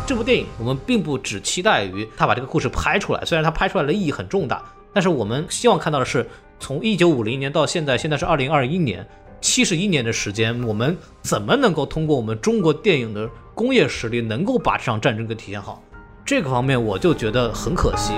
这部电影我们并不只期待于他把这个故事拍出来，虽然他拍出来的意义很重大，但是我们希望看到的是从1950年到现在是2021年，71年的时间，我们怎么能够通过我们中国电影的工业实力能够把这场战争给体现好，这个方面我就觉得很可惜。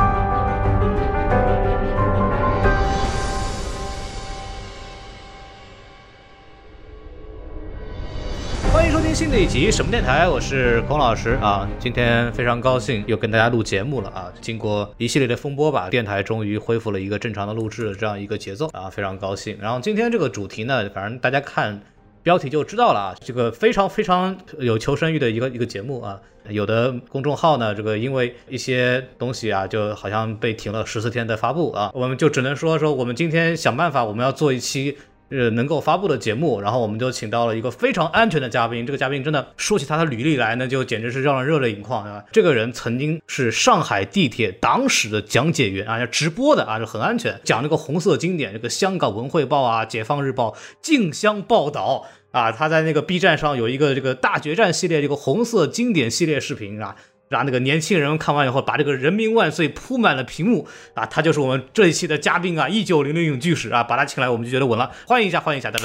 欢迎收听新的一集什么电台，我是孔老师啊。今天非常高兴又跟大家录节目了啊。经过一系列的风波吧，电台终于恢复了一个正常的录制的这样一个节奏啊，非常高兴。然后今天这个主题呢，反正大家看标题就知道了啊，这个非常有求生欲的一个节目啊。有的公众号呢，这个因为一些东西啊，就好像被停了14天的发布啊，我们就只能说我们今天想办法，我们要做一期能够发布的节目，然后我们就请到了一个非常安全的嘉宾。这个嘉宾真的说起他的履历来呢，就简直是让人热泪盈眶啊！这个人曾经是上海地铁党史的讲解员啊，直播的啊，就很安全，讲那个红色经典，这个香港文汇报啊、解放日报竞相报道啊。他在那个 B 站上有一个这个大决战系列这个红色经典系列视频啊，让那个年轻人看完以后把这个人民万岁铺满了屏幕啊。他就是我们这一期的嘉宾啊，1900影剧史啊，把他请来我们就觉得稳了，欢迎一下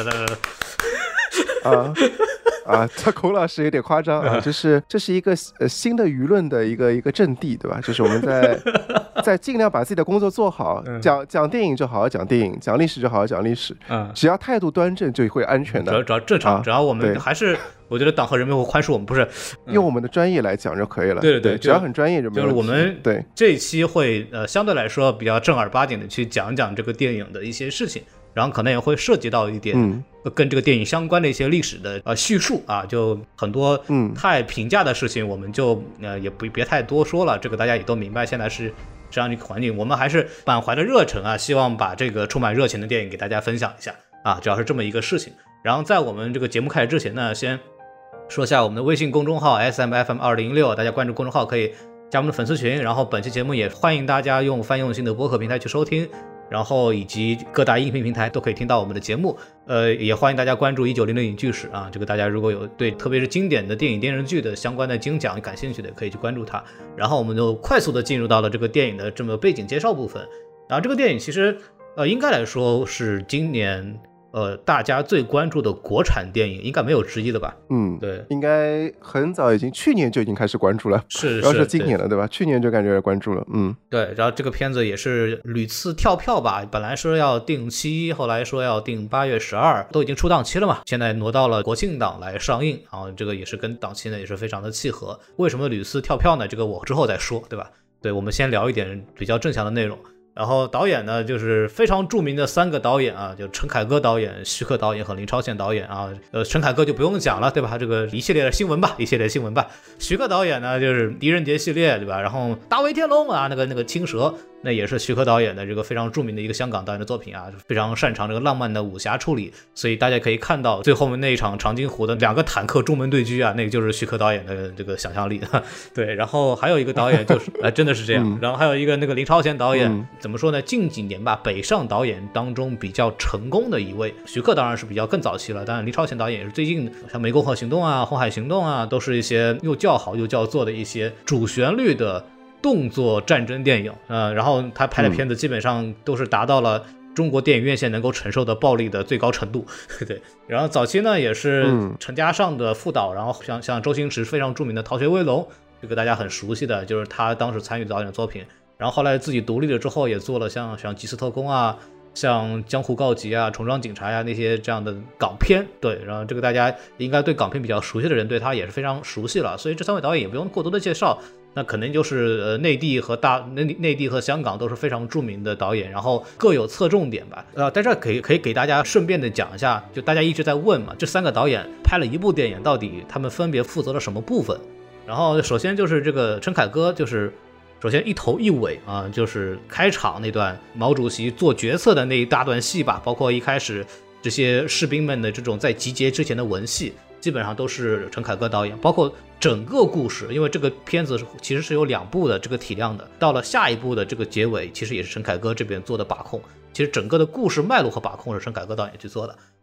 这孔老师有点夸张啊，就是这是一个新的舆论的一个阵地，对吧？就是我们在尽量把自己的工作做好，讲电影就好好讲电影，讲历史就好好讲历史，只要态度端正就会安全的， 只要正常，只要我们还是我觉得党和人民会宽恕我们，不是用我们的专业来讲就可以了。 对， 只要很专业就没有问题。 就是我们对这一期会相对来说比较正儿八经的去讲讲这个电影的一些事情，然后可能也会涉及到一点跟这个电影相关的一些历史的叙述啊，就很多太评价的事情我们就也别太多说了，这个大家也都明白，现在是这样一个环境，我们还是满怀的热忱啊，希望把这个充满热情的电影给大家分享一下啊，主要是这么一个事情。然后在我们这个节目开始之前呢，先说一下我们的微信公众号 SMFM2006， 大家关注公众号可以加我们的粉丝群，然后本期节目也欢迎大家用泛用性的播客平台去收听，然后以及各大音频平台都可以听到我们的节目。也欢迎大家关注1900影剧史啊，这个大家如果有对特别是经典的电影电视剧的相关的精讲感兴趣的，可以去关注它。然后我们就快速的进入到了这个电影的这么背景介绍部分。然后这个电影其实应该来说是今年大家最关注的国产电影，应该没有之一了吧？对， 应该很早去年就已经开始关注了， 是要是今年了，对吧？去年就感觉关注了， 对。然后这个片子也是屡次跳票吧，本来说要定期，后来说要定8月12，都已经出档期了嘛，现在挪到了国庆档来上映，然后这个也是跟档期呢也是非常的契合。为什么屡次跳票呢？这个我之后再说，对吧？对，我们先聊一点比较正向的内容。然后导演呢，就是非常著名的3个导演啊，就陈凯歌导演、徐克导演和林超贤导演啊。陈凯歌就不用讲了，对吧？这个一系列的新闻吧。徐克导演呢，就是狄仁杰系列，对吧？然后大威天龙啊，那个青蛇，那也是徐克导演的这个非常著名的一个香港导演的作品啊，非常擅长这个浪漫的武侠处理。所以大家可以看到最后面那一场长津湖的2个坦克中门对狙啊，那个就是徐克导演的这个想象力。对，然后还有一个导演就是真的是这样。然后还有一个那个林超贤导演，怎么说呢？近几年吧，北上导演当中比较成功的一位。徐克当然是比较更早期了，当然林超贤导演也是最近，像《湄公河行动》啊、《红海行动》啊，都是一些又叫好又叫座的一些主旋律的动作战争电影。然后他拍的片子基本上都是达到了中国电影院线能够承受的暴力的最高程度。对，然后早期呢也是陈嘉上的副导，然后像周星驰非常著名的《逃学威龙》，这个大家很熟悉的，就是他当时参与导演的作品。然后后来自己独立了之后，也做了像《缉私特工》啊、像《江湖告急》啊、《重装警察》呀那些这样的港片。对，然后这个大家应该对港片比较熟悉的人，对他也是非常熟悉了。所以这3位导演也不用过多的介绍，那肯定就是内地和香港都是非常著名的导演，然后各有侧重点吧。在这可以给大家顺便的讲一下，就大家一直在问嘛，这3个导演拍了一部电影，到底他们分别负责了什么部分？然后首先就是这个陈凯歌，就是首先一头一尾啊，就是开场那段毛主席做决策的那一大段戏吧，包括一开始这些士兵们的这种在集结之前的文戏，基本上都是陈凯歌导演，包括整个故事，因为这个片子其实是有2部的这个体量的，到了下一部的这个结尾，其实也是陈凯歌这边做的把控，其实整个的故事脉络和把控是陈凯歌导演去做的。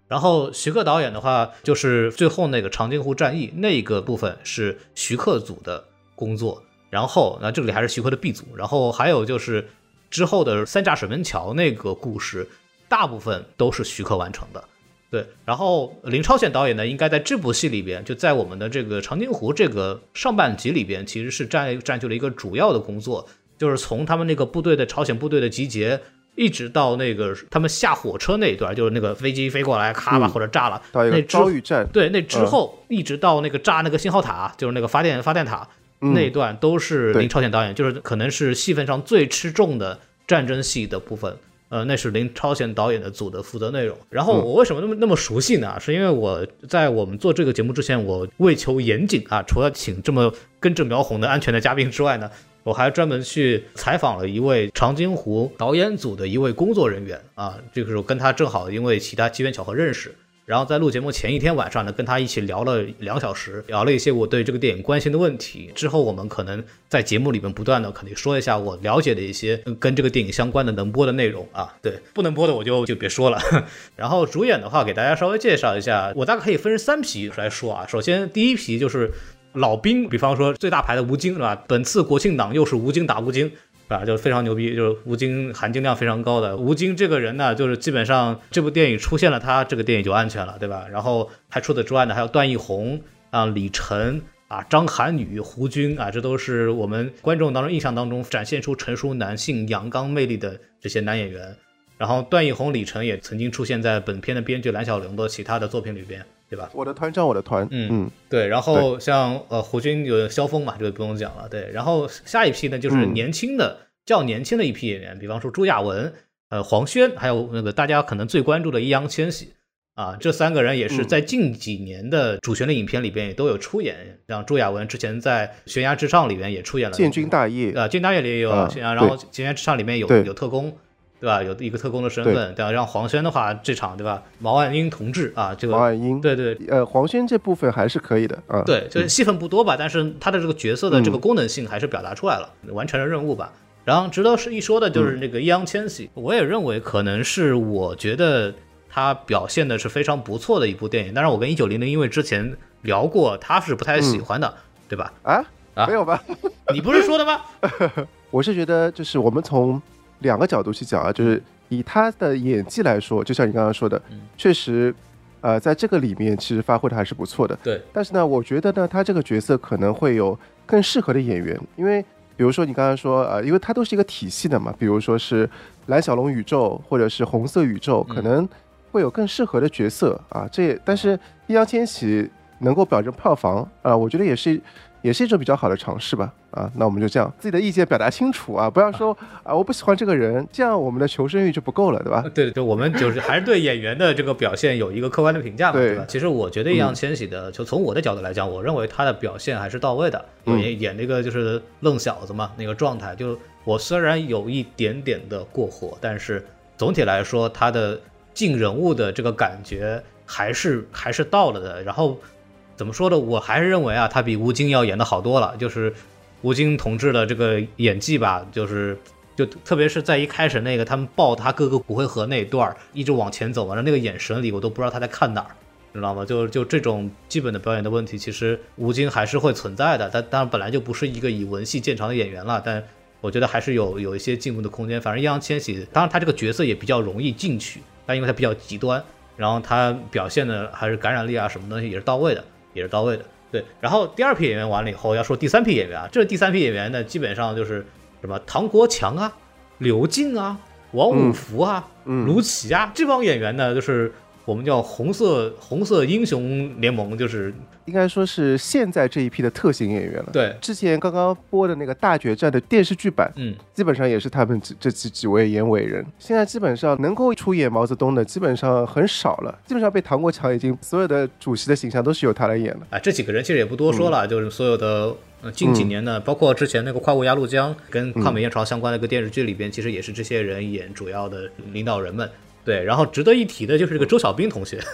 然后徐克导演的话，就是最后那个长津湖战役那个部分是徐克组的工作，然后这里还是徐克的 B 组，然后还有就是之后的三架水门桥那个故事，大部分都是徐克完成的。对，然后林超贤导演呢，应该在这部戏里边，就在我们的这个长津湖这个上半集里边，其实是占据了一个主要的工作，就是从他们那个部队的朝鲜部队的集结。一直到那个他们下火车那一段，就是那个飞机飞过来，咔吧或者炸了， 到一个遭遇战。 对，那之后一直到那个炸那个信号塔，就是那个发电塔那一段，都是林超贤导演，就是可能是戏份上最吃重的战争戏的部分。那是林超贤导演的组的负责内容。然后我为什么那么熟悉呢？是因为我在我们做这个节目之前，我为求严谨啊，除了请这么根正苗红的安全的嘉宾之外呢，我还专门去采访了一位长津湖导演组的一位工作人员啊，这个时候跟他正好因为其他机缘巧合认识，然后在录节目前一天晚上呢，跟他一起聊了2小时，聊了一些我对这个电影关心的问题。之后我们可能在节目里面不断的肯定说一下我了解的一些跟这个电影相关的能播的内容啊，对，不能播的我就别说了。然后主演的话给大家稍微介绍一下，我大概可以分3批来说啊。首先第一批就是老兵，比方说最大牌的吴京是吧？本次国庆档又是吴京打吴京，啊，就非常牛逼，就是吴京含金量非常高的。吴京这个人呢，就是基本上这部电影出现了他，这个电影就安全了，对吧？然后还除此之外呢，还有段奕宏啊、李晨啊、张涵予、胡军啊，这都是我们观众当中印象当中展现出成熟男性阳刚魅力的这些男演员。然后段奕宏、李晨也曾经出现在本片的编剧蓝小龙的其他的作品里边，对吧？ 我的团长，我的团， 对。然后像胡军有萧峰嘛，这个不用讲了，对。然后下一批呢，就是年轻的、较年轻的一批演员，比方说朱亚文、黄轩，还有那个大家可能最关注的易烊千玺啊，这3个人也是在近几年的主旋律影片里边也都有出演。像朱亚文之前在《悬崖之上》里边也出演了《 建军大业》 建军大业里也有，然后《悬崖之上》里面有特工。对吧？有一个特工的身份，对吧？让黄轩的话，这场对吧？毛岸英同志啊，这个毛岸英， 对， 黄轩这部分还是可以的啊。 对，就是戏份不多吧，但是他的这个角色的这个功能性还是表达出来了，完成了任务吧。然后值得一说的就是那个易烊千玺，我也认为可能是我觉得他表现的是非常不错的一部电影。当然，我跟1900因为之前聊过，他是不太喜欢的，对吧？ 没有吧？ 你不是说的吗？ 我是觉得就是我们从2个角度去讲啊，就是以他的演技来说，就像你刚刚说的，确实，在这个里面其实发挥的还是不错的。 对。 但是呢，我觉得呢，他这个角色可能会有更适合的演员，因为比如说你刚刚说，因为他都是一个体系的嘛，比如说是蓝小龙宇宙或者是红色宇宙，可能会有更适合的角色啊。但是易烊千玺能够保证票房啊，我觉得也是一种比较好的尝试吧。那我们就这样自己的意见表达清楚啊，不要说我不喜欢这个人，这样我们的求生欲就不够了，对吧？ 对，我们就是还是对演员的这个表现有一个客观的评价嘛，对吧？其实我觉得易烊千玺的，就从我的角度来讲，我认为他的表现还是到位的。演那个就是愣小子嘛，那个状态，就我虽然有一点点的过火，但是总体来说他的进人物的这个感觉还是到了的。然后怎么说呢？我还是认为啊，他比吴京要演的好多了。就是吴京同志的这个演技吧，就特别是在一开始那个他们抱他哥哥骨灰盒那一段，一直往前走完了那个眼神里，我都不知道他在看哪儿，知道吗？就这种基本的表演的问题，其实吴京还是会存在的。他当然本来就不是一个以文戏见长的演员了，但我觉得还是有一些进步的空间。反正易烊千玺，当然他这个角色也比较容易进去，但因为他比较极端，然后他表现的还是感染力啊什么东西也是到位的。对，然后第2批演员完了以后，要说第3批演员啊，这第3批演员呢，基本上就是什么唐国强啊、刘静啊、王五福啊、卢奇啊，这帮演员呢，就是我们叫红色英雄联盟，就是应该说是现在这一批的特型演员了。 对， 之前刚刚播的那个大决战的电视剧版，基本上也是他们这几位演伟人。现在基本上能够出演毛泽东的基本上很少了，基本上被唐国强已经所有的主席的形象都是由他来演了。 这几个人其实也不多说了，就是所有的近几年的，包括之前那个《快过鸭绿江》跟抗美援朝相关的一个电视剧里边，其实也是这些人演主要的领导人们。对，然后值得一提的就是这个周小斌同学。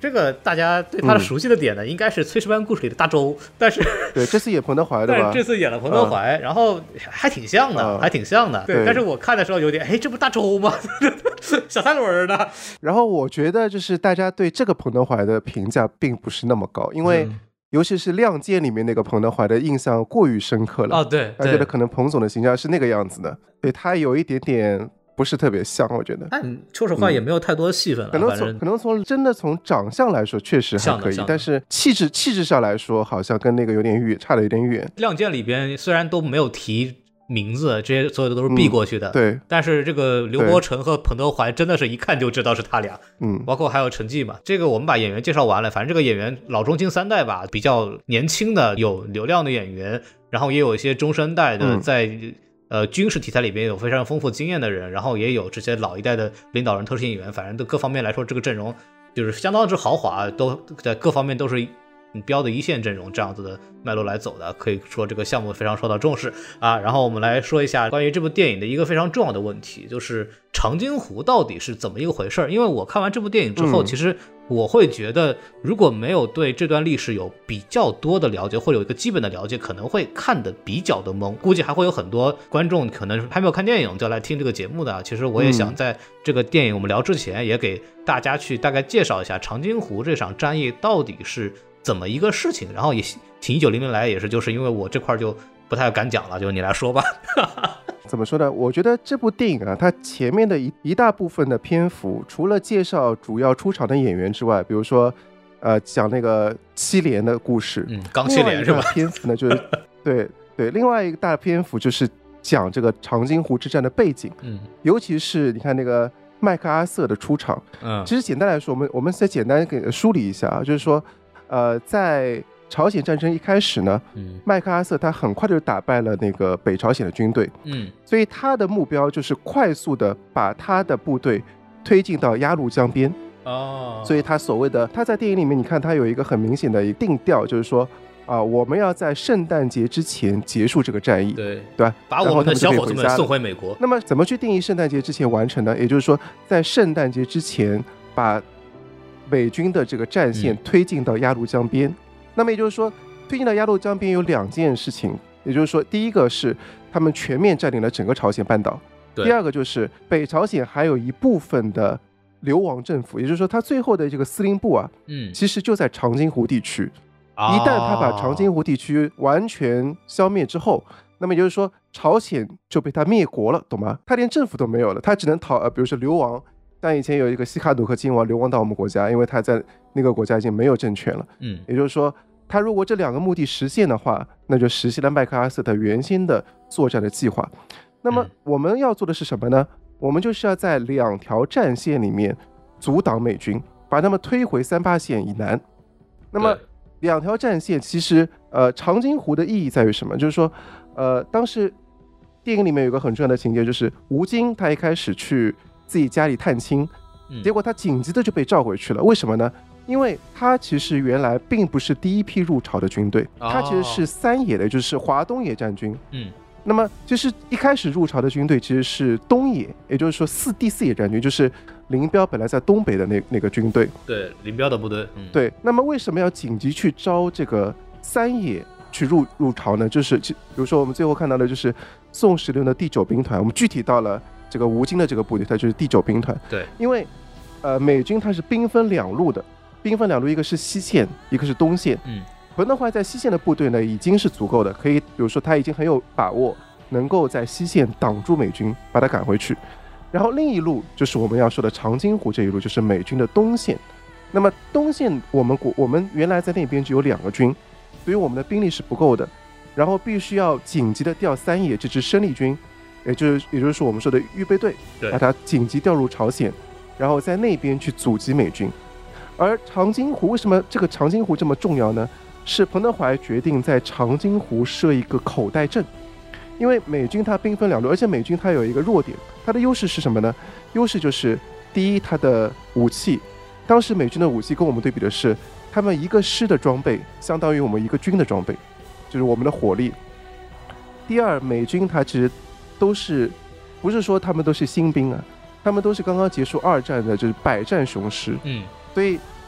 这个大家对他的熟悉的点呢，应该是《炊事班故事》里的大周，但是对，这次演彭德怀的吧？ 但是这次演了彭德怀，然后还挺像的，还挺像的。对，但是我看的时候有点，哎，这不大周吗？小三轮的。 然后我觉得就是大家对这个彭德怀的评价并不是那么高，因为尤其是《亮剑》里面那个彭德怀的印象过于深刻了。 对， 他觉得可能彭总的形象是那个样子的，对他有一点点不是特别像，我觉得。 但说实话也没有太多戏份了， 可能从长相来说确实还可以，但是气质上来说好像跟那个有点远，差了有点远。 亮剑里边虽然都没有提名字，这些所有的都是避过去的， 对。 但是这个刘伯承和彭德怀真的是一看就知道是他俩，包括还有陈继嘛。这个我们把演员介绍完了，反正这个演员老中青三代吧，比较年轻的有流量的演员，然后也有一些中生代的在军事题材里边有非常丰富经验的人，然后也有这些老一代的领导人、特摄演员，反正都各方面来说，这个阵容就是相当之豪华，都在各方面都是标的一线阵容这样子的脉络来走的，可以说这个项目非常受到重视啊。然后我们来说一下关于这部电影的一个非常重要的问题，就是长津湖到底是怎么一个回事。因为我看完这部电影之后，其实我会觉得如果没有对这段历史有比较多的了解，或者有一个基本的了解，可能会看得比较的懵。估计还会有很多观众可能还没有看电影就来听这个节目的，其实我也想在这个电影我们聊之前也给大家去大概介绍一下长津湖这场战役到底是怎么一个事情，然后也请1900来也是就是因为我这块就不太敢讲了，就你来说吧。 怎么说呢？我觉得这部电影啊，它前面的一大部分的篇幅，除了介绍主要出场的演员之外，比如说讲那个七连的故事， 钢七连是吧？ 篇幅呢就是对，另外一个大篇幅就是讲这个长津湖之战的背景，尤其是你看那个麦克阿瑟的出场，其实简单来说，我们再简单给梳理一下啊，就是说在朝鲜战争一开始呢，麦克阿瑟他很快就打败了那个北朝鲜的军队，所以他的目标就是快速的把他的部队推进到鸭绿江边。所以他所谓的他在电影里面，你看他有一个很明显的一个定调，就是说我们要在圣诞节之前结束这个战役， 对吧？ 把我们的小伙子们送回美国。 那么怎么去定义圣诞节之前完成呢？也就是说，在圣诞节之前把美军的这个战线推进到鸭绿江边。那么也就是说，推进到鸭绿江边有两件事情，也就是说，第一个是他们全面占领了整个朝鲜半岛，第二个就是北朝鲜还有一部分的流亡政府，也就是说，他最后的这个司令部啊，其实就在长津湖地区。一旦他把长津湖地区完全消灭之后，那么也就是说，朝鲜就被他灭国了，懂吗？他连政府都没有了，他只能比如说流亡。像以前有一个西卡努克亲王流亡到我们国家，因为他在那个国家已经没有政权了。也就是说，他如果这两个目的实现的话，那就实现了麦克阿瑟的原先的作战的计划。那么我们要做的是什么呢？我们就是要在两条战线里面阻挡美军，把他们推回38线以南。那么两条战线其实长津湖的意义在于什么？就是说当时电影里面有个很重要的情节，就是吴京他一开始去自己家里探亲，结果他紧急的就被召回去了。为什么呢？因为他其实原来并不是第一批入朝的军队，他其实是三野的，就是华东野战军。那么就是一开始入朝的军队其实是东野，也就是说第四野战军，就是林彪本来在东北的那个军队。 对，林彪的部队。 对，那么为什么要紧急去招这个三野去入朝呢？就是比如说我们最后看到的就是宋时轮的第9兵团，我们具体到了这个吴京的这个部队，它就是第9兵团。 对， 因为美军它是兵分两路的，一个是西线，一个是东线。彭德怀在西线的部队呢已经是足够的，可以比如说他已经很有把握能够在西线挡住美军，把他赶回去。然后另一路就是我们要说的长津湖这一路，就是美军的东线。那么东线我们原来在那边只有2个军，所以我们的兵力是不够的，然后必须要紧急的调三野这支生力军，也就是说我们说的预备队，把它紧急调入朝鲜，然后在那边去阻击美军。而长津湖为什么这个长津湖这么重要呢？是彭德怀决定在长津湖设一个口袋阵，因为美军它兵分两路，而且美军它有一个弱点，它的优势是什么呢？优势就是第一，它的武器，当时美军的武器跟我们对比的是，他们一个师的装备相当于我们一个军的装备，就是我们的火力。第二，美军它其实都是不是说他们都是新兵啊，他们都是刚刚结束2战的，就是百战雄师。所以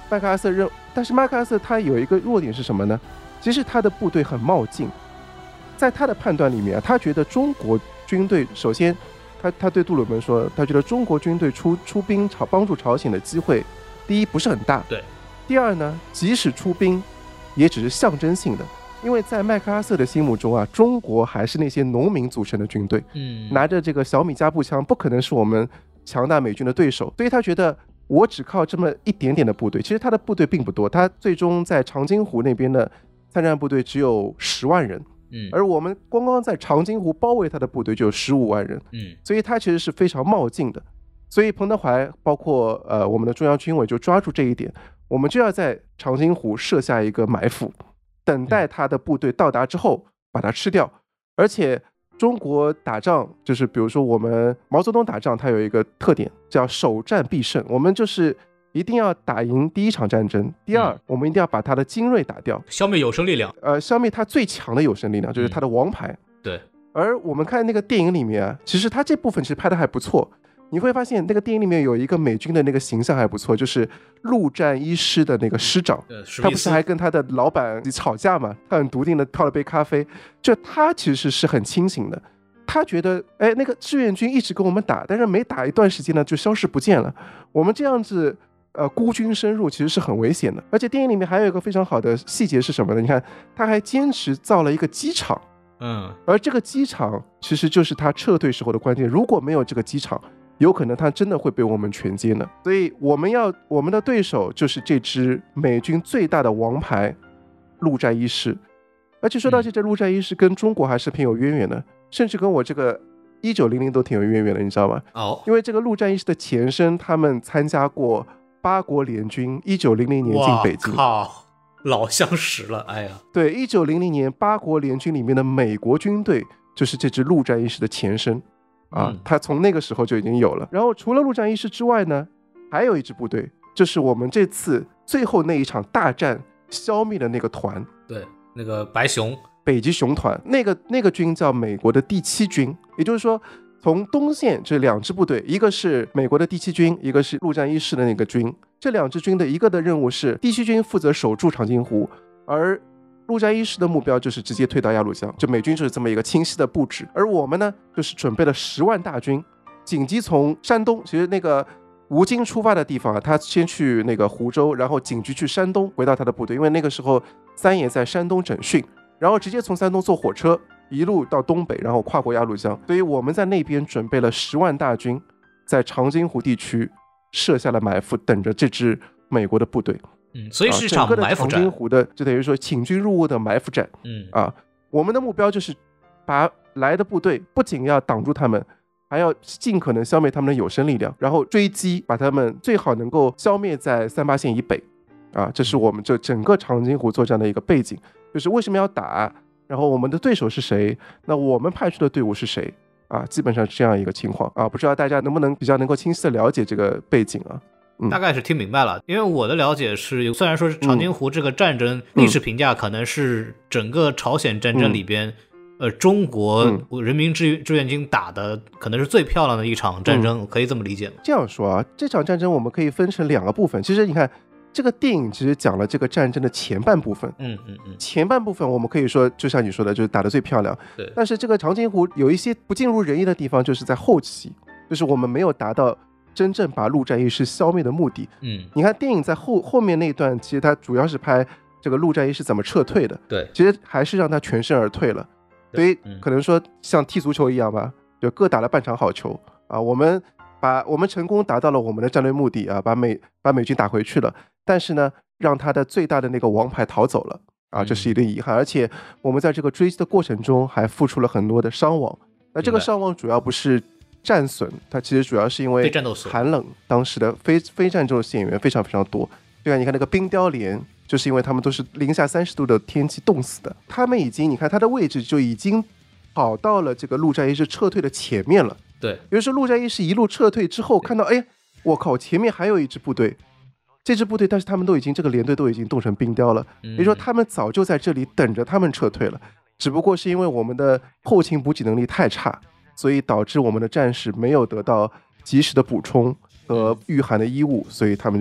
麦克阿瑟但是麦克阿瑟他有一个弱点是什么呢？其实他的部队很冒进，在他的判断里面他觉得中国军队首先他对杜鲁门说，他觉得中国军队出兵帮助朝鲜的机会，第一不是很大， 对， 第二呢，即使出兵也只是象征性的，因为在麦克阿瑟的心目中啊，中国还是那些农民组成的军队，拿着这个小米加步枪不可能是我们强大美军的对手，所以他觉得我只靠这么一点点的部队，其实他的部队并不多，他最终在长津湖那边的参战部队只有10万人，而我们光在长津湖包围他的部队就有15万人，所以他其实是非常冒进的。所以彭德怀包括我们的中央军委就抓住这一点，我们就要在长津湖设下一个埋伏，等待他的部队到达之后把它吃掉。而且中国打仗就是比如说我们毛泽东打仗，他有一个特点叫首战必胜，我们就是一定要打赢第一场战争，第二我们一定要把他的精锐打掉， 消灭有生力量， 消灭他最强的有生力量，就是他的王牌。 对。 而我们看那个电影里面啊，其实他这部分其实拍的还不错，你会发现那个电影里面有一个美军的那个形象还不错，就是陆战一师的那个师长，他不是还跟他的老板吵架嘛，他很笃定的泡了杯咖啡，就他其实是很清醒的，他觉得那个志愿军一直跟我们打，但是每打一段时间呢就消失不见了，我们这样子孤军深入其实是很危险的。而且电影里面还有一个非常好的细节是什么呢？你看他还坚持造了一个机场，而这个机场其实就是他撤退时候的关键，如果没有这个机场，有可能他真的会被我们全歼的。所以我们的对手就是这支美军最大的王牌陆战一师。而且说到这支陆战一师跟中国还是挺有渊源的，甚至跟我这个1900都挺有渊源的，你知道吗？因为这个陆战一师的前身他们参加过八国联军，1900年进北京。 哇靠，老相识了，哎呀。 对，1900年八国联军里面的美国军队就是这支陆战一师的前身他从那个时候就已经有了。然后除了陆战一师之外呢，还有一支部队，就是我们这次最后那一场大战消灭的那个团， 对，那个白熊北极熊团，那个军叫美国的第7军，也就是说从东线这2支部队，一个是美国的第7军，一个是陆战一师的那个军，这2支军的一个的任务是第7军负责守住长津湖，而陆战一师的目标就是直接退到鸭绿江，就美军就是这么一个清晰的布置。而我们呢就是准备了10万大军，紧急从山东，其实那个吴京出发的地方他先去那个湖州，然后紧急去山东回到他的部队，因为那个时候三爷在山东整训，然后直接从山东坐火车一路到东北，然后跨过鸭绿江。所以我们在那边准备了10万大军，在长津湖地区设下了埋伏，等着这支美国的部队。 所以是一场埋伏战，整个的长津湖的就等于说请军入瓮的埋伏战。我们的目标就是把来的部队不仅要挡住他们，还要尽可能消灭他们的有生力量，然后追击，把他们最好能够消灭在38线以北。这是我们这整个长津湖作战的一个背景，就是为什么要打，然后我们的对手是谁，那我们派出的队伍是谁基本上是这样一个情况不知道大家能不能比较能够清晰的了解这个背景大概是听明白了。因为我的了解是，虽然说是长津湖这个战争历史评价可能是整个朝鲜战争里边中国人民志愿军打的可能是最漂亮的一场战争，可以这么理解吗？ 这样说这场战争我们可以分成2个部分。其实你看这个电影其实讲了这个战争的前半部分，前半部分我们可以说就像你说的，就是打得最漂亮。 对。 但是这个长津湖有一些不尽如人意的地方，就是在后期，就是我们没有达到真正把陆战一师消灭的目的。你看电影在后面那一段，其实它主要是拍这个陆战一师怎么撤退的。 对。 其实还是让他全身而退了。所以可能说像踢足球一样吧，就各打了半场好球我们成功达到了我们的战略目的把美军打回去了，但是呢让他的最大的那个王牌逃走了这是一个遗憾。而且我们在这个追击的过程中还付出了很多的伤亡。那这个伤亡主要不是战损，它其实主要是因为寒冷，当时的非战斗线员非常非常多。对啊，你看那个冰雕连，就是因为他们都是-30度的天气冻死的，他们已经你看他的位置就已经跑到了这个陆战一师撤退的前面了。 对， 比如说陆战一师一路撤退之后，看到我靠，前面还有一支部队，这支部队但是他们都已经这个连队都已经冻成冰雕了，也就是说他们早就在这里等着他们撤退了，只不过是因为我们的后勤补给能力太差，所以导致我们的战士没有得到及时的补充和御寒的衣物，所以他们就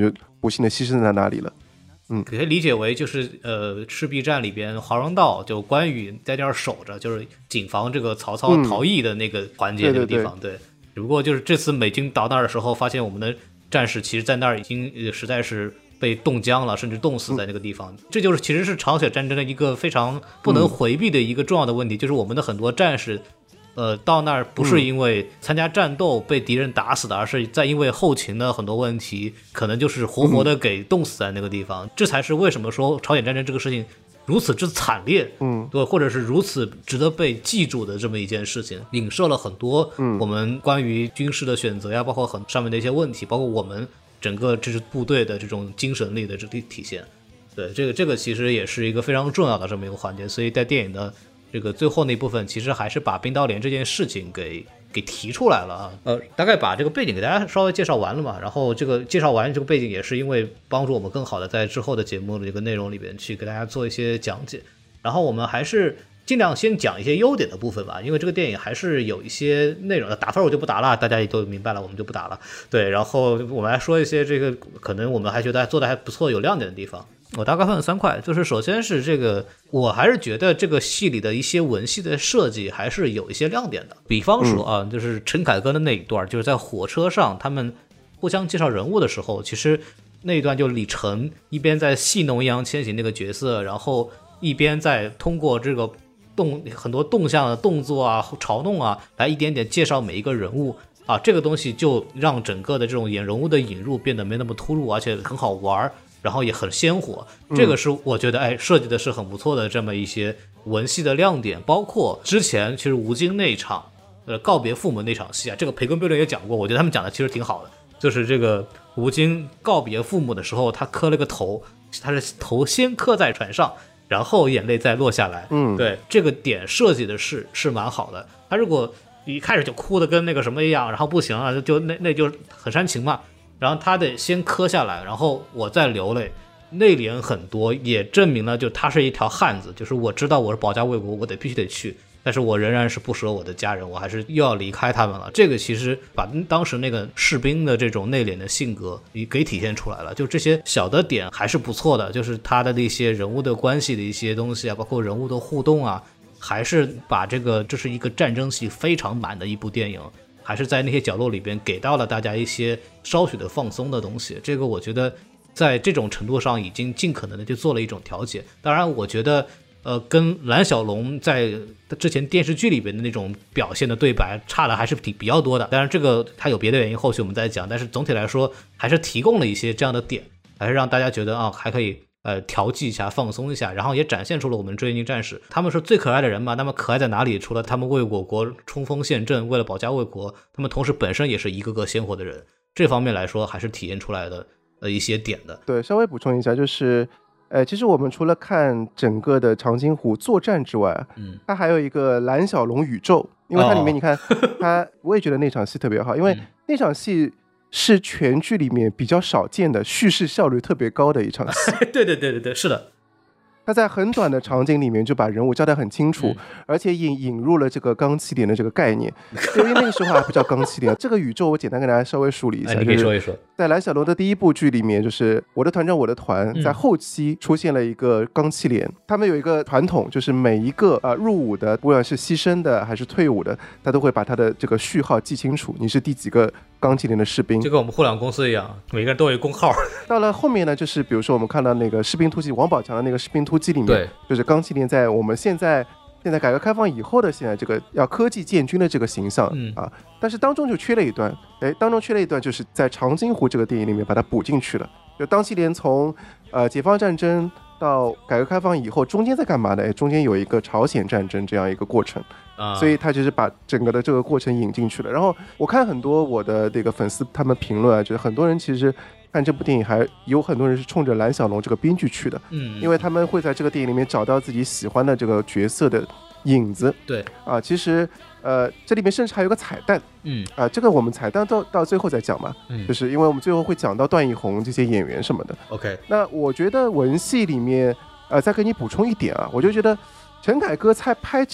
不幸的牺牲在哪里了。 可以理解为就是赤壁战里边华容道就关羽在那儿守着，就是谨防这个曹操逃逸的那个环节那个地方。对，只不过就是这次美军到那儿的时候，发现我们的战士其实在那儿已经实在是被冻僵了，甚至冻死在那个地方。这就是其实是朝鲜战争的一个非常不能回避的一个重要的问题，就是我们的很多战士到那儿不是因为参加战斗被敌人打死的，而是在因为后勤的很多问题，可能就是活活的给冻死在那个地方。这才是为什么说朝鲜战争这个事情如此之惨烈，对，或者是如此值得被记住的这么一件事情，影射了很多我们关于军事的选择呀，包括上面的一些问题，包括我们整个这支部队的这种精神力的这体现。对，这个其实也是一个非常重要的这么一个环节，所以在电影的这个最后那部分，其实还是把冰刀连这件事情给提出来了啊。大概把这个背景给大家稍微介绍完了嘛，然后这个介绍完这个背景也是因为帮助我们更好的在之后的节目的这个内容里边去给大家做一些讲解。然后我们还是尽量先讲一些优点的部分吧，因为这个电影还是有一些内容的，打分我就不打了，大家也都明白了，我们就不打了。对，然后我们来说一些这个可能我们还觉得做的还不错有亮点的地方。我大概分了3块，就是首先是这个，我还是觉得这个戏里的一些文戏的设计还是有一些亮点的。比方说啊，就是陈凯歌的那一段，就是在火车上他们互相介绍人物的时候，其实那一段就李晨一边在戏弄易烊千玺那个角色，然后一边在通过这个很多动向的动作啊、嘲弄啊，来一点点介绍每一个人物啊，这个东西就让整个的这种演人物的引入变得没那么突兀，而且很好玩。然后也很鲜活，这个是我觉得设计的是很不错的这么一些文戏的亮点。包括之前其实吴京那一场告别父母那场戏啊，这个培根悖论也讲过，我觉得他们讲的其实挺好的。就是这个吴京告别父母的时候，他磕了个头，他是头先磕在船上，然后眼泪再落下来。对，这个点设计的是蛮好的。他如果一开始就哭的跟那个什么一样，然后不行了，就那就很煽情嘛。然后他得先磕下来，然后我再流泪，内敛很多，也证明了就他是一条汉子，就是我知道我是保家卫国，我必须得去，但是我仍然是不舍我的家人，我还是又要离开他们了。这个其实把当时那个士兵的这种内敛的性格给体现出来了，就这些小的点还是不错的，就是他的那些人物的关系的一些东西啊，包括人物的互动啊，还是把这是一个战争戏非常满的一部电影，还是在那些角落里边给到了大家一些稍许的放松的东西。这个我觉得在这种程度上已经尽可能的就做了一种调节。当然我觉得跟蓝小龙在之前电视剧里边的那种表现的对白差的还是比较多的，当然这个它有别的原因，后续我们再讲，但是总体来说还是提供了一些这样的点，还是让大家觉得还可以调剂一下，放松一下，然后也展现出了我们追兵战士他们是最可爱的人嘛。那么可爱在哪里？除了他们为我国冲锋陷阵，为了保家卫国，他们同时本身也是一个个鲜活的人，这方面来说还是体现出来的一些点的。 对，稍微补充一下，就是其实我们除了看整个的长津湖作战之外，它还有一个蓝小龙宇宙，因为它里面你看我也觉得那场戏特别好，因为那场戏是全剧里面比较少见的叙事效率特别高的一场戏。 对，是的。 他在很短的场景里面就把人物交代很清楚，而且引入了这个钢七连的这个概念。因为那个时候还不叫钢七连，这个宇宙我简单跟大家稍微梳理一下。 你可以说一说。 在蓝小龙的第一部剧里面，就是我的团长我的团，在后期出现了一个钢七连，他们有一个传统，就是每一个入伍的，不管是牺牲的还是退伍的，他都会把他的这个序号记清楚，你是第几个钢七连的士兵，就跟我们互联网公司一样，每个人都有一个工号。 到了后面呢，就是比如说我们看到那个士兵突击，王宝强的那个士兵突击里面， 对， 就是钢七连在我们现在改革开放以后的现在这个要科技建军的这个形象但是当中就缺了一段，就是在长津湖这个电影里面把它补进去了。就钢七连从解放战争到改革开放以后，中间在干嘛呢？中间有一个朝鲜战争这样一个过程所以他就是把整个的这个过程引进去了。然后我看很多我的这个粉丝他们评论就是很多人其实看这部电影还有很多人是冲着蓝小龙这个编剧去的，因为他们会在这个电影里面找到自己喜欢的这个角色的影子。 对其实这里面甚至还有个彩蛋，这个我们彩蛋到最后再讲嘛，就是因为我们最后会讲到段奕宏这些演员什么的。 OK， 那我觉得文戏里面再给你补充一点我就觉得陈凯歌在拍这个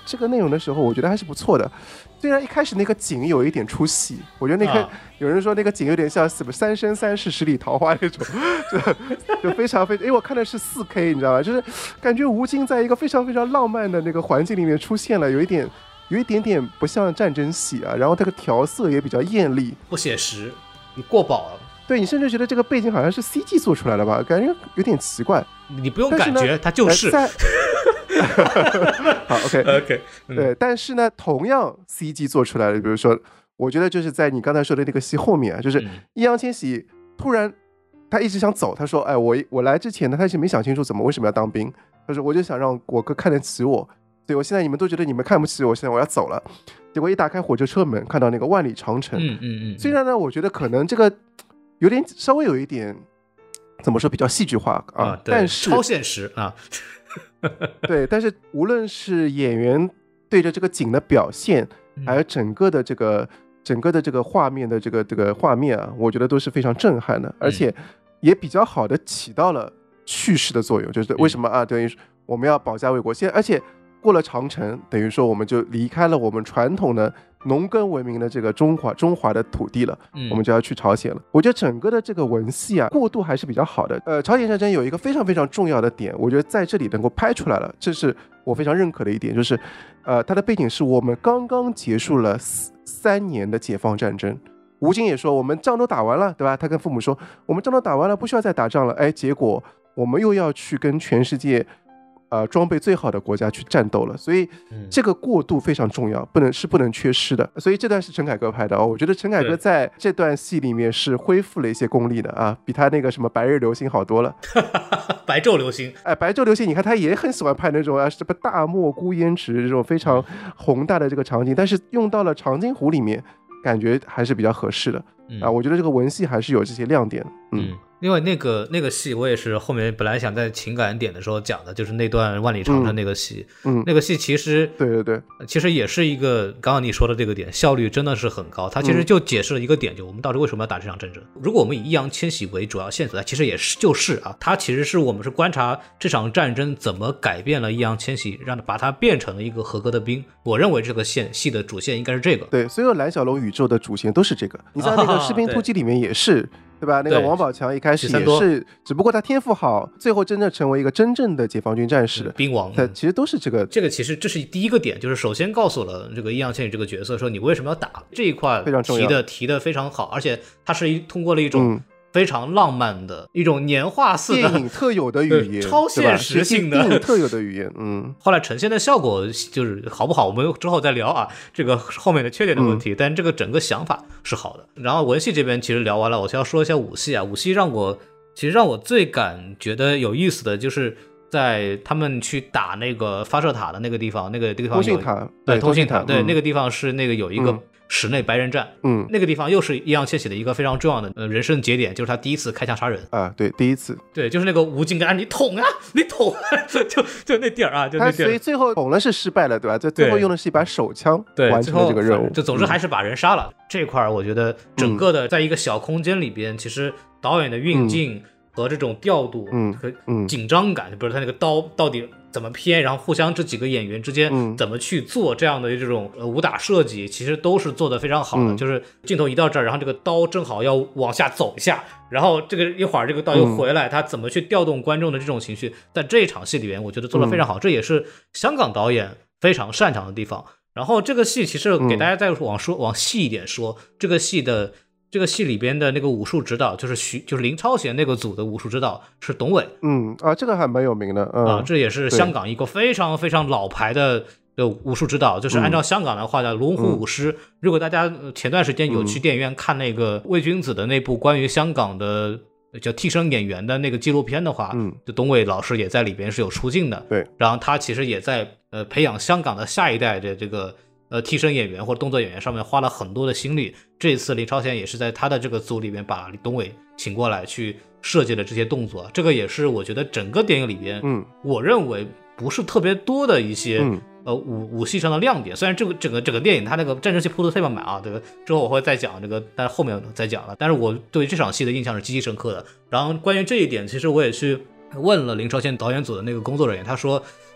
这个内容的时候，我觉得还是不错的。虽然一开始那个景有一点出戏，我觉得那个、有人说那个景有点像什么三生三世十里桃花那种，就非常，因为我看的是4K， 你知道吧？就是感觉吴京在一个非常非常浪漫的那个环境里面出现了，有一点点不像战争戏啊，然后这个调色也比较艳丽， 不写实，你过饱了。 对，你甚至觉得这个背景好像是 CG 做出来的吧，感觉有点奇怪。 你不用感觉，它就是。 好 ，OK， 对，但是呢，同样 CG 做出来的，比如说，我觉得就是在你刚才说的那个戏后面啊，就是易烊千玺突然他一直想走，他说：“哎，我来之前呢，他一直没想清楚为什么要当兵。他说我就想让我哥看得起我，所以我现在你们都觉得你们看不起我，现在我要走了。结果一打开火车车门，看到那个万里长城。虽然呢，我觉得可能这个稍微有一点怎么说比较戏剧化啊，但是超现实啊。” 对，但是无论是演员对着这个景的表现，还有整个的这个画面的这个画面啊，我觉得都是非常震撼的，而且也比较好的起到了叙事的作用。就是为什么啊？等于我们要保家卫国，而且过了长城，等于说我们就离开了我们传统的农耕文明的这个中华的土地了，我们就要去朝鲜了。我觉得整个的这个文戏啊，过渡还是比较好的。朝鲜战争有一个非常非常重要的点，我觉得在这里能够拍出来了，这是我非常认可的一点，就是它的背景是我们刚刚结束了3年的解放战争。吴京也说我们仗都打完了，对吧？他跟父母说我们仗都打完了，不需要再打仗了。哎，结果我们又要去跟全世界装备最好的国家去战斗了，所以这个过渡非常重要，不能缺失的。所以这段是陈凯歌拍的哦，我觉得陈凯歌在这段戏里面是恢复了一些功力的啊，比他那个什么白日流星好多了。 白昼流星， 哎，白昼流星，你看他也很喜欢拍那种什么大漠孤烟直这种非常宏大的这个场景，但是用到了长津湖里面，感觉还是比较合适的啊。我觉得这个文戏还是有这些亮点。 因为那个戏我也是后面本来想在情感点的时候讲的，就是那段万里长城那个戏，那个戏其实对， 其实也是一个刚刚你说的这个点，效率真的是很高。它其实就解释了一个点，就我们到底为什么要打这场战争。如果我们以易烊千玺为主要线索，它其实也是就是啊，它其实是我们是观察这场战争怎么改变了易烊千玺，把它变成了一个合格的兵。我认为这个戏的主线应该是这个。 对，所有蓝小龙宇宙的主线都是这个。你在那个士兵突击里面也是。对吧？那个王宝强一开始也是，只不过他天赋好，最后真正成为一个真正的解放军战士， 兵王。 其实都是这个。 其实这是第一个点，就是首先告诉了这个易烊千玺这个角色说你为什么要打这一块， 非常重要， 提的非常好，而且他是通过了一种非常浪漫的一种年画似的电影特有的语言， 超现实性的电影特有的语言。 后来呈现的效果就是好不好，我们之后再聊啊，这个后面的缺点的问题。但这个整个想法是好的。然后文戏这边其实聊完了，我就要说一下武戏啊。武戏让我最觉得有意思的就是在他们去打那个发射塔的那个地方，那个地方通信塔， 对，通信塔，对，那个地方是那个有一个室内白人站，那个地方又是易烊千玺的一个非常重要的人生节点，就是他第一次开枪杀人啊，对，第一次， 对，就是那个吴京跟你捅啊，你捅啊，就那地儿啊，就那地儿。 所以最后捅了是失败了，对吧？最后用的是一把手枪完成了这个任务， 就总之还是把人杀了。这块我觉得整个的在一个小空间里边，其实导演的运镜和这种调度和紧张感，比如他那个刀到底怎么偏，然后互相这几个演员之间怎么去做这样的这种武打设计，其实都是做得非常好的。就是镜头一到这儿，然后这个刀正好要往下走一下，然后这个一会儿这个刀又回来，他怎么去调动观众的这种情绪，在这一场戏里面，我觉得做得非常好，这也是香港导演非常擅长的地方。然后这个戏其实给大家再往细一点说，这个戏里边的那个武术指导就是林超贤那个组的武术指导是董伟， 这个还蛮有名的这也是香港一个非常非常老牌的武术指导，就是按照香港的话叫龙虎武师。如果大家前段时间有去电影院看那个魏君子的那部关于香港的叫替身演员的那个纪录片的话，就董伟老师也在里边是有出镜的。 对， 然后他其实也在培养香港的下一代的这个替身演员或者动作演员上面花了很多的心力。这一次林超贤也是在他的这个组里面把董伟请过来去设计了这些动作，这个也是我觉得整个电影里边我认为不是特别多的一些武戏上的亮点。虽然这个整个电影它那个战争戏铺得特别满啊，这个之后我会再讲这个，但是后面再讲了。但是我对这场戏的印象是极其深刻的。然后关于这一点，其实我也去问了林超贤导演组的那个工作人员，他说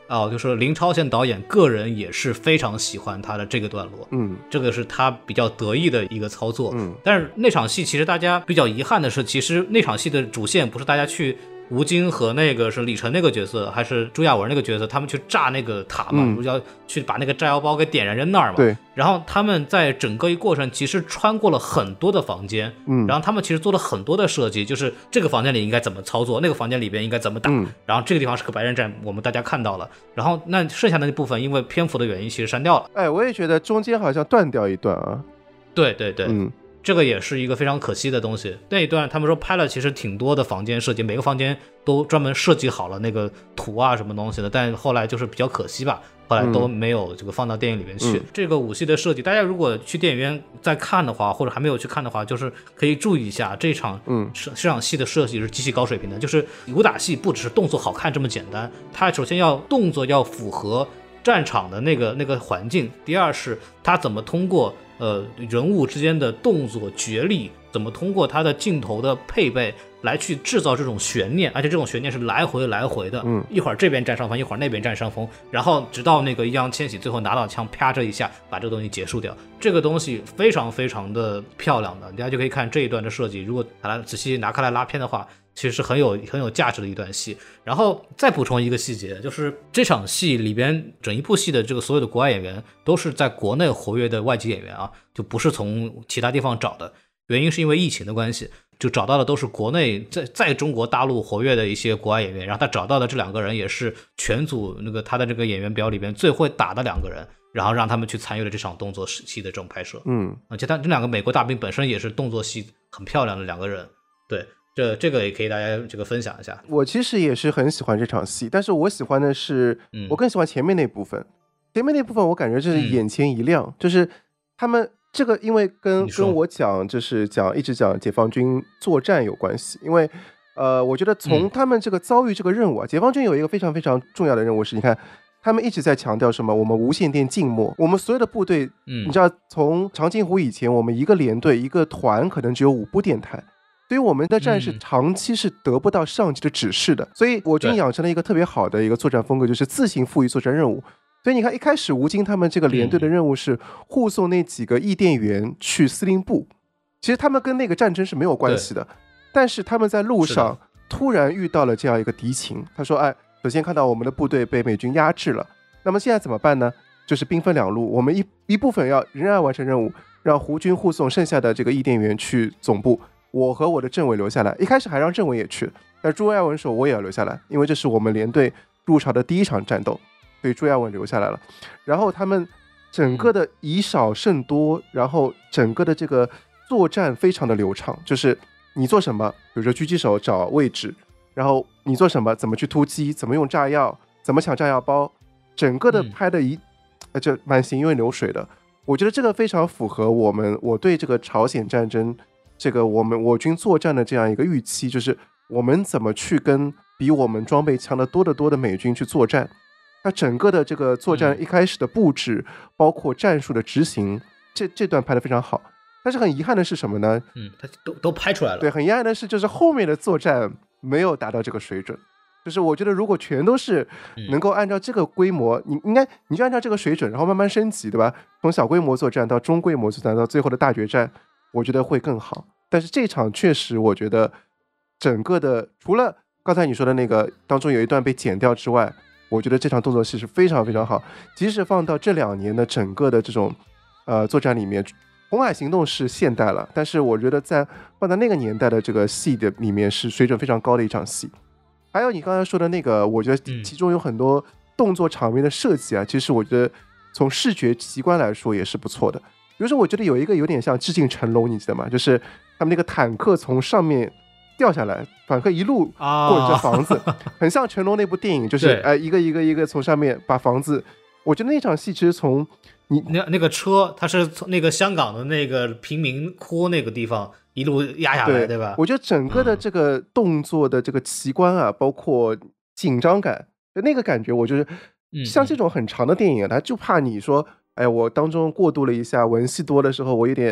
就是林超贤导演个人也是非常喜欢他的这个段落，这个是他比较得意的一个操作。但是那场戏其实大家比较遗憾的是，其实那场戏的主线不是大家去吴京和那个是李晨那个角色，还是朱亚文那个角色，他们去炸那个塔嘛，不是要去把那个炸药包给点燃扔那儿嘛？ 对。 然后他们在整个一过程其实穿过了很多的房间，然后他们其实做了很多的设计，就是这个房间里应该怎么操作，那个房间里边应该怎么打，然后这个地方是个白刃战，我们大家看到了，然后那剩下的那部分因为篇幅的原因其实删掉了。 哎，我也觉得中间好像断掉一段啊。 对对对，这个也是一个非常可惜的东西。那一段他们说拍了其实挺多的房间设计，每个房间都专门设计好了那个图啊什么东西的，但后来就是比较可惜吧，后来都没有这个放到电影里面去。这个武戏的设计，大家如果去电影院再看的话，或者还没有去看的话，就是可以注意一下这场戏的设计是极其高水平的。就是武打戏不只是动作好看这么简单，它首先要动作要符合战场的那个环境，第二是它怎么通过人物之间的动作角力，怎么通过他的镜头的配备来去制造这种悬念，而且这种悬念是来回的，一会儿这边占上风，一会儿那边占上风，然后直到那个易烊千玺最后拿到枪啪这一下把这个东西结束掉，这个东西非常非常的漂亮的，大家就可以看这一段的设计，如果把它仔细拿开来拉片的话，其实是很有价值的一段戏。然后再补充一个细节，就是这场戏里边整一部戏的这个所有的国外演员都是在国内活跃的外籍演员啊，就不是从其他地方找的，原因是因为疫情的关系，就找到的都是国内在中国大陆活跃的一些国外演员，然后他找到的这2个人也是全组那个他的这个演员表里边最会打的2个人，然后让他们去参与了这场动作戏的这种拍摄。而且他这2个美国大兵本身也是动作戏很漂亮的2个人。对，这个也可以大家这个分享一下。 我其实也是很喜欢这场戏，但是我喜欢的是，我更喜欢前面那部分。前面那部分我感觉就是眼前一亮，就是他们这个因为跟我讲就是一直讲解放军作战有关系，因为我觉得从他们这个遭遇这个任务啊，解放军有一个非常非常重要的任务是，你看他们一直在强调什么，我们无线电静默，我们所有的部队，你知道从长津湖以前，我们一个连队一个团可能只有5部电台。所以我们的战士长期是得不到上级的指示的，所以我军养成了一个特别好的一个作战风格，就是自行赋予作战任务。所以你看一开始吴京他们这个连队的任务是护送那几个译电员去司令部，其实他们跟那个战争是没有关系的，但是他们在路上突然遇到了这样一个敌情，他说首先看到我们的部队被美军压制了，那么现在怎么办呢？就是兵分2路，我们一部分仍然完成任务，让胡军护送剩下的这个译电员去总部，我和我的政委留下来。一开始还让政委也去，但朱亚文说我也要留下来，因为这是我们连队入朝的第一场战斗，所以朱亚文留下来了。然后他们整个的以少胜多，然后整个的这个作战非常的流畅，就是你做什么，比如说狙击手找位置，然后你做什么，怎么去突击，怎么用炸药，怎么抢炸药包，整个的拍的就蛮行云流水的。我觉得这个非常符合我对这个朝鲜战争这个我军作战的这样一个预期，就是我们怎么去跟比我们装备强得多得多的美军去作战。那整个的这个作战一开始的布置，包括战术的执行，这段拍得非常好。但是很遗憾的是什么呢？ 他都拍出来了。 对，很遗憾的是，就是后面的作战没有达到这个水准。就是我觉得如果全都是能够按照这个规模，你就按照这个水准，然后慢慢升级，对吧？从小规模作战到中规模作战到最后的大决战，我觉得会更好。但是这场确实，我觉得整个的除了刚才你说的那个当中有一段被剪掉之外，我觉得这场动作戏是非常非常好。即使放到这2年的整个的这种作战里面，红海行动是现代了，但是我觉得在放到那个年代的这个戏的里面是水准非常高的一场戏。还有你刚才说的那个，我觉得其中有很多动作场面的设计啊，其实我觉得从视觉奇观来说也是不错的。比如说我觉得有一个有点像致敬成龙，你记得吗？就是他们那个坦克从上面掉下来，坦克一路过着房子，很像成龙那部电影，就是一个从上面把房子。我觉得那场戏其实从你那个车，它是从那个香港的那个贫民窟那个地方一路压下来， 对吧？ 我觉得整个的这个动作的这个奇观啊，包括紧张感，那个感觉，我就是像这种很长的电影，它就怕你说，哎，我当中过渡了一下，文戏多的时候，我有点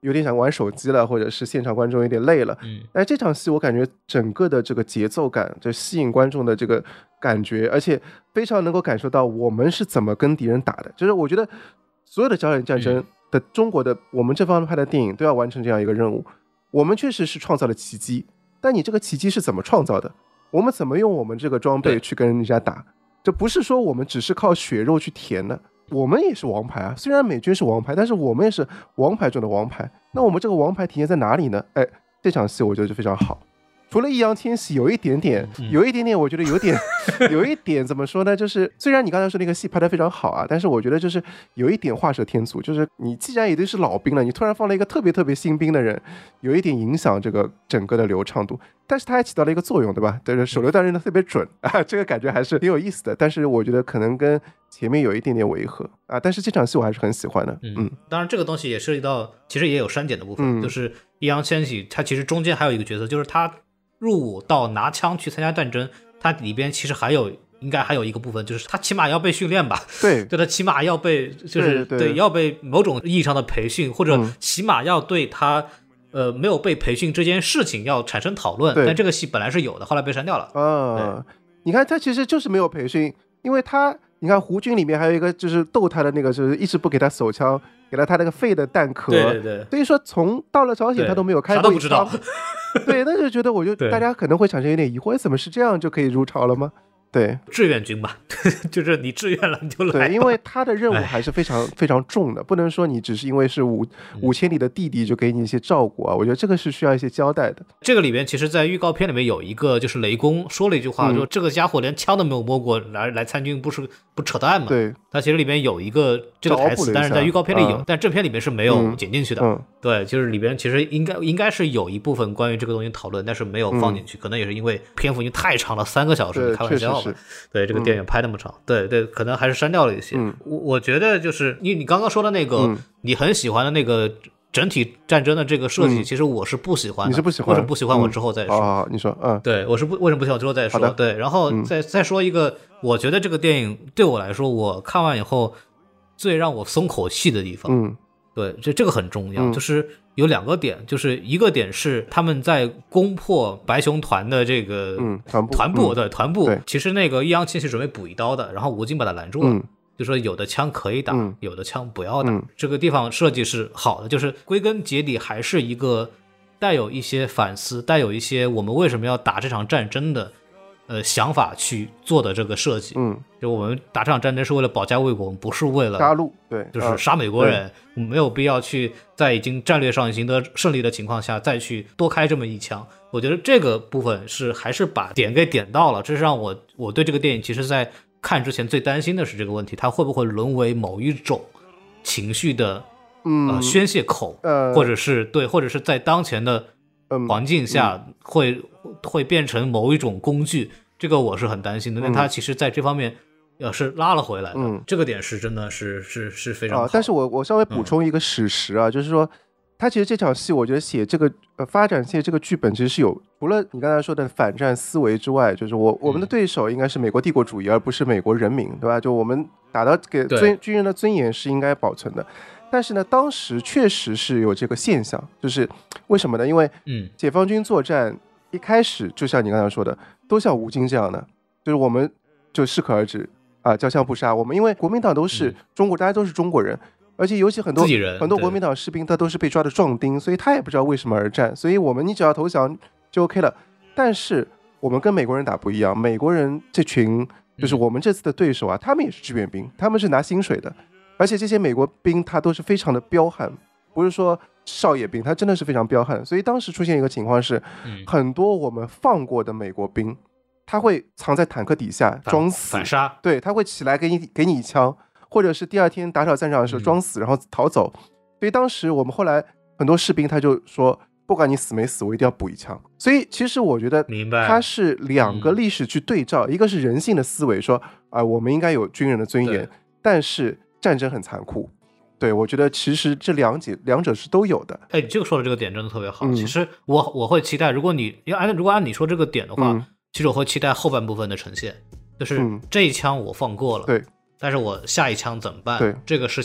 有点想玩手机了，或者是现场观众有点累了。但这场戏我感觉整个的这个节奏感，就吸引观众的这个感觉，而且非常能够感受到我们是怎么跟敌人打的。就是我觉得所有的焦点战争的中国的我们这方面拍的电影都要完成这样一个任务。我们确实是创造了奇迹，但你这个奇迹是怎么创造的？我们怎么用我们这个装备去跟人家打？这不是说我们只是靠血肉去填的。我们也是王牌啊，虽然美军是王牌，但是我们也是王牌中的王牌。那我们这个王牌体现在哪里呢？哎，这场戏我觉得就非常好。除了易烊千玺有一点点，我觉得有一点怎么说呢？就是虽然你刚才说那个戏拍得非常好啊，但是我觉得就是有一点画蛇添足，就是你既然已经是老兵了，你突然放了一个特别特别新兵的人，有一点影响这个整个的流畅度。但是它还起到了一个作用，对吧？对，手榴弹扔的特别准啊，这个感觉还是挺有意思的。但是我觉得可能跟前面有一点点违和啊，但是这场戏我还是很喜欢的。 当然这个东西也涉及到，其实也有删减的部分，就是易烊千玺他其实中间还有一个角色，就是他入伍到拿枪去参加战争，他里边其实应该还有一个部分，就是他起码要被训练吧？ 对， 就他起码要被，就是对要被某种意义上的培训，或者起码要对他没有被培训这件事情要产生讨论。但这个戏本来是有的，后来被删掉了。 你看他其实就是没有培训，因为他你看胡军里面还有一个就是逗他的那个，就是一直不给他手枪，给了他那个废的弹壳。 对， 所以说从到了朝鲜他都没有开过一枪， 啥都不知道。 对，那就觉得大家可能会产生有点疑惑，怎么是这样就可以入朝了吗？对， 志愿军吧，就是你志愿了你就来。 对，因为他的任务还是非常非常重的，不能说你只是因为是五千里的弟弟就给你一些照顾啊。我觉得这个是需要一些交代的。 这个里边其实，在预告片里面有一个，就是雷公说了一句话，说这个家伙连枪都没有摸过，来参军不扯淡嘛？ 对， 他其实里面有一个这个台词，但是在预告片里有，但正片里面是没有剪进去的。对，就是里边其实应该是有一部分关于这个东西讨论，但是没有放进去，可能也是因为篇幅已经太长了，3个小时，你开玩笑吧？对，这个电影拍那么长，对，可能还是删掉了一些。我觉得就是你刚刚说的那个，你很喜欢的那个整体战争的这个设计，其实我是不喜欢的。 你是不喜欢？ 或者不喜欢，我之后再说。 你说， 对，我是为什么不喜欢之后再说。对，然后再说一个，我觉得这个电影对我来说，我看完以后最让我松口气的地方。对，这个很重要，就是有2个点，就是一个点是他们在攻破白熊团的这个团部，团部，其实那个易烊千玺准备补一刀的，然后吴京把他拦住了，就说有的枪可以打，有的枪不要打。这个地方设计是好的，就是归根结底还是一个带有一些反思，带有一些我们为什么要打这场战争的想法去做的这个设计。就我们打这场战争是为了保家卫国，不是为了杀戮，对， 就是杀美国人。我们没有必要去在已经战略上已经得胜利的情况下再去多开这么一枪。我觉得这个部分还是把点给点到了，这是让我对这个电影其实在看之前最担心的是这个问题，它会不会沦为某一种情绪的宣泄口，或者是在当前的环境下会变成某一种工具。这个我是很担心的，那他其实在这方面是拉了回来的。这个点是真的是非常好。 但是我稍微补充一个史实啊，就是说他其实这场戏我觉得写这个发展这个剧本其实是有除了你刚才说的反战思维之外，就是我们的对手应该是美国帝国主义而不是美国人民，对吧？就我们打到给军人的尊严是应该保存的。但是呢，当时确实是有这个现象，就是为什么呢？因为解放军作战一开始就像你刚才说的，都像吴京这样的，就是我们就适可而止啊，交枪不杀。我们因为国民党都是中国，大家都是中国人，而且尤其很多国民党士兵他都是被抓的壮丁，所以他也不知道为什么而战，所以你只要投降就 OK 了。但是我们跟美国人打不一样，美国人这群就是我们这次的对手啊，他们也是志愿兵，他们是拿薪水的，而且这些美国兵他都是非常的彪悍，不是说少爷兵，他真的是非常彪悍。所以当时出现一个情况是，很多我们放过的美国兵，他会藏在坦克底下装死反杀， 对，他会起来给你一枪，或者是第二天打扫战场的时候装死然后逃走。所以当时我们后来很多士兵他就说，不管你死没死，我一定要补一枪。所以其实我觉得它是2个历史去对照，一个是人性的思维，说我们应该有军人的尊严，但是战争很残酷。对，我觉得其实这两者是都有的。 你这个说的这个点真的特别好。其实我会期待，如果按你说这个点的话，其实我会期待后半部分的呈现，就是这一枪我放过了， 对， 但是我下一枪怎么办？ 对， 这个事情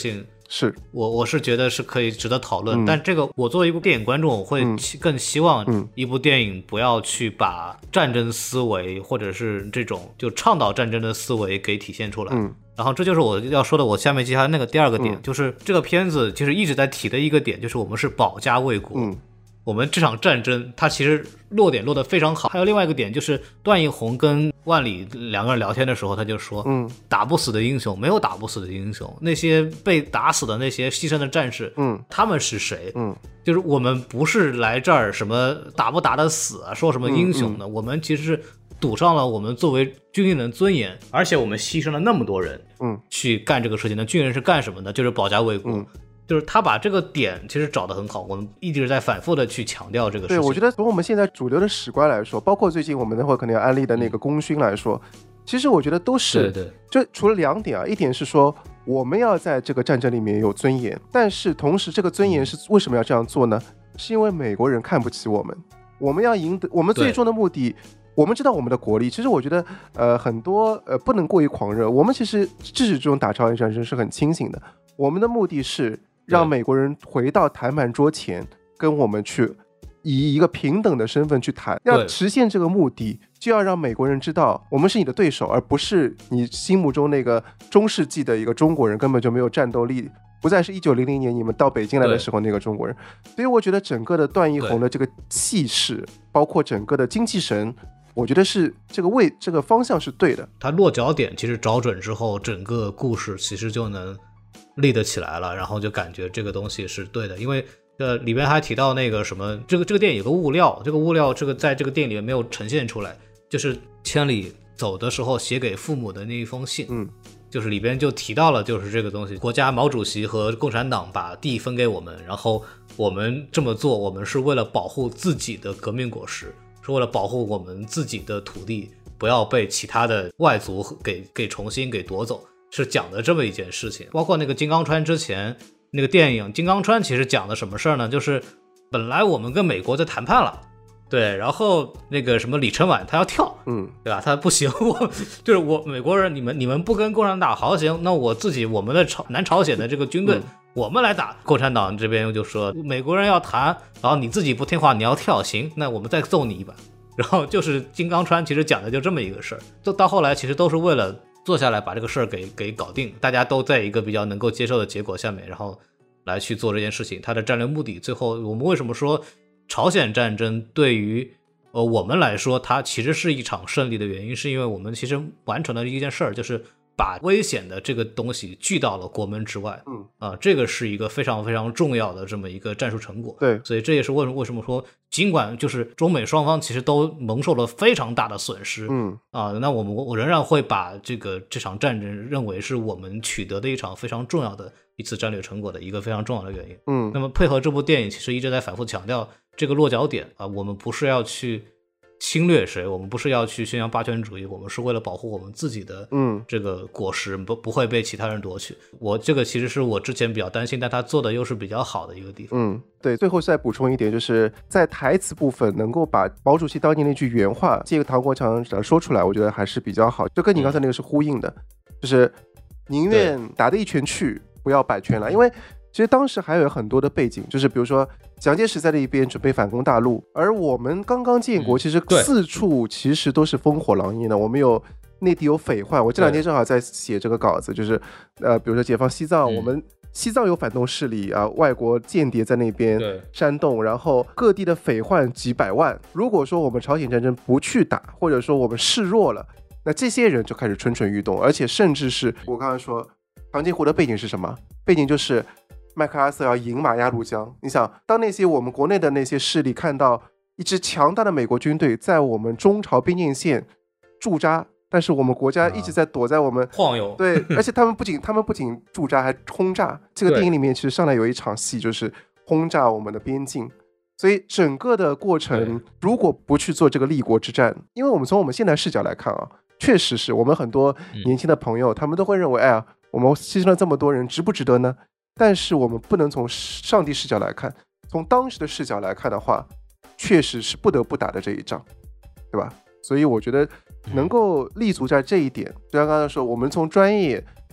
是我是觉得是可以值得讨论，但这个我作为一部电影观众，我会更希望一部电影不要去把战争思维或者是这种就倡导战争的思维给体现出来。然后这就是我要说的，我下面接下来那个第二个点，就是这个片子其实一直在提的一个点，就是我们是保家卫国。我们这场战争它其实落点落得非常好。还有另外一个点，就是段奕宏跟万里两个人聊天的时候，他就说打不死的英雄，没有打不死的英雄，那些被打死的那些牺牲的战士，他们是谁？就是我们不是来这儿什么打不打得死啊，说什么英雄的，我们其实是赌上了我们作为军人的尊严，而且我们牺牲了那么多人去干这个事情。那军人是干什么的？就是保家卫国。就是他把这个点其实找得很好，我们一直在反复的去强调这个事情。 对，我觉得从我们现在主流的史观来说，包括最近我们那会可能要安利的那个功勋来说，其实我觉得都是， 对， 就除了两点啊，一点是说我们要在这个战争里面有尊严，但是同时这个尊严是为什么要这样做呢？是因为美国人看不起我们，我们要赢得我们最终的目的。我们知道我们的国力，其实我觉得很多不能过于狂热。我们其实自始至终打朝鲜战争是很清醒的，我们的目的是让美国人回到谈判桌前，跟我们去以一个平等的身份去谈。要实现这个目的，就要让美国人知道我们是你的对手，而不是你心目中那个中世纪的一个中国人根本就没有战斗力，不再是1900年你们到北京来的时候那个中国人。所以我觉得整个的段奕宏的这个气势，包括整个的精气神，我觉得是这个方向是对的。 他落脚点其实找准之后，整个故事其实就能立得起来了，然后就感觉这个东西是对的。因为里边还提到那个什么，这个电影有个物料，这个物料在这个电影里面没有呈现出来，就是千里走的时候写给父母的那一封信。就是里边就提到了，就是这个东西，国家毛主席和共产党把地分给我们，然后我们这么做，我们是为了保护自己的革命果实，是为了保护我们自己的土地不要被其他的外族给重新给夺走，是讲的这么一件事情。包括那个金刚川之前那个电影金刚川，其实讲的什么事儿呢？就是本来我们跟美国在谈判了，对，然后那个什么李承晚他要跳，对吧？他不行，我美国人，你们不跟共产党好行，那我们的南朝鲜的这个军队，我们来打。共产党这边就说美国人要谈，然后你自己不听话，你要跳，行，那我们再揍你一把。然后就是金刚川其实讲的就这么一个事儿，就到后来其实都是为了坐下来把这个事儿给搞定，大家都在一个比较能够接受的结果下面，然后来去做这件事情。他的战略目的，最后我们为什么说朝鲜战争对于我们来说它其实是一场胜利的原因，是因为我们其实完成了一件事儿，就是把危险的这个东西聚到了国门之外。这个是一个非常非常重要的这么一个战术成果。 对， 所以这也是为什么说，尽管就是中美双方其实都蒙受了非常大的损失，那我仍然会把这场战争认为是我们取得的一场非常重要的一次战略成果的一个非常重要的原因。那么配合这部电影，其实一直在反复强调这个落脚点啊，我们不是要去侵略谁，我们不是要去宣扬霸权主义，我们是为了保护我们自己的这个果实不会被其他人夺取。这个其实是我之前比较担心，但他做的又是比较好的一个地方。 对，最后再补充一点，就是在台词部分能够把毛主席当年那句原话借唐国强说出来，我觉得还是比较好，就跟你刚才那个是呼应的，就是宁愿打得一拳去，不要百拳来。因为其实当时还有很多的背景，就是比如说蒋介石在那一边准备反攻大陆，而我们刚刚建国，其实四处其实都是烽火狼烟的。我们有内地有匪患，我这两天正好在写这个稿子，就是比如说解放西藏，我们西藏有反动势力啊，外国间谍在那边煽动，然后各地的匪患几百万。如果说我们朝鲜战争不去打，或者说我们示弱了，那这些人就开始蠢蠢欲动，而且甚至是我刚才说长津湖的背景是什么？背景就是麦克阿瑟要赢马鸭绿江。你想，当那些我们国内的那些势力看到一支强大的美国军队在我们中朝边境线驻扎，但是我们国家一直在躲在我们晃悠， 对，而且他们不仅驻扎，还轰炸。这个电影里面其实上来有一场戏，就是轰炸我们的边境。所以整个的过程，如果不去做这个立国之战，因为我们从我们现在视角来看啊，确实是我们很多年轻的朋友，他们都会认为，哎呀，我们牺牲了这么多人，值不值得呢？但是我们不能从上帝视角来看，从当时的视角来看的话，确实是不得不打的这一仗，对吧？所以我觉得能够立足在这一点，就像刚才说，我们从专业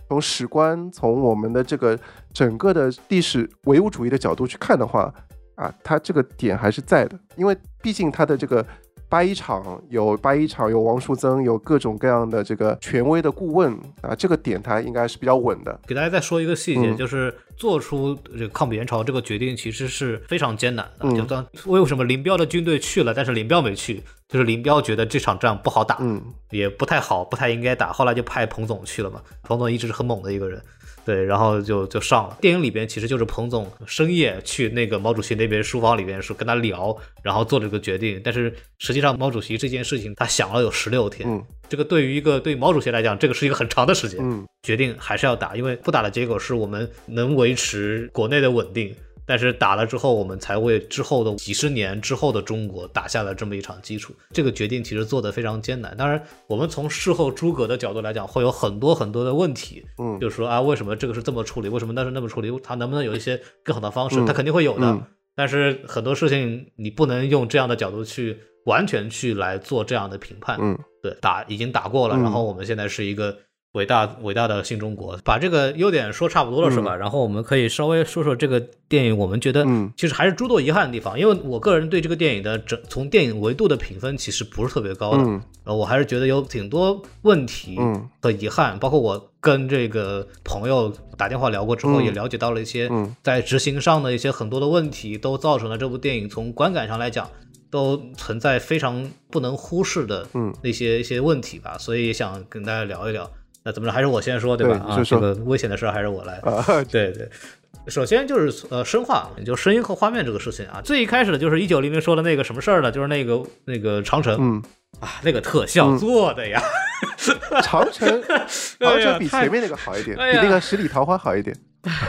从史观，从我们的这个整个的历史唯物主义的角度去看的话啊，它这个点还是在的，因为毕竟它的这个八一厂有王树增，有各种各样的这个权威的顾问啊，这个点它应该是比较稳的。 给大家再说一个细节，就是做出这个抗美援朝这个决定其实是非常艰难的。就当为什么林彪的军队去了，但是林彪没去，就是林彪觉得这场仗不好打，也不太好，不太应该打，后来就派彭总去了嘛。彭总一直是很猛的一个人。对，然后就上了。电影里边其实就是彭总深夜去那个毛主席那边书房里边说跟他聊，然后做了这个决定。但是实际上毛主席这件事情他想了有16天，这个对于毛主席来讲，这个是一个很长的时间。决定还是要打，因为不打的结果是我们能维持国内的稳定。但是打了之后，我们才为之后的几十年之后的中国打下了这么一场基础。这个决定其实做得非常艰难。当然，我们从事后诸葛的角度来讲，会有很多很多的问题。就是说啊，为什么这个是这么处理？为什么那是那么处理？他能不能有一些更好的方式？他肯定会有的。但是很多事情你不能用这样的角度去完全去来做这样的评判。对，已经打过了，然后我们现在是一个伟大的新中国，把这个优点说差不多了是吧？然后我们可以稍微说说这个电影，我们觉得其实还是诸多遗憾的地方，因为我个人对这个电影的从电影维度的评分其实不是特别高的，我还是觉得有挺多问题和遗憾，包括我跟这个朋友打电话聊过之后，也了解到了一些在执行上的一些很多的问题，都造成了这部电影从观感上来讲都存在非常不能忽视的一些问题吧，所以想跟大家聊一聊。那怎么着，还是我先说对吧？这个危险的事还是我来。对对，首先就是声画，就声音和画面这个事情啊。最一开始的就是1900年说的那个什么事儿呢？就是那个长城，那个特效做的呀， 长城比前面那个好一点，比那个十里桃花好一点。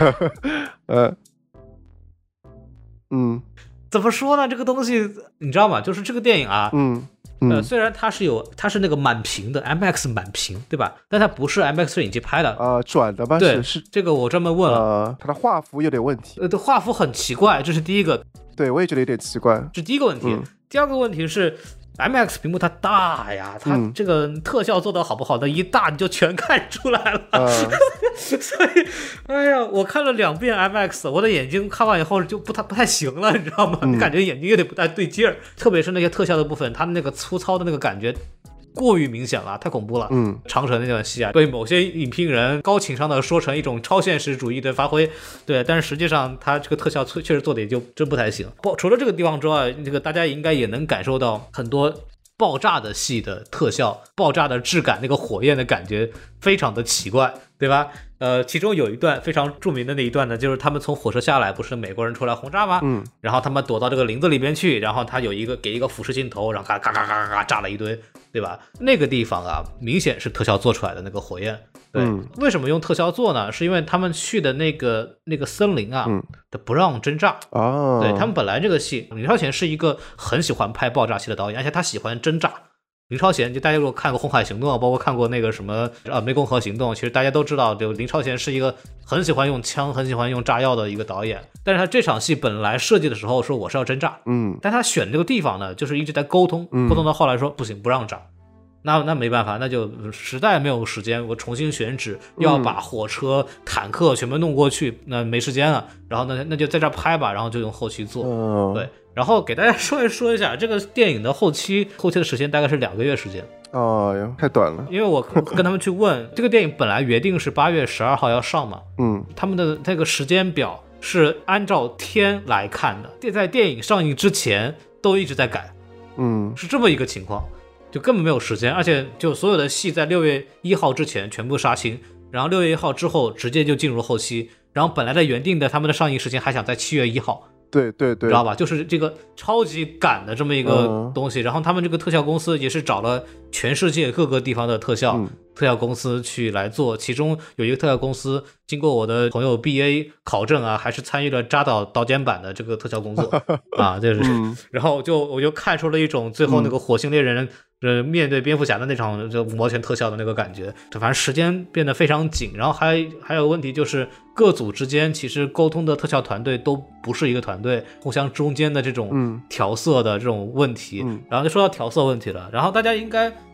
怎么说呢？这个东西你知道吗？就是这个电影啊，虽然它是那个满屏的 IMAX 满屏，对吧？但它不是 IMAX 摄影机拍的， 转的吧？ 对， 是这个我专门问了， 它的画幅有点问题， 画幅很奇怪，这是第一个。 对，我也觉得有点奇怪， 这是第一个问题。第二个问题是 IMAX 屏幕它大呀，它这个特效做得好不好，那一大你就全看出来了。所以，哎呀，我看了2遍 IMAX， 我的眼睛看完以后就不太行了，你知道吗？你感觉眼睛有点不太对劲儿，特别是那些特效的部分，它那个粗糙的那个感觉过于明显了，太恐怖了。长城那段戏啊，被某些影评人高情商的说成一种超现实主义的发挥，对，但是实际上它这个特效确实做的也就真不太行。除了这个地方之外，这个大家应该也能感受到很多爆炸的戏的特效，爆炸的质感，那个火焰的感觉非常的奇怪，对吧？其中有一段非常著名的那一段呢，就是他们从火车下来，不是美国人出来轰炸吗？然后他们躲到这个林子里边去，然后他给一个俯视镜头，然后嘎嘎嘎嘎嘎炸了一堆，对吧？那个地方啊，明显是特效做出来的那个火焰。对，为什么用特效做呢？是因为他们去的那个森林啊，他不让真炸。对，他们本来这个戏，李超贤是一个很喜欢拍爆炸戏的导演，而且他喜欢真炸。林超贤，就大家如果看过《红海行动》，包括看过那个什么湄公河行动，其实大家都知道，就林超贤是一个很喜欢用枪、很喜欢用炸药的一个导演。但是他这场戏本来设计的时候说我是要真炸，但他选这个地方呢，就是一直在沟通到后来说不行，不让炸。那没办法，那就实在没有时间，我重新选址，要把火车、坦克全部弄过去，那没时间了。然后那就在这拍吧，然后就用后期做。对，然后给大家说一下，这个电影的后期的时间大概是2个月时间。 太短了。因为我跟他们去问，这个电影本来原定是8月12号要上嘛，他们的这个时间表是按照天来看的，在电影上映之前都一直在改，是这么一个情况。就根本没有时间，而且就所有的戏在6月1号之前全部杀青，然后6月1号之后直接就进入后期，然后本来的原定的他们的上映时间还想在7月1号，对，知道吧？就是这个超级赶的这么一个东西，然后他们这个特效公司也是找了全世界各个地方的特效公司去来做，其中有一个特效公司经过我的朋友 BA 考证啊，还是参与了扎导剪版的这个特效工作啊，就是，然后我就看出了一种最后那个火星猎人面对蝙蝠侠的那场就5毛钱特效的那个感觉，反正时间变得非常紧，然后还有问题就是各组之间其实沟通的特效团队都不是一个团队，互相中间的这种调色的这种问题，然后就说到调色问题了，然后大家应该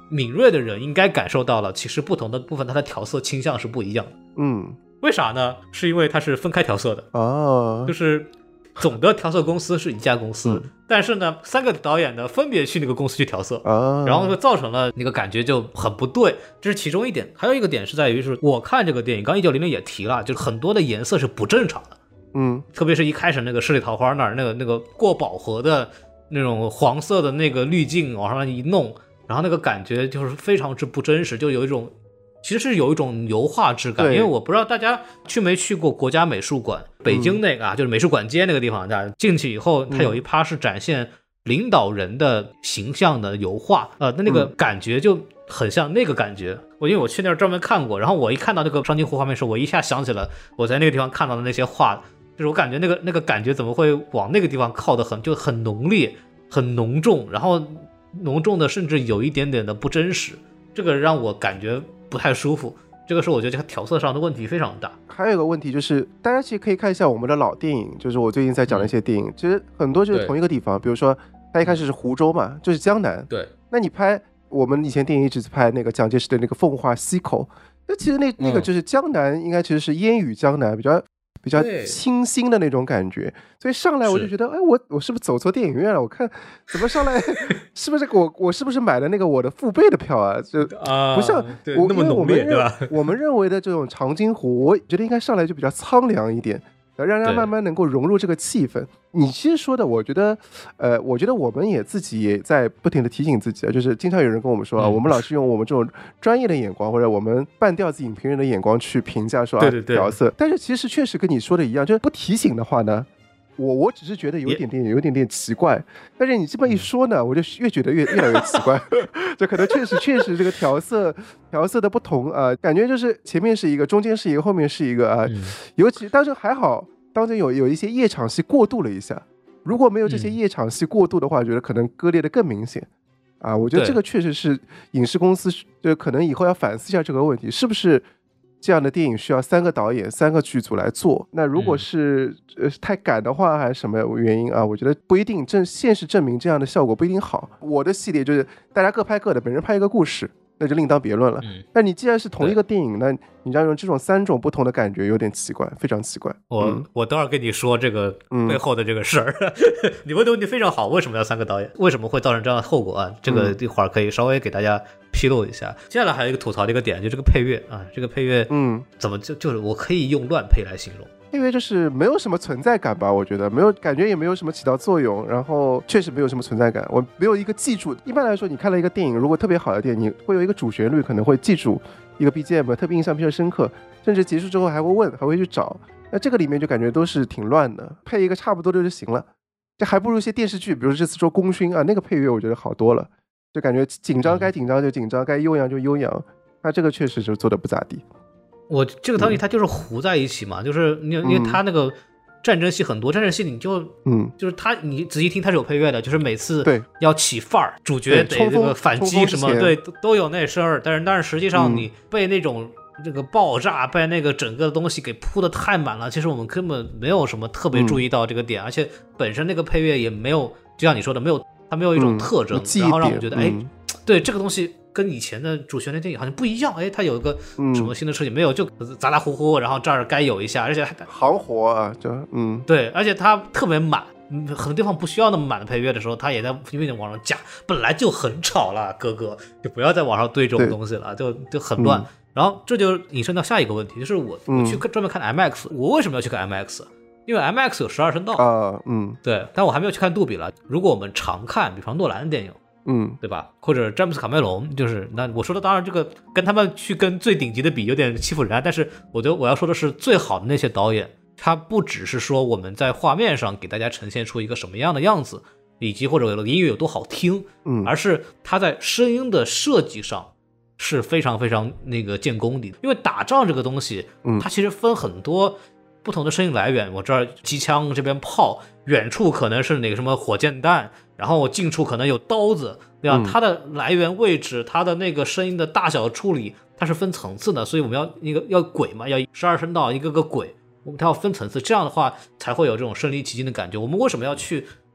敏锐的人应该感受到了，其实不同的部分它的调色倾向是不一样的。为啥呢？是因为它是分开调色的哦，就是总的调色公司是一家公司，但是呢，3个导演呢分别去那个公司去调色然后就造成了那个感觉就很不对，这是其中一点。还有一个点是在于，是我看这个电影，刚1900也提了，就是很多的颜色是不正常的。特别是一开始那个十里桃花那儿，那个过饱和的那种黄色的那个滤镜往上一弄，然后那个感觉就是非常之不真实，就有一种其实是有一种油画质感。因为我不知道大家去没去过国家美术馆，北京那个就是美术馆街那个地方，进去以后它有一趴是展现领导人的形象的油画，那个感觉就很像那个感觉。因为我去那儿专门看过，然后我一看到这个长津湖画面的时候，我一下想起了我在那个地方看到的那些画，就是我感觉那个感觉怎么会往那个地方靠得就很浓烈很浓重，然后浓重的甚至有一点点的不真实，这个让我感觉不太舒服。这个是我觉得这个调色上的问题非常大。 还有一个问题就是，大家其实可以看一下我们的老电影，就是我最近在讲的一些电影，其实很多就是同一个地方。比如说它一开始是湖州嘛，就是江南。 对， 那你拍我们以前电影一直拍那个蒋介石的那个奉化溪口，那其实那个就是江南，应该其实是烟雨江南，比较清新的那种感觉。所以上来我就觉得，哎，我是不是走错电影院了？我看怎么上来是不是我是不是买了那个我的父辈的票啊？就不像那么浓烈，对吧？ 我们认为的这种长津湖，我觉得应该上来就比较苍凉一点，让人家慢慢能够融入这个气氛。你其实说的，我觉得我们也自己也在不停的提醒自己啊，就是经常有人跟我们说啊，我们老是用我们这种专业的眼光或者我们半吊子影评人的眼光去评价说调色，但是其实确实跟你说的一样，就是不提醒的话呢，我只是觉得有点点奇怪，但是你这么一说呢，我就越觉得越来越奇怪。这可能确实这个调色的不同啊，感觉就是前面是一个，中间是一个，后面是一个啊。尤其当时还好，当中有一些夜场戏过渡了一下，如果没有这些夜场戏过渡的话，我觉得可能割裂的更明显啊。我觉得这个确实是影视公司就可能以后要反思一下这个问题，是不是这样的电影需要3个导演3个剧组来做？那如果是太赶的话，还是什么原因啊？我觉得不一定，现实证明这样的效果不一定好。我的系列就是大家各拍各的，每人拍一个故事，那就另当别论了。但你既然是同一个电影，那你要用这种3种不同的感觉，有点奇怪，非常奇怪。 我等会儿跟你说这个背后的这个事儿。你问的问题非常好，为什么要3个导演？为什么会造成这样的后果啊？这个一会儿可以稍微给大家披露一下。接下来还有一个吐槽的一个点，就这个配乐啊，这个配乐怎么就是我可以用乱配来形容。 配乐就是没有什么存在感吧，我觉得没有感觉，也没有什么起到作用，然后确实没有什么存在感，我没有一个记住。一般来说，你看了一个电影，如果特别好的电影，你会有一个主旋律，可能会记住一个 BGM， 特别印象比较深刻，甚至结束之后还会问，还会去找。那这个里面就感觉都是挺乱的，配一个差不多的就行了。这还不如一些电视剧，比如这次说功勋啊，那个配乐我觉得好多了，就感觉紧张该紧张就紧张，该悠扬就悠扬。那这个确实就做的不咋地。 我这个东西它就是糊在一起嘛，就是因为它那个战争戏很多，战争戏你就是它你仔细听它是有配乐的，就是每次要起范儿，主角得这个反击什么，对，都有那声儿。但是实际上你被那种这个爆炸，被那个整个东西给铺的太满了，其实我们根本没有什么特别注意到这个点，而且本身那个配乐也没有，就像你说的，它没有一种特征，然后让我们觉得对这个东西跟以前的主旋律电影好像不一样，它有一个什么新的设计没有，就杂杂糊糊，然后这儿该有一下，而且还行活啊，就对，而且它特别满，很多地方不需要那么满的配乐的时候，它也在因为往上加，本来就很吵了，哥哥就不要再往上堆这种东西了，就很乱。然后这就引申到下一个问题，就是我去专门看 IMAX， 我为什么要去看 IMAX？因为 IMAX 有12声道对，但我还没有去看杜比了。如果我们常看，比方诺兰的电影。对吧？或者詹姆斯卡梅隆，就是那我说的，当然这个跟他们去跟最顶级的比有点欺负人，但是我觉得我要说的是最好的那些导演，他不只是说我们在画面上给大家呈现出一个什么样的样子，以及或者音乐有多好听，而是他在声音的设计上是非常非常那个见功底的。因为打仗这个东西，它其实分很多不同的声音来源，我这儿机枪，这边炮，远处可能是哪个什么火箭弹，然后近处可能有刀子，对吧？它的来源位置，它的那个声音的大小处理，它是分层次的，所以我们要轨嘛，要12声道一个个轨，它要分层次，这样的话才会有这种身临其境的感觉。我们为什么要去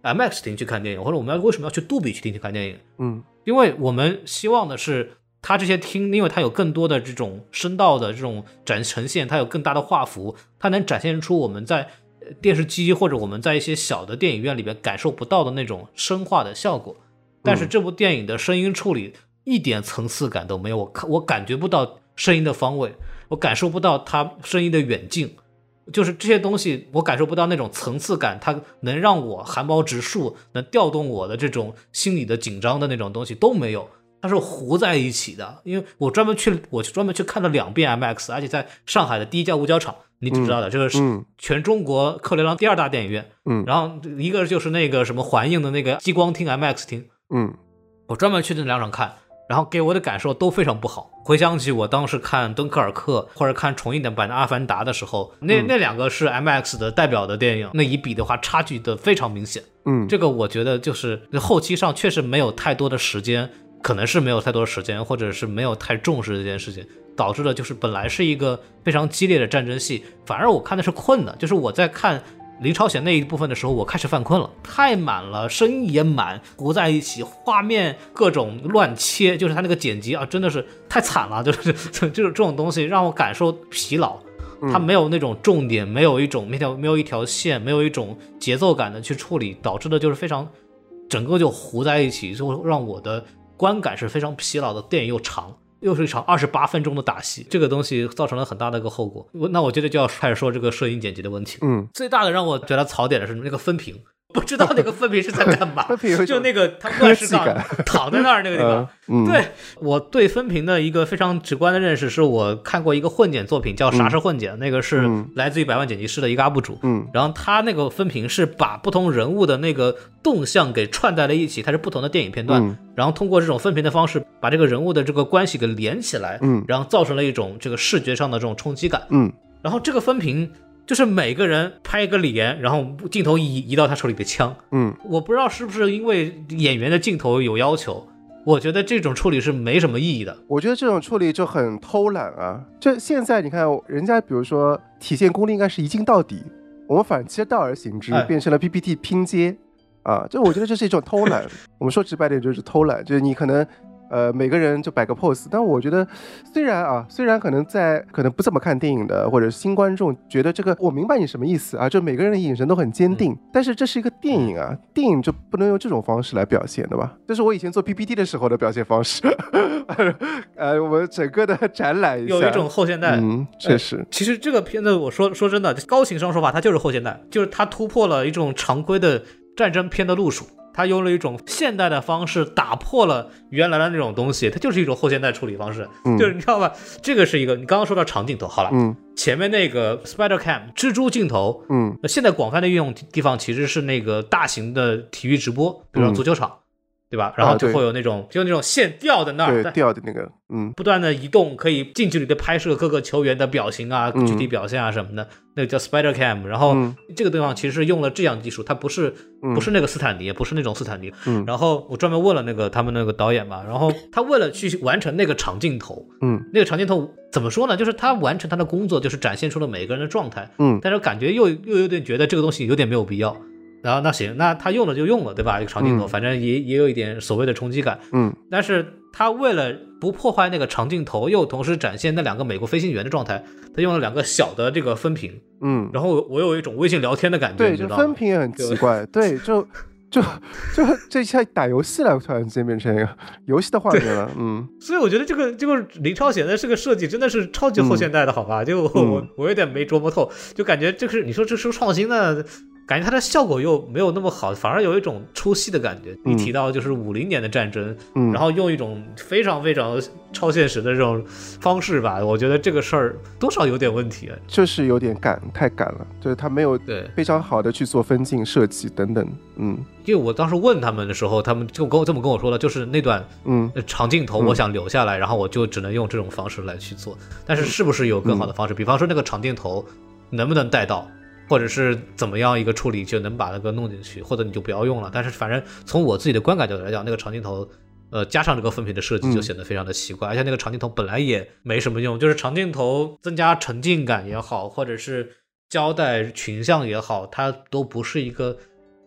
IMAX 厅去看电影，或者我们为什么要去杜比厅去看电影？因为我们希望的是它这些厅，因为它有更多的这种声道的这种呈现，它有更大的画幅，它能展现出我们在电视机或者我们在一些小的电影院里边感受不到的那种声化的效果。但是这部电影的声音处理一点层次感都没有，我感觉不到声音的方位，我感受不到它声音的远近，就是这些东西我感受不到那种层次感，它能让我汗毛直竖，能调动我的这种心理的紧张的那种东西都没有，它是糊在一起的。因为我专门去看了2遍 IMAX， 而且在上海的第一家五角场，你知道的，这个是全中国客流量第2大电影院，然后一个就是那个什么环映的那个激光厅 IMAX 厅，我专门去这2场看，然后给我的感受都非常不好。回想起我当时看敦刻尔克或者看重映的版的阿凡达的时候，那2个是 IMAX 的代表的电影，那一比的话差距的非常明显。这个我觉得就是后期上确实没有太多的时间，可能是没有太多的时间，或者是没有太重视这件事情，导致了就是本来是一个非常激烈的战争戏，反而我看的是困的。就是我在看林超贤那一部分的时候，我开始犯困了，太满了，声音也满，糊在一起，画面各种乱切，就是他那个剪辑啊，真的是太惨了，就是这种东西让我感受疲劳。他没有那种重点，没有一条线，没有一种节奏感的去处理，导致的就是非常整个就糊在一起，就让我的观感是非常疲劳的。电影又长，又是一场28分钟的打戏，这个东西造成了很大的一个后果。那我觉得就要开始说这个摄影剪辑的问题。最大的让我觉得槽点的是那个分屏，不知道那个分屏是在干嘛就那个他乱石岗躺在那儿那个地方。对，我对分屏的一个非常直观的认识是我看过一个混剪作品叫啥是混剪，那个是来自于百万剪辑师的一个 UP 主，然后他那个分屏是把不同人物的那个动向给串在了一起，它是不同的电影片段，然后通过这种分屏的方式把这个人物的这个关系给连起来，然后造成了一种这个视觉上的这种冲击感。然后这个分屏就是每个人拍一个脸，然后镜头移到他手里的枪。我不知道是不是因为演员的镜头有要求，我觉得这种处理是没什么意义的。 我觉得这种处理就很偷懒啊！这现在你看，人家比如说体现功力应该是一镜到底，我们反其道而行之，变成了 PPT 拼接啊！这我觉得这是一种偷懒。我们说直白点就是偷懒，就是你可能每个人就摆个 pose， 但我觉得虽然可能不怎么看电影的或者新观众觉得这个我明白你什么意思啊，就每个人的眼神都很坚定，但是这是一个电影啊，电影就不能用这种方式来表现的吧？这是我以前做 PPT 的时候的表现方式。我们整个的展览一下， 有一种后现代。 确实。 其实这个片子我说真的，高情商说法，它就是后现代，就是它突破了一种常规的战争片的路数。他用了一种现代的方式打破了原来的那种东西，它就是一种后现代处理方式。就是你知道吧，这个是一个你刚刚说到长镜头，好了，前面那个 Spider Cam 蜘蛛镜头，现在广泛的运用地方其实是那个大型的体育直播，比如说足球场，对吧？然后就会有那种就那种线吊在那儿， 对，吊的那个， 不断的移动，可以近距离的拍摄各个球员的表情啊、具体表现啊什么的，那个叫 Spider Cam。然后这个地方其实是用了这样技术，它不是那个斯坦尼，不是那种斯坦尼。然后我专门问了那个他们那个导演嘛，然后他为了去完成那个长镜头，那个长镜头怎么说呢？就是他完成他的工作，就是展现出了每个人的状态，但是感觉又有点觉得这个东西有点没有必要。然后那行，那他用了就用了，对吧？一个长镜头，反正也有一点所谓的冲击感。但是他为了不破坏那个长镜头，又同时展现那2个美国飞行员的状态，他用了2个小的这个分屏。然后我有一种微信聊天的感觉， 对，就分屏也很奇怪，对，就这下打游戏了，突然间变成一个游戏的画面了。 所以我觉得这个林超贤的这个设计真的是超级后现代的，好吧？就我有点没琢磨透，就感觉这是你说这是创新的。感觉它的效果又没有那么好，反而有一种出戏的感觉。一提到就是50年的战争，然后用一种非常非常超现实的这种方式吧，我觉得这个事儿多少有点问题啊， 就是有点太赶了，就是他没有非常好的去做分镜设计等等。 因为我当时问他们的时候，他们就这么跟我说了，就是那段长镜头我想留下来，然后我就只能用这种方式来去做。但是是不是有更好的方式？比方说那个长镜头能不能带到？或者是怎么样一个处理就能把那个弄进去，或者你就不要用了。但是反正从我自己的观感角度来讲，那个长镜头加上这个分屏的设计就显得非常的奇怪，而且那个长镜头本来也没什么用，就是长镜头增加沉浸感也好，或者是交代群像也好，它都不是一个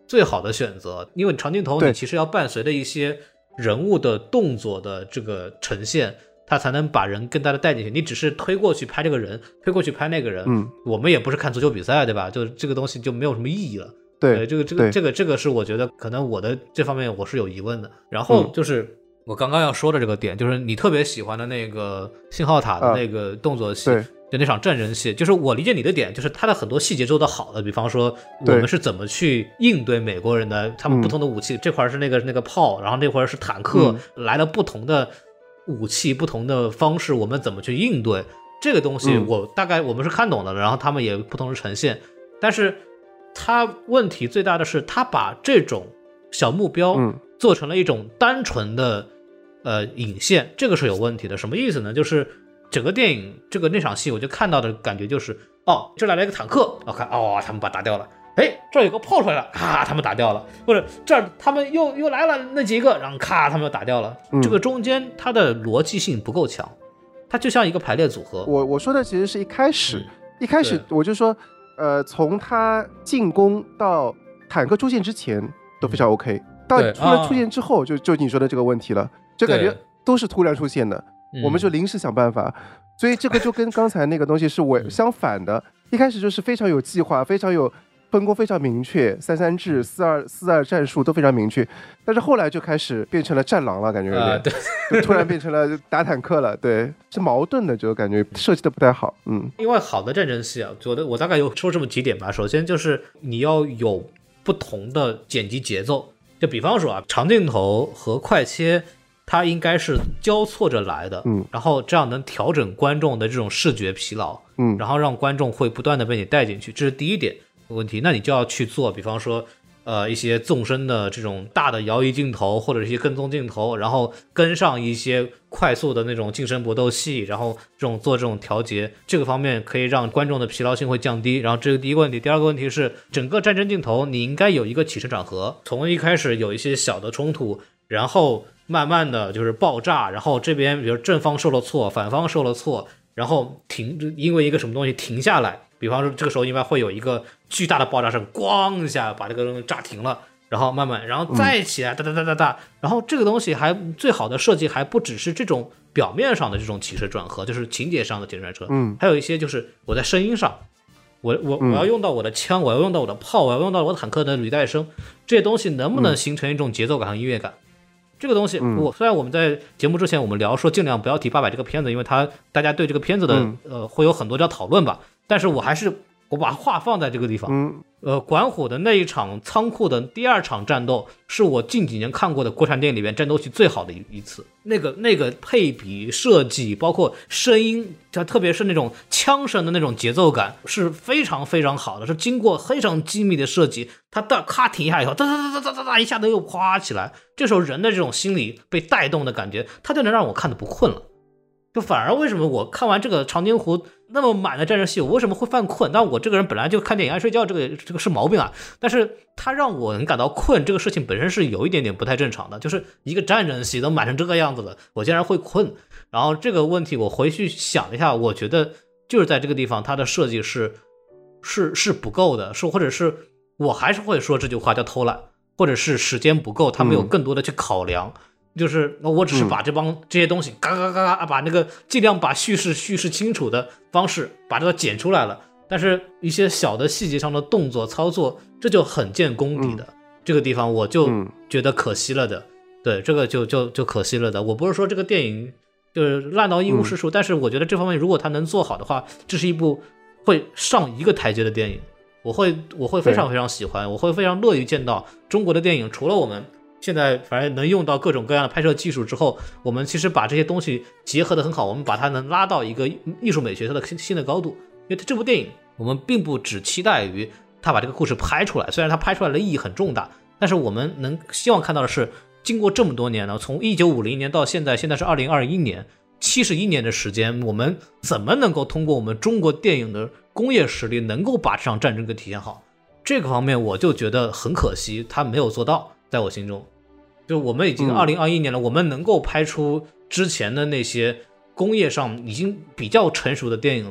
最好的选择，因为长镜头你其实要伴随着一些人物的动作的这个呈现，它才能把人更大的带进去。你只是推过去拍这个人，推过去拍那个人，我们也不是看足球比赛，对吧？就这个东西就没有什么意义了。 对， 这个是我觉得可能我的这方面我是有疑问的。然后就是我刚刚要说的这个点，就是你特别喜欢的那个信号塔的那个动作戏，就那场战争戏，就是我理解你的点，就是它的很多细节做得好的，比方说我们是怎么去应对美国人的，他们不同的武器，这块是那个炮，然后那块是坦克，来了不同的武器，不同的方式，我们怎么去应对这个东西，我大概我们是看懂的，然后他们也不同的呈现，但是他问题最大的是，他把这种小目标做成了一种单纯的引线，这个是有问题的。什么意思呢？就是整个电影那场戏，我就看到的感觉就是，这来了一个坦克，我看他们把它打掉了。哎，这儿有个炮出来了，咔，他们打掉了。或者这儿他们又来了那几个，然后咔，他们又打掉了。这个中间它的逻辑性不够强，它就像一个排列组合。 我说的其实是一开始我就说。从他进攻到坦克出现之前都非常 OK，到突然出现之后就你说的这个问题了，就感觉都是突然出现的，我们就临时想办法，所以这个就跟刚才那个东西是相反的，一开始就是非常有计划，非常有分工，非常明确，3-3制、4-2战术都非常明确，但是后来就开始变成了战狼了，感觉有点，就突然变成了打坦克了，对，是矛盾的，就感觉设计的不太好， 因为好的战争戏啊，我大概有说这么几点吧。首先就是你要有不同的剪辑节奏，就比方说长镜头和快切，它应该是交错着来的，然后这样能调整观众的这种视觉疲劳，然后让观众会不断的被你带进去，这是第一点问题。那你就要去做，比方说一些纵深的这种大的摇移镜头，或者一些跟踪镜头，然后跟上一些快速的那种近身搏斗戏，然后做这种调节，这个方面可以让观众的疲劳性会降低。然后这是第一个问题。第二个问题是，整个战争镜头你应该有一个起承转合，从一开始有一些小的冲突，然后慢慢的就是爆炸，然后这边比如正方受了挫，反方受了挫，然后因为一个什么东西停下来，比方说这个时候应该会有一个巨大的爆炸声，咣一下把这个东西炸停了，然后慢慢然后再起来，哒，然后这个东西还最好的设计还不只是这种表面上的这种起承转合，就是情节上的起承转合，还有一些就是我在声音上，我要用到我的枪，我要用到我的炮，我要用到我的坦克的履带声，这些东西能不能形成一种节奏感和音乐感？这个东西，虽然我们在节目之前我们聊说尽量不要提800这个片子，因为大家对这个片子的会有很多条讨论吧，但是我把话放在这个地方，管虎的那一场仓库的第二场战斗，是我近几年看过的国产电影里面战斗戏最好的一次。那个配比设计，包括声音，特别是那种枪声的那种节奏感，是非常非常好的，是经过非常机密的设计。它咔停下以后，哒一下子又夸起来，这时候人的这种心理被带动的感觉，它就能让我看得不困了。就反而为什么我看完这个长津湖那么满的战争戏，我为什么会犯困？但我这个人本来就看电影爱睡觉，这个是毛病啊。但是它让我能感到困，这个事情本身是有一点点不太正常的。就是一个战争戏都满成这个样子了，我竟然会困。然后这个问题我回去想了一下，我觉得就是在这个地方它的设计是不够的，或者是我还是会说这句话叫偷懒，或者是时间不够，他没有更多的去考量。就是我只是把这些东西嘎嘎嘎把那个尽量把叙事清楚的方式把这个剪出来了，但是一些小的细节上的动作操作，这就很见功底的，这个地方我就觉得可惜了的。对，这个就可惜了的。我不是说这个电影就是烂到一无是处，但是我觉得这方面如果他能做好的话，这是一部会上一个台阶的电影。我会非常非常喜欢，我会非常乐意见到中国的电影，除了我们现在反正能用到各种各样的拍摄技术之后，我们其实把这些东西结合得很好，我们把它能拉到一个艺术美学的新的高度。因为这部电影我们并不只期待于他把这个故事拍出来，虽然他拍出来的意义很重大，但是我们能希望看到的是，经过这么多年了，从1950年到现在是2021年，71年的时间，我们怎么能够通过我们中国电影的工业实力能够把这场战争给体现好？这个方面我就觉得很可惜，他没有做到。在我心中，就我们已经2021年了，我们能够拍出之前的那些工业上已经比较成熟的电影了，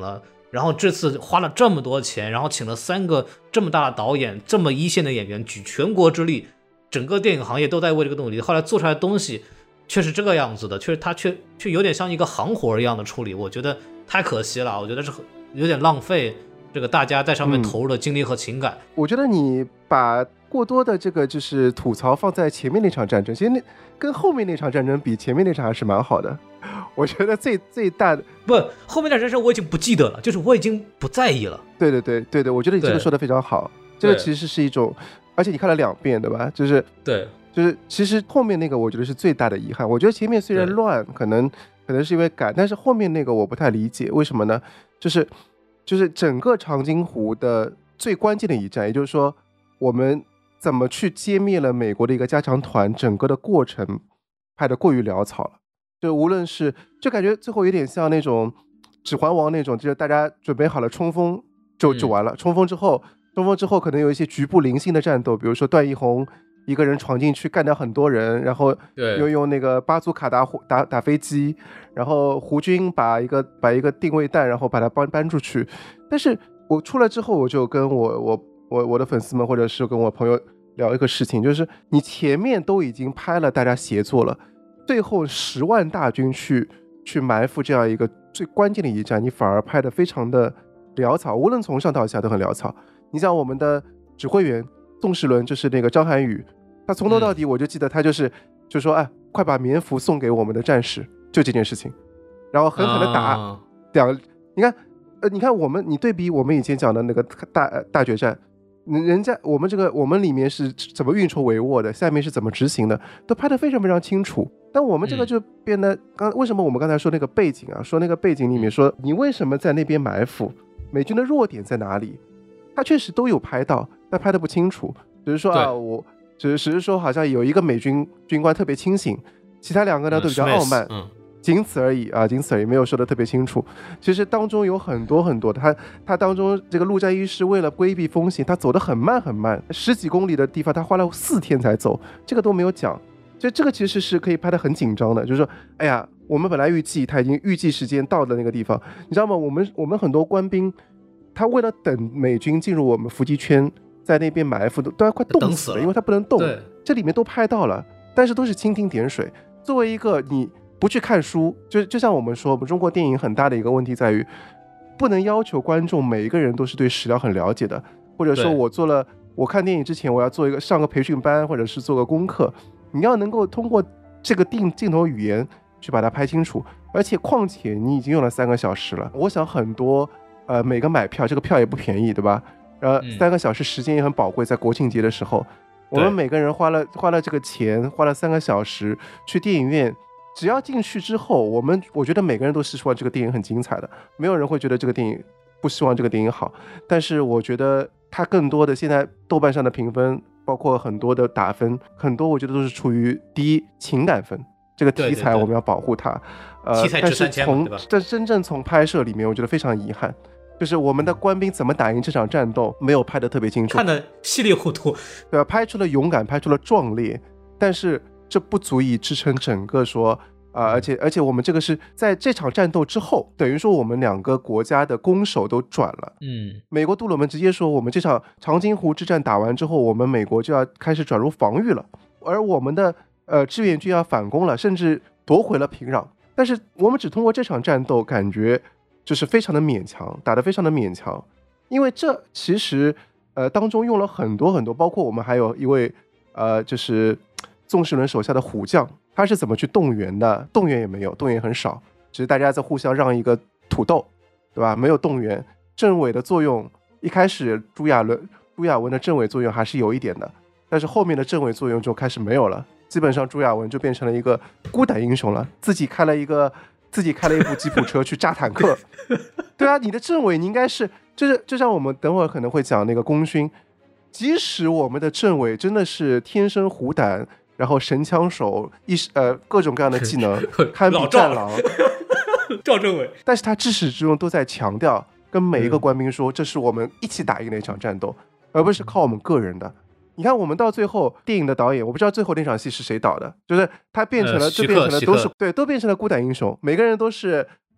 然后这次花了这么多钱，然后请了3个这么大的导演，这么一线的演员，举全国之力，整个电影行业都在为这个努力，后来做出来的东西却是这个样子的，它却有点像一个行活一样的处理，我觉得太可惜了，我觉得是有点浪费这个大家在上面投入的精力和情感。 我觉得你把过多的这个就是吐槽放在前面那场战争，其实跟后面那场战争比，前面那场还是蛮好的。我觉得最大的后面的战争我已经不记得了，就是我已经不在意了。 对，我觉得你这个说的非常好，这个其实是一种，而且你看了2遍对吧？就是其实后面那个我觉得是最大的遗憾。我觉得前面虽然乱，可能是因为赶，但是后面那个我不太理解为什么呢？就是整个长津湖的最关键的一战，也就是说我们怎么去歼灭了美国的一个加强团，整个的过程拍得过于潦草了。就无论是就感觉最后有点像那种指环王那种，就是大家准备好了冲锋就完了，冲锋之后可能有一些局部零星的战斗，比如说段奕宏一个人闯进去干掉很多人，然后又用那个巴祖卡打飞机，然后胡军把一个定位弹然后把它搬出去。但是我出来之后，我就跟我的粉丝们或者是跟我朋友聊一个事情，就是你前面都已经拍了大家协作了，最后10万大军去埋伏这样一个最关键的一战，你反而拍得非常的潦草，无论从上到下都很潦草。你像我们的指挥员宋世伦，就是那个张涵予，他从头到底我就记得他就说哎，快把棉服送给我们的战士，就这件事情，然后狠狠的打你看你对比我们以前讲的那个大决战，人家我们里面是怎么运筹帷幄的，下面是怎么执行的，都拍得非常非常清楚。但我们这个就变得为什么我们刚才说那个背景啊，说那个背景里面说你为什么在那边埋伏，美军的弱点在哪里，他确实都有拍到，但拍得不清楚，只是说只是说好像有一个美军军官特别清醒，其他2个呢都比较傲慢，仅此而已，没有说的特别清楚。其实当中有很多很多的，他当中这个陆战一师为了规避风险，他走得很慢很慢，10几公里的地方他花了4天才走，这个都没有讲。所以这个其实是可以拍得很紧张的，就是说哎呀，我们本来他已经预计时间到的那个地方，你知道吗？我们很多官兵他为了等美军进入我们伏击圈，在那边埋伏都要快冻死了，因为他不能动。这里面都拍到了，但是都是蜻蜓点水。作为一个你不去看书，就像我们说，我们中国电影很大的一个问题在于，不能要求观众每一个人都是对史料很了解的，或者说我看电影之前我要上个培训班，或者是做个功课，你要能够通过这个镜头语言去把它拍清楚。而且况且你已经用了3个小时了，我想很多每个买票，这个票也不便宜对吧？3个小时时间也很宝贵，在国庆节的时候，我们每个人花了这个钱，花了3个小时去电影院，只要进去之后，我觉得每个人都是希望这个电影很精彩的，没有人会觉得这个电影不希望这个电影好。但是我觉得它更多的现在豆瓣上的评分，包括很多的打分，很多我觉得都是出于第一情感分，这个题材我们要保护它， 题材值3000嘛，对吧？ 但真正从拍摄里面，我觉得非常遗憾。就是我们的官兵怎么打赢这场战斗没有拍得特别清楚， 看得稀里糊涂， 对吧？拍出了勇敢，拍出了壮烈，但是这不足以支撑整个说而且我们这个是在这场战斗之后，等于说我们2个国家的攻守都转了。美国杜鲁门直接说，我们这场长津湖之战打完之后，我们美国就要开始转入防御了，而我们的志愿军要反攻了，甚至夺回了平壤。但是我们只通过这场战斗，感觉就是非常的勉强，打得非常的勉强，因为这其实当中用了很多很多，包括我们还有一位就是宋世伦手下的虎将，他是怎么去动员的？动员也没有，动员很少，只是大家在互相让一个土豆，对吧？没有动员。政委的作用一开始朱亚文的政委作用还是有一点的，但是后面的政委作用就开始没有了，基本上朱亚文就变成了一个孤胆英雄了，自己开了一部吉普车去炸坦克。对啊，你的政委你应该是就像我们等会儿可能会讲那个功勋，即使我们的政委真的是天生虎胆，然后神枪手各种各样的技能堪比战狼赵政委， 但是他至始至终都在强调跟每一个官兵说，这是我们一起打赢的一场战斗，而不是靠我们个人的。你看我们到最后电影的导演，我不知道最后那场戏是谁导的，就是他变成了就变成了都是对，都变成了孤胆英雄，每个人都是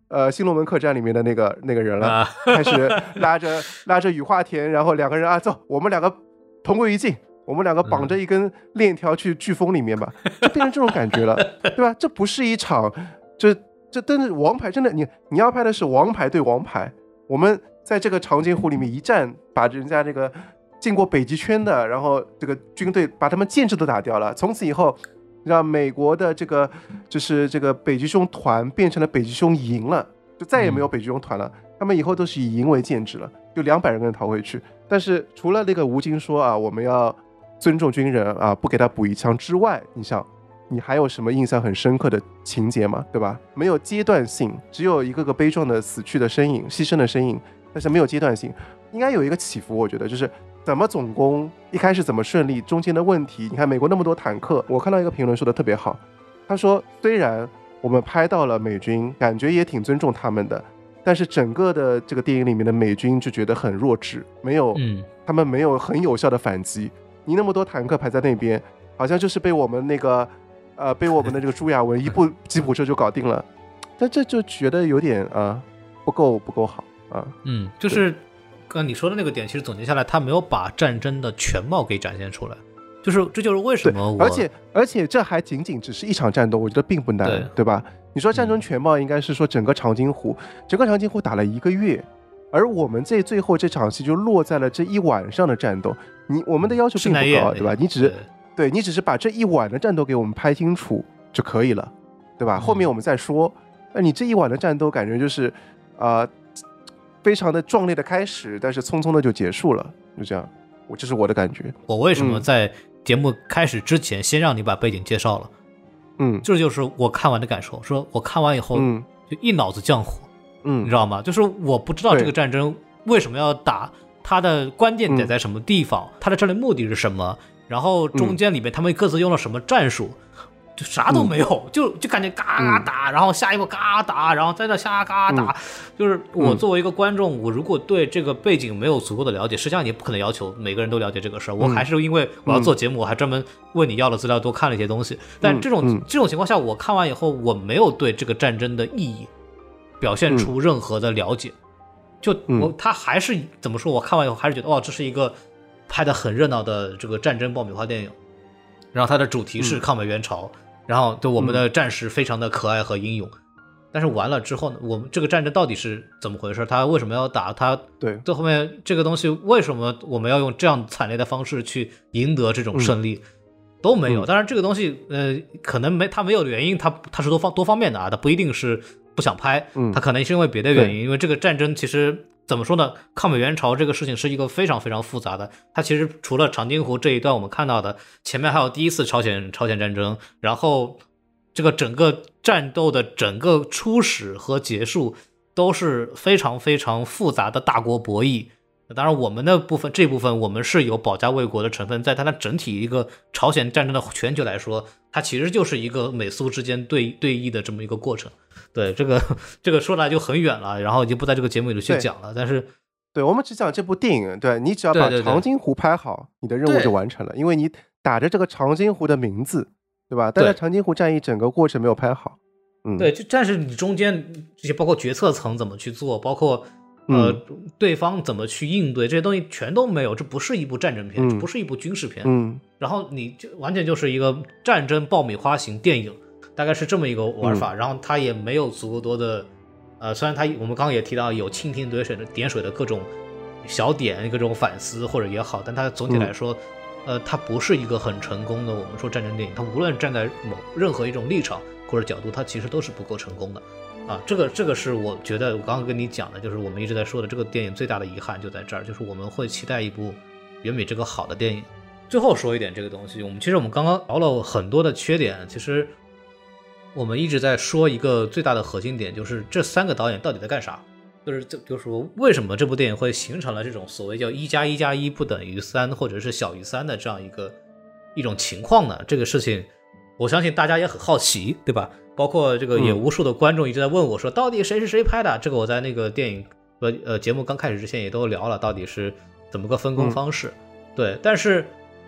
新龙门客栈里面的那个人了，开始拉着雨化田，然后两个人走，我们两个同归于尽，我们两个绑着一根链条去飓风里面吧，就变成这种感觉了，对吧？这不是一场，这真的王牌，真的你要拍的是王牌对王牌，我们在这个长津湖里面一战，把人家这个进过北极圈的，然后这个军队把他们建制都打掉了，从此以后让美国的这个就是这个北极熊团变成了北极熊营了，就再也没有北极熊团了，他们以后都是以营为建制了，就200人逃回去。但是除了那个吴京说我们要尊重军人不给他补一枪之外，你想你还有什么印象很深刻的情节吗？对吧？没有阶段性，只有一个个悲壮的死去的身影，牺牲的身影，但是没有阶段性，应该有一个起伏。我觉得就是怎么总攻，一开始怎么顺利，中间的问题，你看美国那么多坦克，我看到一个评论说的特别好，他说虽然我们拍到了美军，感觉也挺尊重他们的，但是整个的这个电影里面的美军就觉得很弱智，没有，他们没有很有效的反击。你那么多坦克排在那边，好像就是被我们那个被我们的这个朱亚文一部吉普车就搞定了，但这就觉得有点不够好啊。 就是刚你说的那个点，其实总结下来，他没有把战争的全貌给展现出来，这就是为什么而且这还仅仅只是一场战斗，我觉得并不难，对吧？你说战争全貌应该是说整个长津湖打了1个月，而我们最后这场戏就落在了这一晚上的战斗。我们的要求并不高，对吧？你只是把这一晚的战斗给我们拍清楚就可以了，对吧？后面我们再说。那你这一晚的战斗感觉就是非常的壮烈的开始，但是匆匆的就结束了，就这样。这是我的感觉。 我为什么在节目开始之前先让你把背景介绍了？这就是我看完的感受。说我看完以后就一脑子浆糊，你知道吗？就是我不知道这个战争为什么要打，它的关键点在什么地方，它的战略目的是什么，然后中间里面他们各自用了什么战术，就啥都没有，就感觉嘎打，然后下一步嘎打，然后在那下嘎打，就是我作为一个观众，我如果对这个背景没有足够的了解，实际上你不可能要求每个人都了解这个事儿，我还是因为我要做节目，我还专门问你要了资料，多看了一些东西，但这种情况下，我看完以后，我没有对这个战争的意义表现出任何的了解，他还是怎么说？我看完以后还是觉得，这是一个拍得很热闹的这个战争爆米花电影，然后它的主题是抗美援朝，然后对我们的战士非常的可爱和英勇。但是完了之后呢，我们这个战争到底是怎么回事？他为什么要打？他最后面这个东西为什么我们要用这样惨烈的方式去赢得这种胜利？都没有。当然这个东西可能他没有原因，他是多方面的他不一定是不想拍，他可能是因为别的原因，因为这个战争其实怎么说呢，抗美援朝这个事情是一个非常非常复杂的，它其实除了长津湖这一段我们看到的，前面还有第一次朝鲜战争，然后这个整个战斗的整个初始和结束都是非常非常复杂的大国博弈。当然我们的这部分我们是有保家卫国的成分在，它的整体一个朝鲜战争的全球来说，它其实就是一个美苏之间对弈的这么一个过程。对，这个说来就很远了，然后就不在这个节目里去讲了。但是对，我们只讲这部电影，对，你只要把长津湖拍好，你的任务就完成了，因为你打着这个长津湖的名字，对吧？但是长津湖战役整个过程没有拍好。 对，但是你中间这些包括决策层怎么去做，包括对方怎么去应对，这些东西全都没有，这不是一部战争片，这不是一部军事片，然后你就完全就是一个战争爆米花型电影，大概是这么一个玩法，然后它也没有足够多的虽然我们刚刚也提到有蜻蜓点水的各种小点，各种反思或者也好，但它总体来说它不是一个很成功的我们说战争电影，它无论站在任何一种立场或者角度，它其实都是不够成功的这个是我觉得我刚刚跟你讲的，就是我们一直在说的这个电影最大的遗憾就在这儿，就是我们会期待一部远比这个好的电影。最后说一点这个东西，其实我们刚刚聊了很多的缺点，其实我们一直在说一个最大的核心点，就是这3个导演到底在干啥，就是说为什么这部电影会形成了这种所谓叫1+1+1不等于3或者是小于3的这样一种情况呢？这个事情我相信大家也很好奇，对吧？包括这个也无数的观众一直在问我说到底谁是谁拍的，这个我在那个电影节目刚开始之前也都聊了，到底是怎么个分工方式。对，但是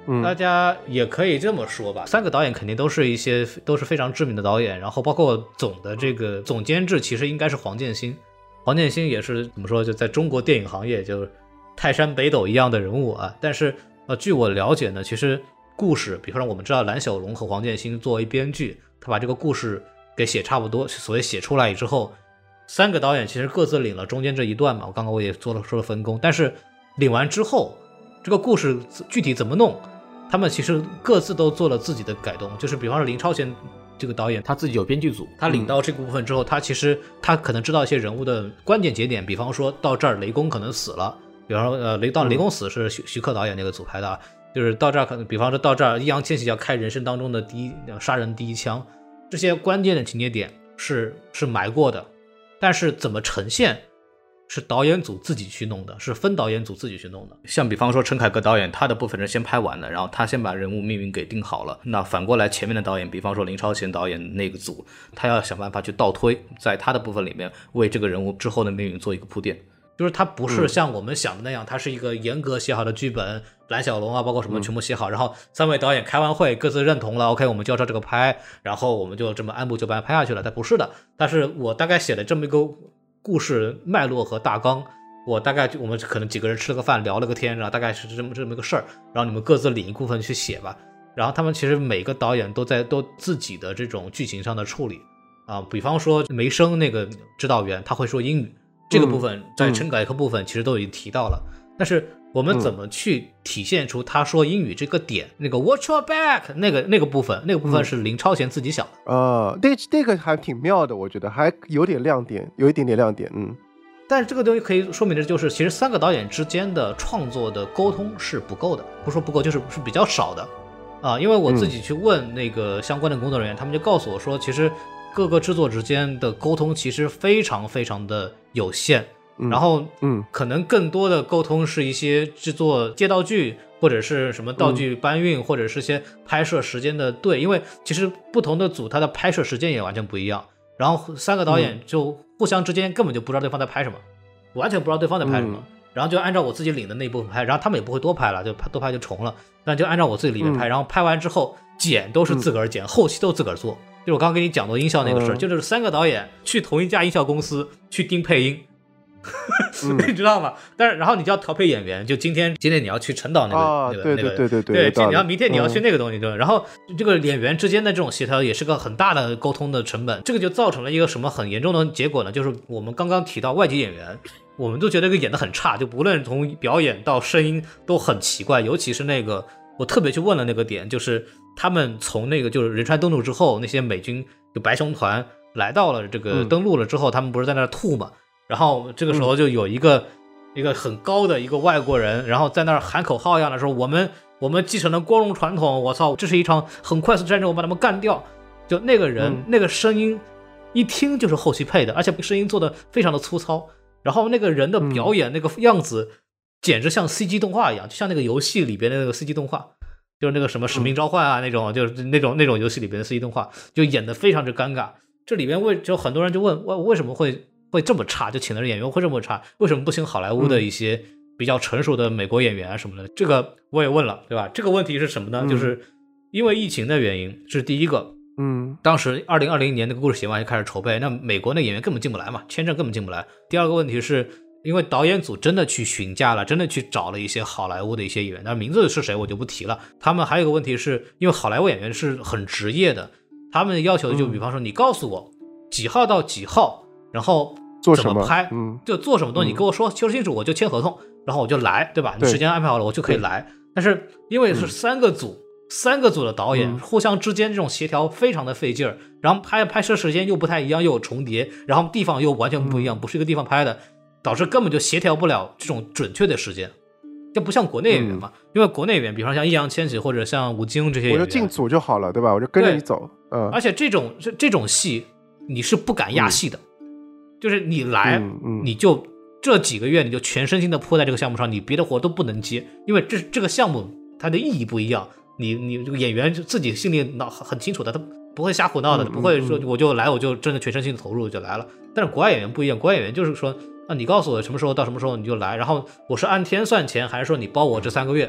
大家也可以这么说吧，三个导演肯定都是非常知名的导演，然后包括总的这个总监制其实应该是黄建新，黄建新也是怎么说，就在中国电影行业就是泰山北斗一样的人物啊。但是据我了解呢，其实故事，比方说我们知道蓝小龙和黄建新作为编剧，他把这个故事给写差不多，所以写出来之后，三个导演其实各自领了中间这一段嘛，我刚刚也说了分工，但是领完之后，这个故事具体怎么弄，他们其实各自都做了自己的改动。就是比方说林超贤这个导演，他自己有编剧组，他领到这个部分之后，他可能知道一些人物的关键节点，比方说到这儿雷公可能死了，比方说雷公死是徐克导演那个组拍的，就是到这儿可能比方说到这儿易烊千玺要开人生当中的杀人第一枪，这些关键的情节点是埋过的，但是怎么呈现是导演组自己去弄的，是分导演组自己去弄的。像比方说陈凯歌导演，他的部分是先拍完了，然后他先把人物命运给定好了。那反过来前面的导演，比方说林超贤导演那个组，他要想办法去倒推，在他的部分里面为这个人物之后的命运做一个铺垫。就是他不是像我们想的那样，他是一个严格写好的剧本，蓝小龙啊包括什么全部写好，然后三位导演开完会各自认同了 OK 我们就要照这个拍，然后我们就这么按部就班拍下去了。但不是的，但是我大概写了这么一个故事脉络和大纲，我们可能几个人吃了个饭聊了个天，然后大概是这么一个事儿，然后你们各自领一部分去写吧。然后他们其实每个导演都自己的这种剧情上的处理啊，比方说梅生那个指导员他会说英语，这个部分在陈凯歌部分其实都已经提到了，但是我们怎么去体现出他说英语这个点，那个 watch your back 那个部分是林超贤自己想的那个还挺妙的，我觉得还有点亮点，有一点点亮点。 但是这个东西可以说明的就是，其实三个导演之间的创作的沟通是不够的，不说不够，就是比较少的啊。因为我自己去问那个相关的工作人员，他们就告诉我说，其实各个制作之间的沟通其实非常非常的有限，然后可能更多的沟通是一些制作接道具，或者是什么道具搬运，或者是些拍摄时间的对，因为其实不同的组它的拍摄时间也完全不一样，然后三个导演就互相之间根本就不知道对方在拍什么，完全不知道对方在拍什么，然后就按照我自己领的那一部分拍，然后他们也不会多拍了，就多拍就重了，但就按照我自己里面拍，然后拍完之后剪都是自个儿剪，后期都自个儿做。就是我刚刚跟你讲过音效那个事儿，就是三个导演去同一家音效公司去盯配音，你知道吗？但是然后你就要调配演员，就今天你要去陈导那个对，然后明天你要去那个东西，对，然后这个演员之间的这种协调也是个很大的沟通的成本，这个就造成了一个什么很严重的结果呢？就是我们刚刚提到外籍演员，我们都觉得这个演得很差，就不论从表演到声音都很奇怪，尤其是那个我特别去问了那个点，就是他们从那个就是仁川登陆之后，那些美军就白熊团来到了这个登陆了之后，他们不是在那吐嘛？然后这个时候就有一个很高的一个外国人，然后在那儿喊口号一样的说，我们继承了光荣传统，我操，这是一场很快速的战争，我把他们干掉。就那个人那个声音一听就是后期配的，而且声音做的非常的粗糙，然后那个人的表演那个样子简直像 CG 动画一样，就像那个游戏里边的那个 CG 动画，就是那个什么使命召唤啊那种，就是那种游戏里边的 CG 动画，就演得非常之尴尬。这里边就很多人就问为什么会这么差，就请的演员会这么差，为什么不请好莱坞的一些比较成熟的美国演员啊什么的？这个我也问了，对吧？这个问题是什么呢？就是因为疫情的原因，是第一个。当时2020年那个故事写完就开始筹备，那美国的演员根本进不来嘛，签证根本进不来。第二个问题是因为导演组真的去询价了，真的去找了一些好莱坞的一些演员，但名字是谁我就不提了。他们还有一个问题是因为好莱坞演员是很职业的，他们要求的就比方说你告诉我几号到几号，然后怎么拍，就做什么东西，你跟我说清楚，我就签合同，然后我就来，对吧？你时间安排好了，我就可以来。但是因为是三个组的导演，互相之间这种协调非常的费劲儿，然后拍摄时间又不太一样，又有重叠，然后地方又完全不一样，不是一个地方拍的，导致根本就协调不了这种准确的时间。这不像国内演员嘛，因为国内演员，比方像易烊千玺或者像吴京这些演员， 我就进组就好了，对吧？我就跟着你走。 而且这种戏你是不敢压戏的，就是你来，你就这几个月你就全身心的扑在这个项目上，你别的活都不能接，因为这个项目它的意义不一样。你这个演员自己心里很清楚的，他不会瞎胡闹的，不会说我就来我就真的全身心的投入就来了。但是国外演员不一样，国外演员就是说，你告诉我什么时候到什么时候你就来，然后我是按天算钱，还是说你包我这3个月，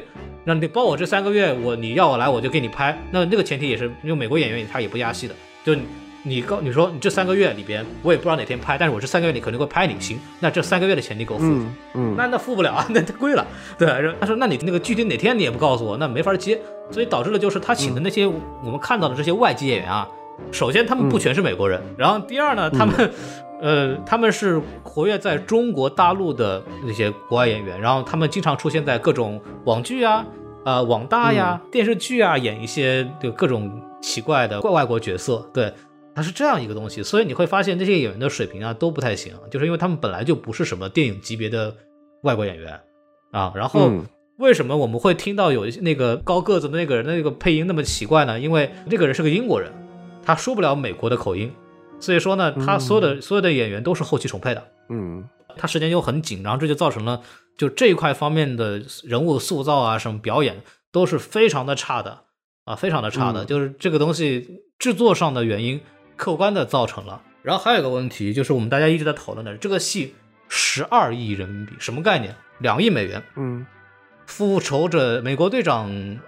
那你包我这3个月，你要我来我就给你拍。那个前提也是因为美国演员他也不压戏的，就你说你这3个月里边我也不知道哪天拍，但是我这3个月里肯定会拍你，行，那这3个月的钱你给我付。那付不了啊，那太贵了。对，他说那你那个具体哪天你也不告诉我，那没法接。所以导致了就是他请的那些我们看到的这些外籍演员啊，首先他们不全是美国人，然后第二呢，他们是活跃在中国大陆的那些国外演员，然后他们经常出现在各种网剧啊、网大呀、电视剧啊，演一些各种奇怪的外国角色。对，它是这样一个东西，所以你会发现这些演员的水平啊都不太行，就是因为他们本来就不是什么电影级别的外国演员啊。然后为什么我们会听到有那个高个子的那个人的那个配音那么奇怪呢？因为这个人是个英国人，他说不了美国的口音，所以说呢，他所有的演员都是后期重配的。他时间又很紧，然后这就造成了就这一块方面的人物塑造啊，什么表演都是非常的差的啊，非常的差的，就是这个东西制作上的原因客观的造成了。然后还有一个问题就是我们大家一直在讨论的，这个戏12亿人民币什么概念？2亿美元。复仇者美国队长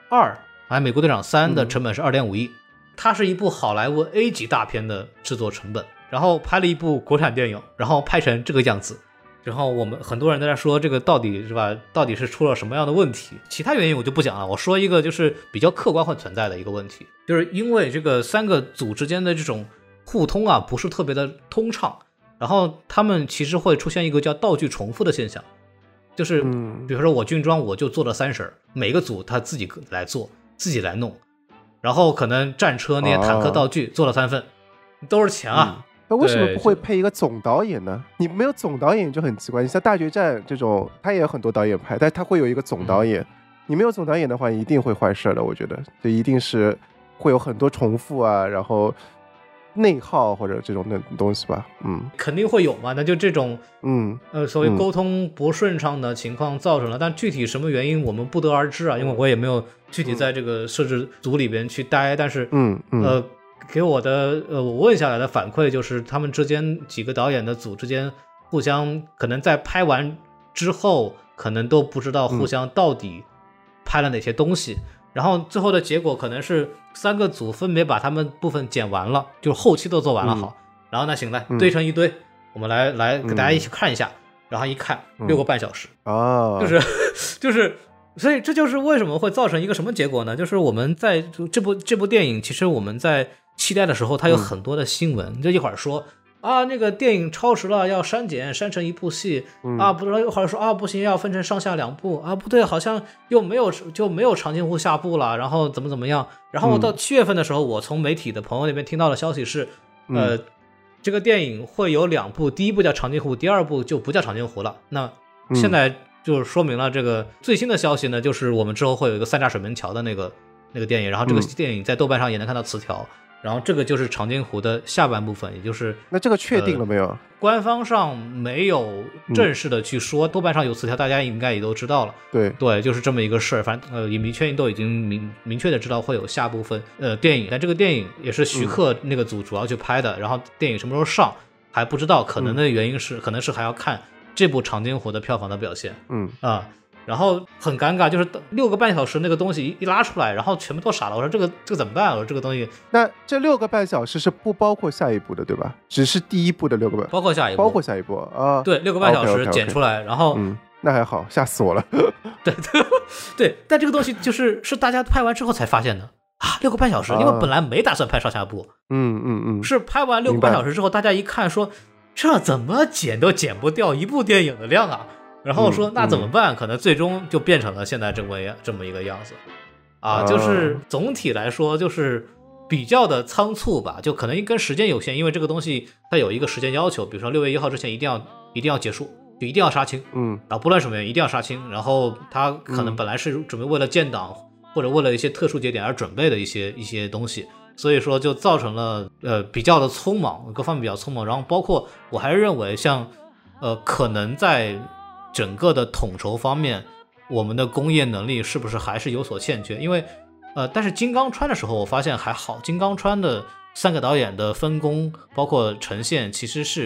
2美国队长3的成本是2.5亿，它是一部好莱坞 A 级大片的制作成本，然后拍了一部国产电影，然后拍成这个样子。然后我们很多人在说这个到底是吧？到底是出了什么样的问题？其他原因我就不讲了，我说一个就是比较客观会存在的一个问题，就是因为这个3个组之间的这种互通啊不是特别的通畅，然后他们其实会出现一个叫道具重复的现象，就是比如说我军装我就做了3身，每个组他自己来做自己来弄，然后可能战车那些坦克道具做了3份，都是钱啊。 那为什么不会配一个总导演呢？你没有总导演就很奇怪。你像大决战这种他也有很多导演拍，但他会有一个总导演，你没有总导演的话一定会坏事的。我觉得这一定是会有很多重复啊，然后内耗或者这种的东西吧。 肯定会有嘛，那就这种所谓沟通不顺畅的情况造成了，但具体什么原因我们不得而知啊，因为我也没有具体在这个摄制组里边去待，但是给我的我问下来的反馈就是他们之间几个导演的组之间互相可能在拍完之后可能都不知道互相到底拍了哪些东西，然后最后的结果可能是3个组分别把他们部分剪完了，就是后期都做完了好，然后那行来堆成一堆，我们来给大家一起看一下，然后一看6个半小时就是所以这就是为什么会造成一个什么结果呢？就是我们在这部电影，其实我们在期待的时候，它有很多的新闻，就一会儿说那个电影超时了，要删成一部戏不知道，一会儿说不行，要分成上下2部不对，好像又没有长津湖下部了，然后怎么样，然后到7月份的时候，我从媒体的朋友那边听到的消息是，这个电影会有2部，第一部叫长津湖，第2部就不叫长津湖了。那现在就是说明了这个最新的消息呢，就是我们之后会有一个3炸水门桥的那个电影，然后这个电影在豆瓣上也能看到词条。然后这个就是长津湖的下半部分，也就是那这个确定了没有？ 官方上没有正式的去说，豆瓣上有词条，大家应该也都知道了。对，就是这么一个事儿。反正影迷圈都已经明确的知道会有下部分电影，但这个电影也是徐克那个组主要去拍的，然后电影什么时候上还不知道，可能的原因是可能是还要看这部长津湖的票房的表现。然后很尴尬，就是6个半小时那个东西一拉出来，然后全部都傻了。我说这个怎么办？我说这个东西， 那这6个半小时是不包括下一部的，对吧？只是第一部的6个半， 包括下一部啊。对，6个半小时剪出来，然后那还好，吓死我了。 对，但这个东西就是大家拍完之后才发现的6个半小时，因为本来没打算拍上下部。是拍完6个半小时之后，大家一看说，这怎么剪都剪不掉一部电影的量啊。然后说那怎么办？可能最终就变成了现在这么一个样子就是总体来说就是比较的仓促吧，就可能跟时间有限，因为这个东西它有一个时间要求，比如说6月1号之前一定要结束，就一定要杀青，然后不论什么原因一定要杀青，然后它可能本来是准备为了建档或者为了一些特殊节点而准备的一些东西，所以说就造成了比较的匆忙，各方面比较匆忙，然后包括我还是认为像可能在整个的统筹方面，我们的工业能力是不是还是有所欠缺？因为但是金刚川的时候我发现还好，金刚川的3个导演的分工包括呈现其实是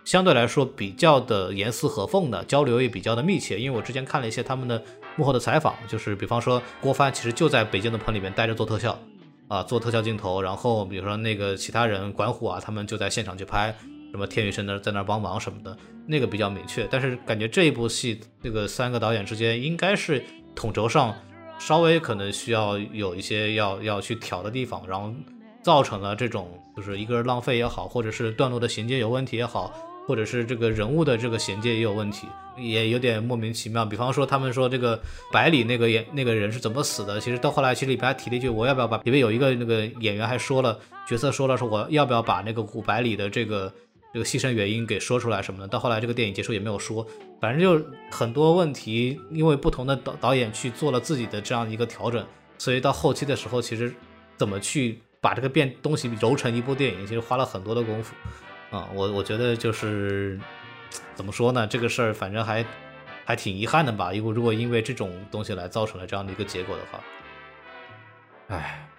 相对来说比较的严丝合缝的，交流也比较的密切。因为我之前看了一些他们的幕后的采访，就是比方说郭帆其实就在北京的棚里面待着做特效做特效镜头，然后比如说那个其他人管虎他们就在现场去拍，什么天宇生在那帮忙什么的，那个比较明确。但是感觉这一部戏这个3个导演之间应该是统筹上稍微可能需要有一些要去调的地方，然后造成了这种就是一个浪费也好，或者是段落的衔接有问题也好，或者是这个人物的这个衔接也有问题，也有点莫名其妙。比方说他们说这个百里那个人是怎么死的，其实到后来其实里边还提了一句，我要不要把里面有一个那个演员还说了，角色说了说我要不要把那个古百里的这个牺牲原因给说出来什么的，到后来这个电影结束也没有说。反正就很多问题，因为不同的导演去做了自己的这样一个调整，所以到后期的时候其实怎么去把这个东西揉成一部电影，其实花了很多的功夫我觉得就是怎么说呢，这个事儿反正还挺遗憾的吧。如果因为这种东西来造成了这样的一个结果的话，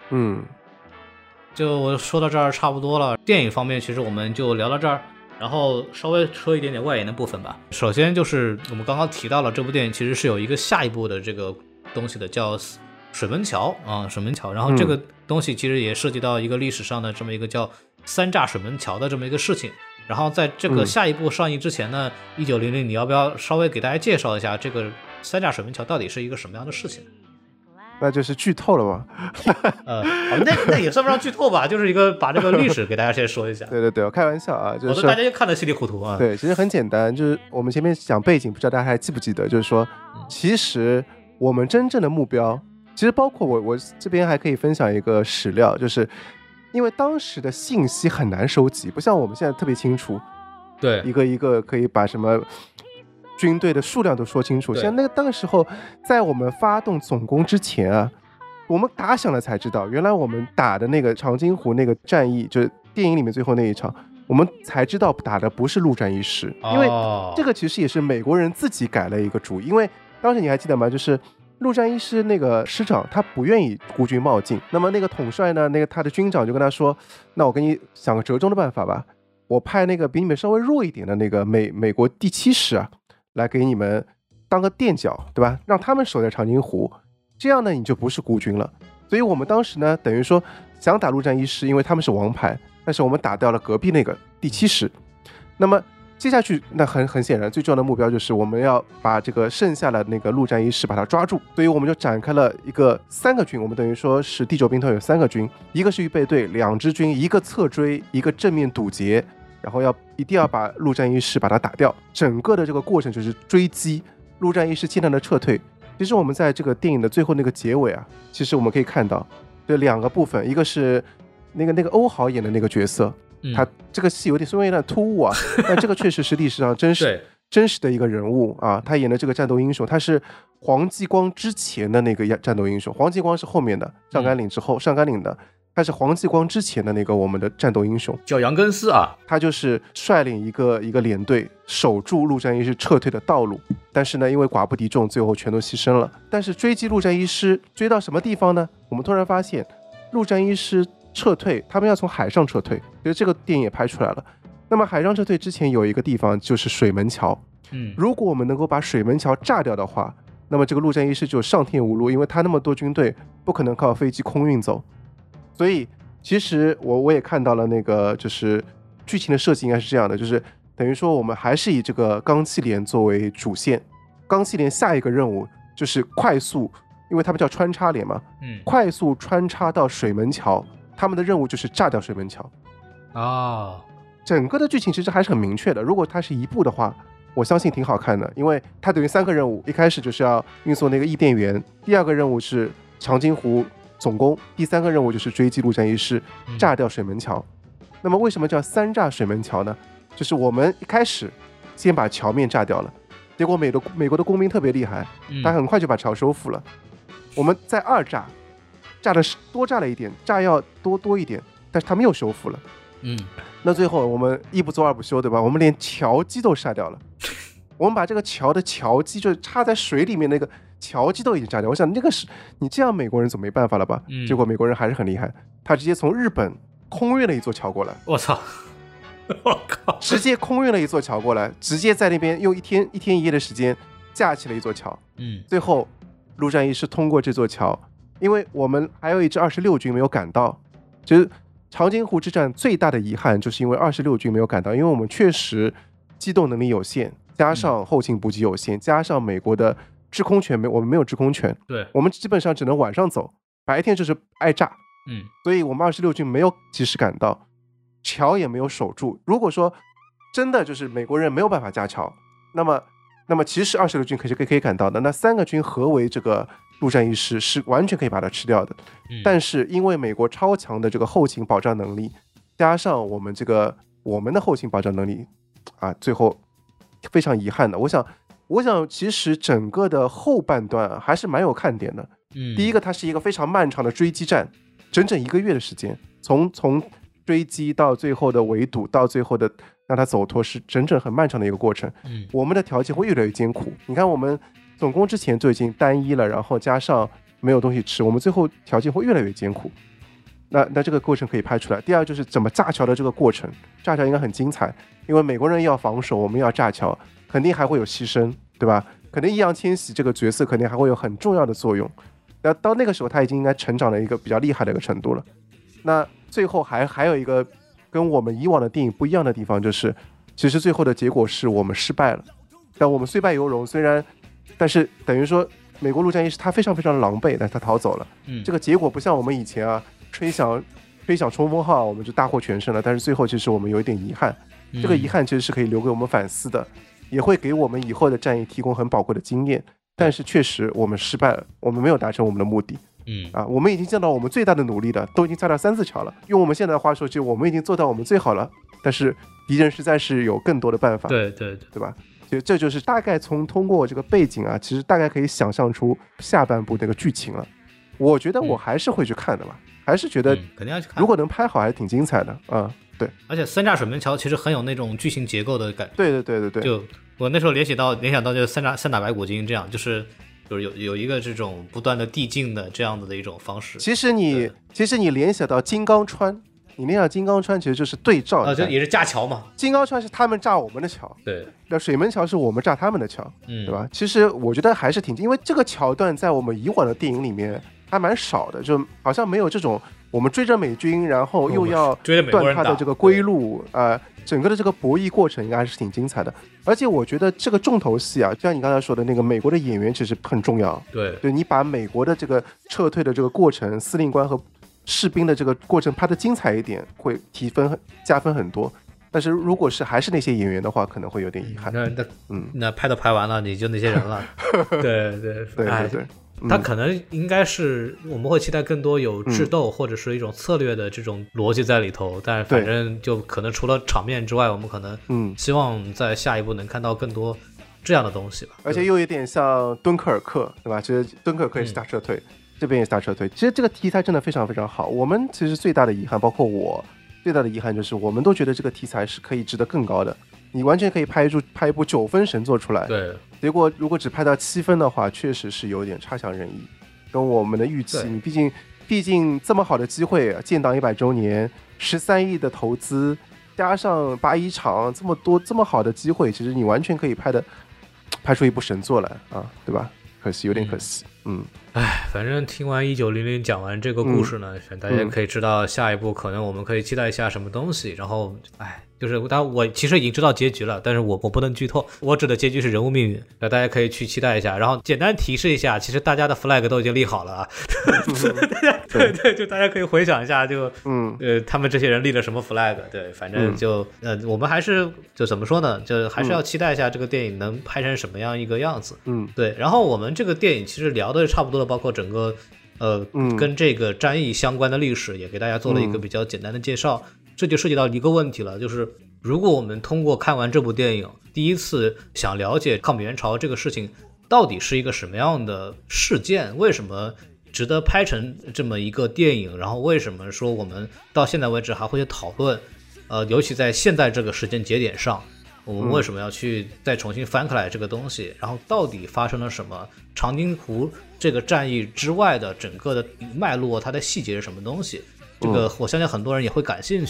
就我说到这儿差不多了。电影方面其实我们就聊到这儿，然后稍微说一点点外延的部分吧。首先就是我们刚刚提到了这部电影其实是有一个下一部的这个东西的，叫水门桥水门桥。然后这个东西其实也涉及到一个历史上的这么一个叫三炸水门桥的这么一个事情。然后在这个下一部上映之前呢，1900你要不要稍微给大家介绍一下这个三炸水门桥到底是一个什么样的事情？ 那就是剧透了吧？ 那也算不上剧透吧，就是一个把这个历史给大家先说一下。 对，我开玩笑啊，就是大家就看得稀里糊涂啊。 对，其实很简单，就是我们前面讲背景，不知道大家还记不记得，就是说，其实我们真正的目标，其实包括我这边还可以分享一个史料，就是因为当时的信息很难收集，不像我们现在特别清楚， 对， 一个一个可以把什么军队的数量都说清楚。像那个时候，在我们发动总攻之前啊，我们打响了才知道，原来我们打的那个长津湖那个战役，就是电影里面最后那一场，我们才知道打的不是陆战一师，因为这个其实也是美国人自己改了一个主意。因为当时你还记得吗？就是陆战一师那个师长他不愿意孤军冒进，那么那个统帅呢，那个他的军长就跟他说，那我给你想个折中的办法吧，我派那个比你们稍微弱一点的那个美国第7师啊，来给你们当个垫脚，对吧？让他们守在长津湖，这样呢你就不是孤军了。所以我们当时呢，等于说想打陆战一师，因为他们是王牌，但是我们打掉了隔壁那个第7师。那么接下去，那很显然，最重要的目标就是我们要把这个剩下的那个陆战一师把它抓住。所以我们就展开了一个3个军，我们等于说是第9兵团有3个军，一个是预备队，2支军，一个侧追，一个正面堵截，然后一定要把陆战一师把它打掉。整个的这个过程就是追击陆战一师艰难的撤退。其实我们在这个电影的最后那个结尾啊，其实我们可以看到这2个部分，一个是那个欧豪演的那个角色，他这个戏虽然有点突兀啊，但这个确实是历史上真实的一个人物啊。他演的这个战斗英雄，他是黄继光之前的那个战斗英雄，黄继光是后面的上甘岭之后上甘岭的，他是黄继光之前的那个我们的战斗英雄， 叫杨根思啊。 他就是率领一个连队守住陆战一师撤退的道路，但是呢因为寡不敌众，最后全都牺牲了。但是追击陆战一师追到什么地方呢？我们突然发现陆战一师撤退，他们要从海上撤退，其实这个电影也拍出来了。那么海上撤退之前有一个地方就是水门桥，如果我们能够把水门桥炸掉的话，那么这个陆战一师就上天无路，因为他那么多军队不可能靠飞机空运走。所以其实我也看到了那个就是剧情的设计应该是这样的，就是等于说我们还是以这个钢七连作为主线，钢七连下一个任务就是快速，因为他们叫穿插连嘛，快速穿插到水门桥，他们的任务就是炸掉水门桥整个的剧情其实还是很明确的。如果它是一部的话，我相信挺好看的，因为它等于3个任务，一开始就是要运送那个伊甸园，第2个任务是长津湖总攻，第3个任务就是追击陆战一师，炸掉水门桥。那么为什么叫3炸水门桥呢？就是我们一开始先把桥面炸掉了，结果美国的工兵特别厉害，他很快就把桥收复了。我们再2炸，炸的多炸了一点，炸药多一点，但是他们又修复了。那最后我们一不做二不休，对吧？我们连桥基都杀掉了。我们把这个桥的桥基，就是插在水里面那个桥基都已经炸掉。我想那个是你这样美国人总没办法了吧？结果美国人还是很厉害，他直接从日本空运了一座桥过来。 我操！ 我靠， 直接空运了一座桥过来，直接在那边用一天一夜的时间架起了一座桥。最后陆战一师通过这座桥，因为我们还有一支26军没有赶到，就是长津湖之战最大的遗憾就是因为26军没有赶到，因为我们确实机动能力有限，加上后勤补给有限，加上美国的制空权我们没有制空权， 对， 我们基本上只能晚上走，白天就是挨炸。所以我们26军没有及时赶到，桥也没有守住。如果说真的就是美国人没有办法架桥，那么其实26军可以赶到的，那3个军合围这个陆战一师是完全可以把它吃掉的。但是因为美国超强的这个后勤保障能力，加上我们的后勤保障能力啊，最后非常遗憾的。我想其实整个的后半段还是蛮有看点的。第一个，它是一个非常漫长的追击战，整整1个月的时间，从追击到最后的围堵，到最后的让他走脱，是整整很漫长的一个过程。我们的条件会越来越艰苦。你看，我们总攻之前就已经单一了，然后加上没有东西吃，我们最后条件会越来越艰苦。那这个过程可以拍出来。第二就是怎么炸桥的这个过程，炸桥应该很精彩，因为美国人要防守，我们要炸桥，肯定还会有牺牲，对吧？肯定易烊千玺这个角色肯定还会有很重要的作用。到那个时候他已经应该成长了一个比较厉害的一个程度了。那最后还有一个跟我们以往的电影不一样的地方，就是其实最后的结果是我们失败了，但我们虽败犹荣，但是等于说美国陆战一师他非常非常狼狈，但他逃走了。这个结果不像我们以前啊吹响冲锋号我们就大获全胜了，但是最后其实我们有一点遗憾。这个遗憾其实是可以留给我们反思的，也会给我们以后的战役提供很宝贵的经验。但是确实我们失败了，我们没有达成我们的目的。我们已经尽到我们最大的努力了，都已经炸到3次桥了。用我们现在的话说，就我们已经做到我们最好了。但是敌人实在是有更多的办法， 对吧？所以这就是大概通过这个背景啊，其实大概可以想象出下半部那个剧情了。我觉得我还是会去看的吧，还是觉得肯定要去看。 如果能拍好，还是挺精彩的啊。对， 而且3架水门桥其实很有那种剧情结构的感觉。对，就我那时候联想到就是三打白骨精这样，就是有一个这种不断的递进的这样子的一种方式。 其实你联想到金刚川，你联想金刚川其实就是对照就也是架桥嘛。 金刚川是他们炸我们的桥， 对， 那水门桥是我们炸他们的桥，对吧？其实我觉得还是挺，因为这个桥段在我们以往的电影里面还蛮少的，就好像没有这种我们追着美军，然后又要断他的这个归路整个的这个博弈过程应该还是挺精彩的。而且我觉得这个重头戏啊，就像你刚才说的那个美国的演员其实很重要。 对， 就你把美国的这个撤退的这个过程，司令官和士兵的这个过程拍得精彩一点，会加分很多。但是如果是还是那些演员的话，可能会有点遗憾。 那拍都拍完了，你就那些人了。对。他可能应该是我们会期待更多有智斗或者是一种策略的这种逻辑在里头，但反正就可能除了场面之外，我们可能希望在下一步能看到更多这样的东西吧。 而且又有点像敦刻尔克，对吧？其实敦刻尔克也是大撤退，这边也是大撤退。其实这个题材真的非常非常好。我们其实最大的遗憾，包括我最大的遗憾，就是我们都觉得这个题材是可以值得更高的。你完全可以拍一部9分神作出来， 对。 结果如果只拍到7分的话，确实是有点差强人意，跟我们的预期。你毕竟这么好的机会，建党100周年，13亿的投资，加上8.1场这么好的机会，其实你完全可以拍出一部神作来啊，对吧？可惜，有点可惜。 反正听完1900讲完这个故事呢，大家可以知道下一步可能我们可以期待一下什么东西。然后就是当然我其实已经知道结局了，但是我不能剧透，我指的结局是人物命运，大家可以去期待一下。然后简单提示一下，其实大家的 flag 都已经立好了啊。对，就大家可以回想一下，就他们这些人立了什么 flag。对，反正就我们还是就怎么说呢，就还是要期待一下这个电影能拍成什么样一个样子。对。然后我们这个电影其实聊的差不多了，包括整个跟这个战役相关的历史也给大家做了一个比较简单的介绍。这就涉及到一个问题了，就是如果我们通过看完这部电影，第一次想了解抗美援朝这个事情到底是一个什么样的事件，为什么值得拍成这么一个电影，然后为什么说我们到现在为止还会讨论，尤其在现在这个时间节点上，我们为什么要去再重新翻开来这个东西，然后到底发生了什么，长津湖这个战役之外的整个的脉络，它的细节是什么东西，这个我相信很多人也会感兴趣。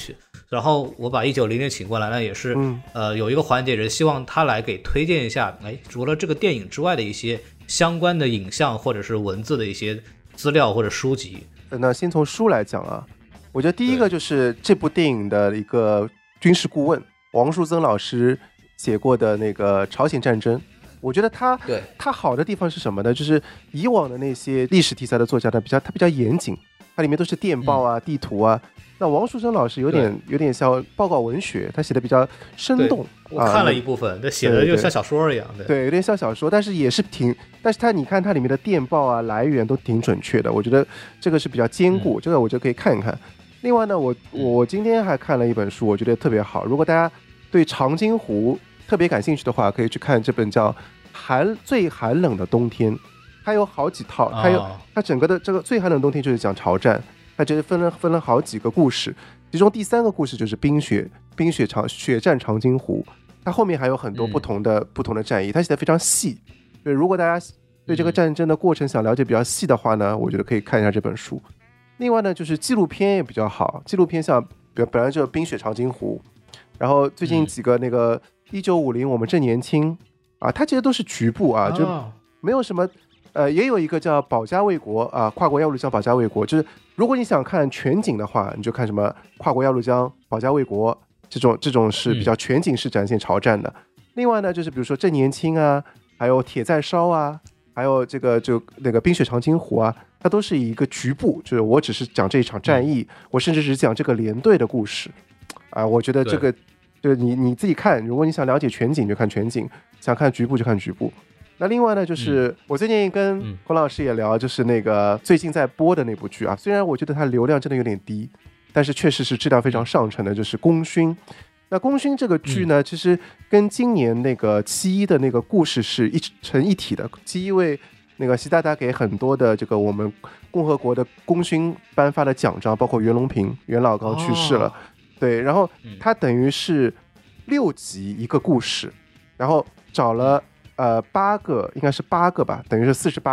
然后我把1900请过来呢，也是有一个环节是希望他来给推荐一下，除了这个电影之外的一些相关的影像或者是文字的一些资料或者书籍。 那先从书来讲啊，我觉得第一个就是这部电影的一个军事顾问王树增老师写过的那个朝鲜战争。我觉得他好的地方是什么呢？就是以往的那些历史题材的作家呢，他比较严谨，它里面都是电报啊、地图啊。那王树增老师有点像报告文学，他写的比较生动。 我看了一部分，这写的就像小说一样。 对，有点像小说，但是你看它里面的电报啊来源都挺准确的，我觉得这个是比较坚固，这个我就可以看一看。另外呢，我今天还看了一本书，我觉得特别好。如果大家对长津湖特别感兴趣的话，可以去看这本叫最寒冷的冬天，它有好几套，它整个的这个最寒冷的冬天就是讲朝战，它就是分了好几个故事，其中第3个故事就是血战长津湖，它后面还有很多不同的战役，它写的非常细。对，如果大家对这个战争的过程想了解比较细的话呢，我觉得可以看一下这本书。另外呢，就是纪录片也比较好，纪录片像本来就冰雪长津湖，然后最近几个那个1950我们正年轻啊，它其实都是局部啊，就没有什么也有一个叫保家卫国啊，跨国鸭绿江保家卫国，就是如果你想看全景的话，你就看什么跨国鸭绿江保家卫国这种是比较全景式展现朝战的。另外呢，就是比如说正年轻啊，还有铁在烧啊，还有那个冰雪长津湖啊，它都是以一个局部，就是我只是讲这一场战役，我甚至只讲这个连队的故事啊。我觉得这个就是你自己看，如果你想了解全景就看全景，想看局部就看局部。那另外呢，就是我最近跟孔老师也聊，就是那个最近在播的那部剧啊，虽然我觉得它流量真的有点低，但是确实是质量非常上乘的，就是《功勋》。那《功勋》这个剧呢，其实跟今年那个7·1的那个故事是成一体的。7·1为那个习大大给很多的这个我们共和国的功勋颁发的奖章，包括袁隆平袁老高去世了，对，然后它等于是6集一个故事，然后找了8个，应该是8个吧，等于是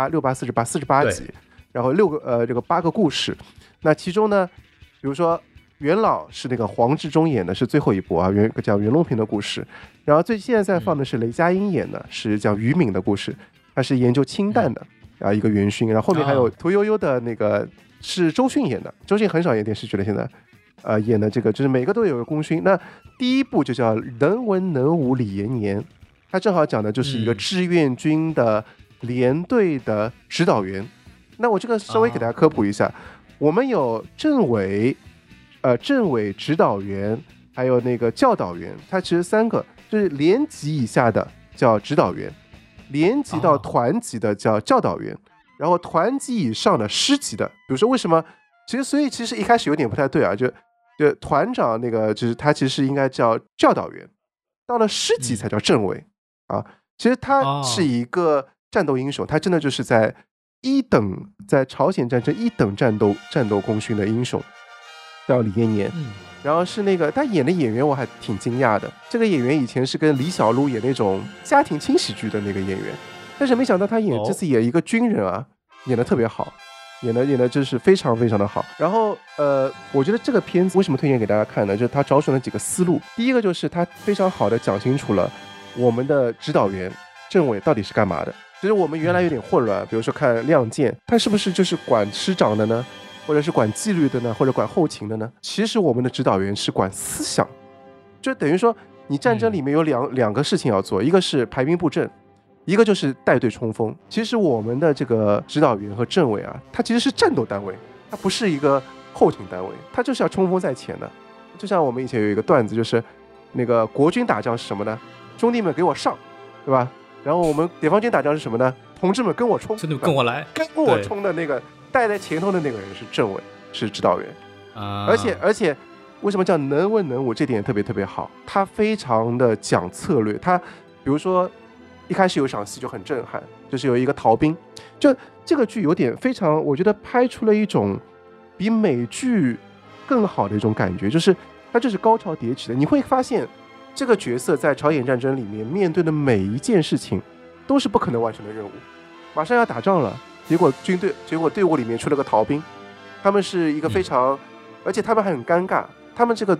48集，然后这个8个故事。那其中呢，比如说元老是那个黄志忠演的，是最后一部啊，讲袁隆平的故事。然后现在放的是雷佳音演的，是讲于敏的故事，他是研究氢弹的啊一个元勋。然后后面还有屠呦呦的那个是周迅演的，周迅很少演电视剧了，现在演的这个就是每个都有个功勋。那第一部就叫能文能武李延年，他正好讲的就是一个志愿军的连队的指导员。那我这个稍微给大家科普一下，我们有政委指导员，还有那个教导员，它其实3个，就是连级以下的叫指导员，连级到团级的叫教导员，然后团级以上的师级的，比如说为什么所以其实一开始有点不太对啊，就团长那个就是他其实应该叫教导员，到了师级才叫政委啊。其实他是一个战斗英雄，他真的就是在朝鲜战争1等战斗功勋的英雄，叫李延年。然后是那个他演的演员我还挺惊讶的，这个演员以前是跟李小璐演那种家庭轻喜剧的那个演员，但是没想到他这次演一个军人啊，演得特别好，演的真是非常非常的好。然后我觉得这个片子为什么推荐给大家看呢？就是他找准了几个思路。第一个就是他非常好的讲清楚了我们的指导员政委到底是干嘛的。其实我们原来有点混乱，比如说看《亮剑》，他是不是就是管师长的呢？或者是管纪律的呢，或者管后勤的呢？其实我们的指导员是管思想，就等于说你战争里面有两个事情要做，一个是排兵布阵，一个就是带队冲锋。其实我们的这个指导员和政委啊，他其实是战斗单位，他不是一个后勤单位，他就是要冲锋在前的。就像我们以前有一个段子，就是那个国军打仗是什么呢？兄弟们给我上，对吧？然后我们解放军打仗是什么呢？同志们跟我冲， 兄弟们跟我来， 跟我冲的那个带在前头的那个人是政委，是指导员而且为什么叫能文能武，这点特别特别好，他非常的讲策略。他比如说一开始有一场戏就很震撼，就是有一个逃兵，就这个剧有点非常，我觉得拍出了一种比美剧更好的一种感觉，就是它就是高潮迭起的。你会发现这个角色在朝鲜战争里面面对的每一件事情都是不可能完成的任务，马上要打仗了，结果队伍里面出了个逃兵，他们是一个非常，而且他们还很尴尬，他们这个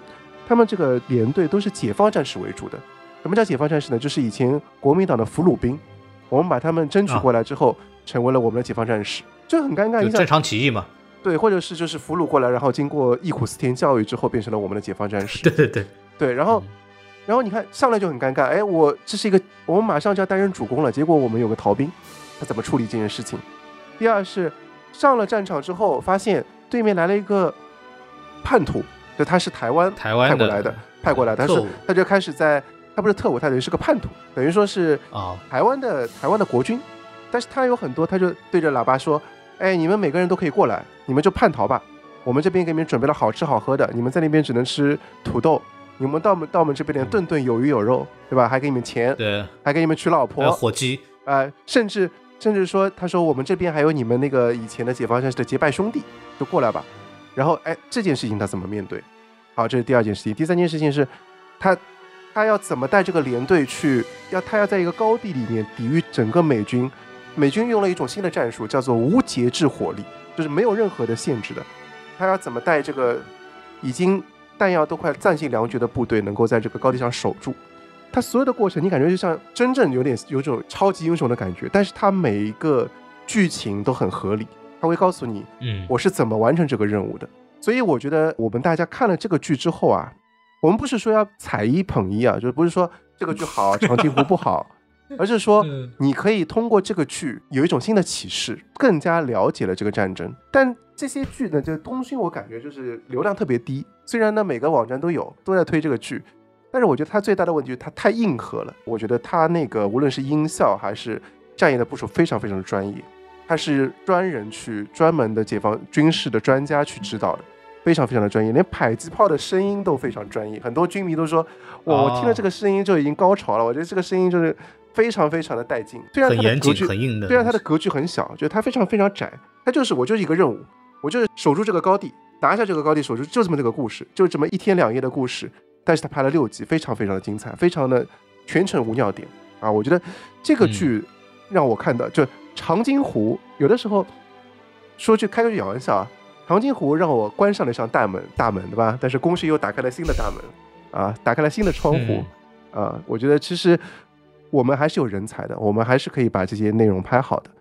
他们这个连队都是解放战士为主的。什么叫解放战士呢？就是以前国民党的俘虏兵，我们把他们争取过来之后，成为了我们的解放战士，就很尴尬。 就正常起义嘛。 对，或者是就是俘虏过来，然后经过忆苦思甜教育之后，变成了我们的解放战士。对，然后你看上来就很尴尬，哎，这是一个我们马上就要担任主攻了，结果我们有个逃兵，他怎么处理这件事情？第二是上了战场之后，发现对面来了一个叛徒，就他是台湾派过来的，他就开始他不是特务，他等于是个叛徒，等于说是台湾的国军，但是他有很多，他就对着喇叭说，哎，你们每个人都可以过来，你们就叛逃吧，我们这边给你们准备了好吃好喝的，你们在那边只能吃土豆，你们到我们这边连顿顿有鱼有肉，对吧？还给你们钱， 对， 还给你们娶老婆， 还有火鸡， 甚至说，他说我们这边还有你们那个以前的解放战士的结拜兄弟，就过来吧。然后这件事情他怎么面对？好，这是第二件事情。第三件事情是他要怎么带这个连队去，他要在一个高地里面抵御整个美军。美军用了一种新的战术，叫做无节制火力，就是没有任何的限制的。他要怎么带这个已经弹药都快弹尽粮绝的部队能够在这个高地上守住？他所有的过程你感觉就像真正有种超级英雄的感觉，但是他每一个剧情都很合理，他会告诉你我是怎么完成这个任务的。所以我觉得我们大家看了这个剧之后啊，我们不是说要踩一捧一啊，就是不是说这个剧好长津湖不好，而是说你可以通过这个剧有一种新的启示，更加了解了这个战争。但这些剧呢，就东勋我感觉就是流量特别低，虽然呢每个网站都在推这个剧，但是我觉得它最大的问题是它太硬核了。我觉得它那个无论是音效还是战役的部署非常非常的专业，它是专门的解放军事的专家去指导的，非常非常的专业，连迫击炮的声音都非常专业。很多军迷都说，我听了这个声音就已经高潮了。我觉得这个声音就是非常非常的带劲，虽然它的格局很硬的， 虽然它的格局很小，觉得它非常非常窄，我就是一个任务，我就是守住这个高地，拿下这个高地，守住，就这么这个故事，就这么1天2夜的故事。但是他拍了6集，非常非常的精彩，非常的全程无尿点啊！我觉得这个剧让我看到，就长津湖有的时候说句开个小玩笑啊，长津湖让我关上了一扇大门，对吧？但是宫胥又打开了新的大门啊，打开了新的窗户啊！我觉得其实我们还是有人才的，我们还是可以把这些内容拍好的。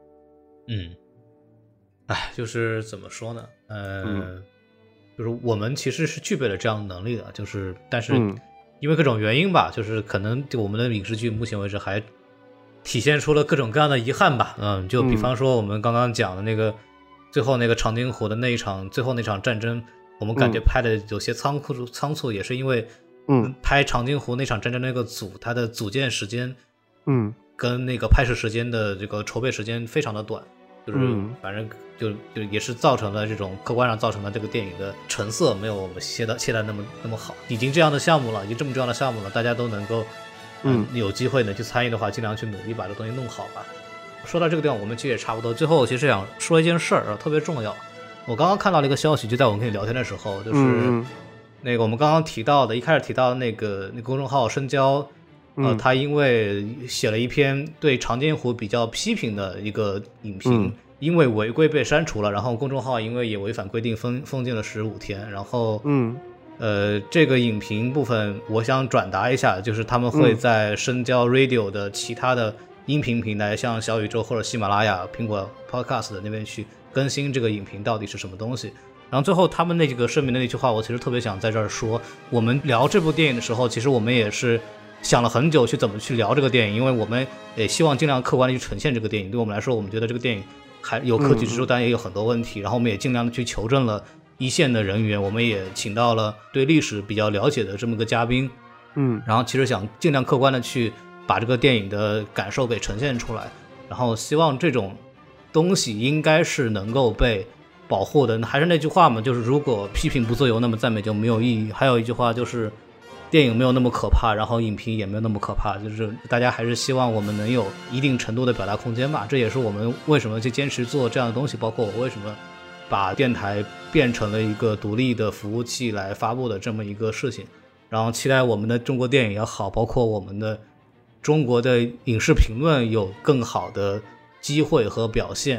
就是怎么说呢？就是我们其实是具备了这样的能力的，但是因为各种原因吧，就是可能我们的影视剧目前为止还体现出了各种各样的遗憾吧。就比方说我们刚刚讲的那个最后那个长津湖的最后那场战争，我们感觉拍的有些仓促，也是因为拍长津湖那场战争那个它的组建时间跟那个拍摄时间的这个筹备时间非常的短，就是反正就也是造成了这种客观上造成了这个电影的成色没有我们期待那么好。已经这样的项目了，已经这么重要的项目了，大家都能够有机会能去参与的话，尽量去努力把这东西弄好吧。说到这个地方，我们其实也差不多。最后其实想说一件事儿特别重要，我刚刚看到了一个消息，就在我们跟你聊天的时候，就是那个我们刚刚一开始提到的那个公众号深交，他因为写了一篇对长津湖比较批评的一个影评，因为违规被删除了，然后公众号因为也违反规定封禁了15天，然后这个影评部分我想转达一下，就是他们会在深交 Radio 的其他的音频平台，像小宇宙或者喜马拉雅、苹果 Podcast 的那边去更新这个影评到底是什么东西。然后最后他们那个声明的那句话，我其实特别想在这儿说，我们聊这部电影的时候，其实我们也是想了很久去怎么去聊这个电影，因为我们也希望尽量客观的去呈现这个电影。对我们来说，我们觉得这个电影还有可取之处，但也有很多问题，然后我们也尽量的去求证了一线的人员，我们也请到了对历史比较了解的这么个嘉宾，然后其实想尽量客观的去把这个电影的感受给呈现出来，然后希望这种东西应该是能够被保护的。还是那句话嘛，就是如果批评不自由，那么赞美就没有意义。还有一句话就是电影没有那么可怕，然后影评也没有那么可怕，就是大家还是希望我们能有一定程度的表达空间吧。这也是我们为什么去坚持做这样的东西，包括我为什么把电台变成了一个独立的服务器来发布的这么一个事情。然后期待我们的中国电影也好，包括我们的中国的影视评论有更好的机会和表现。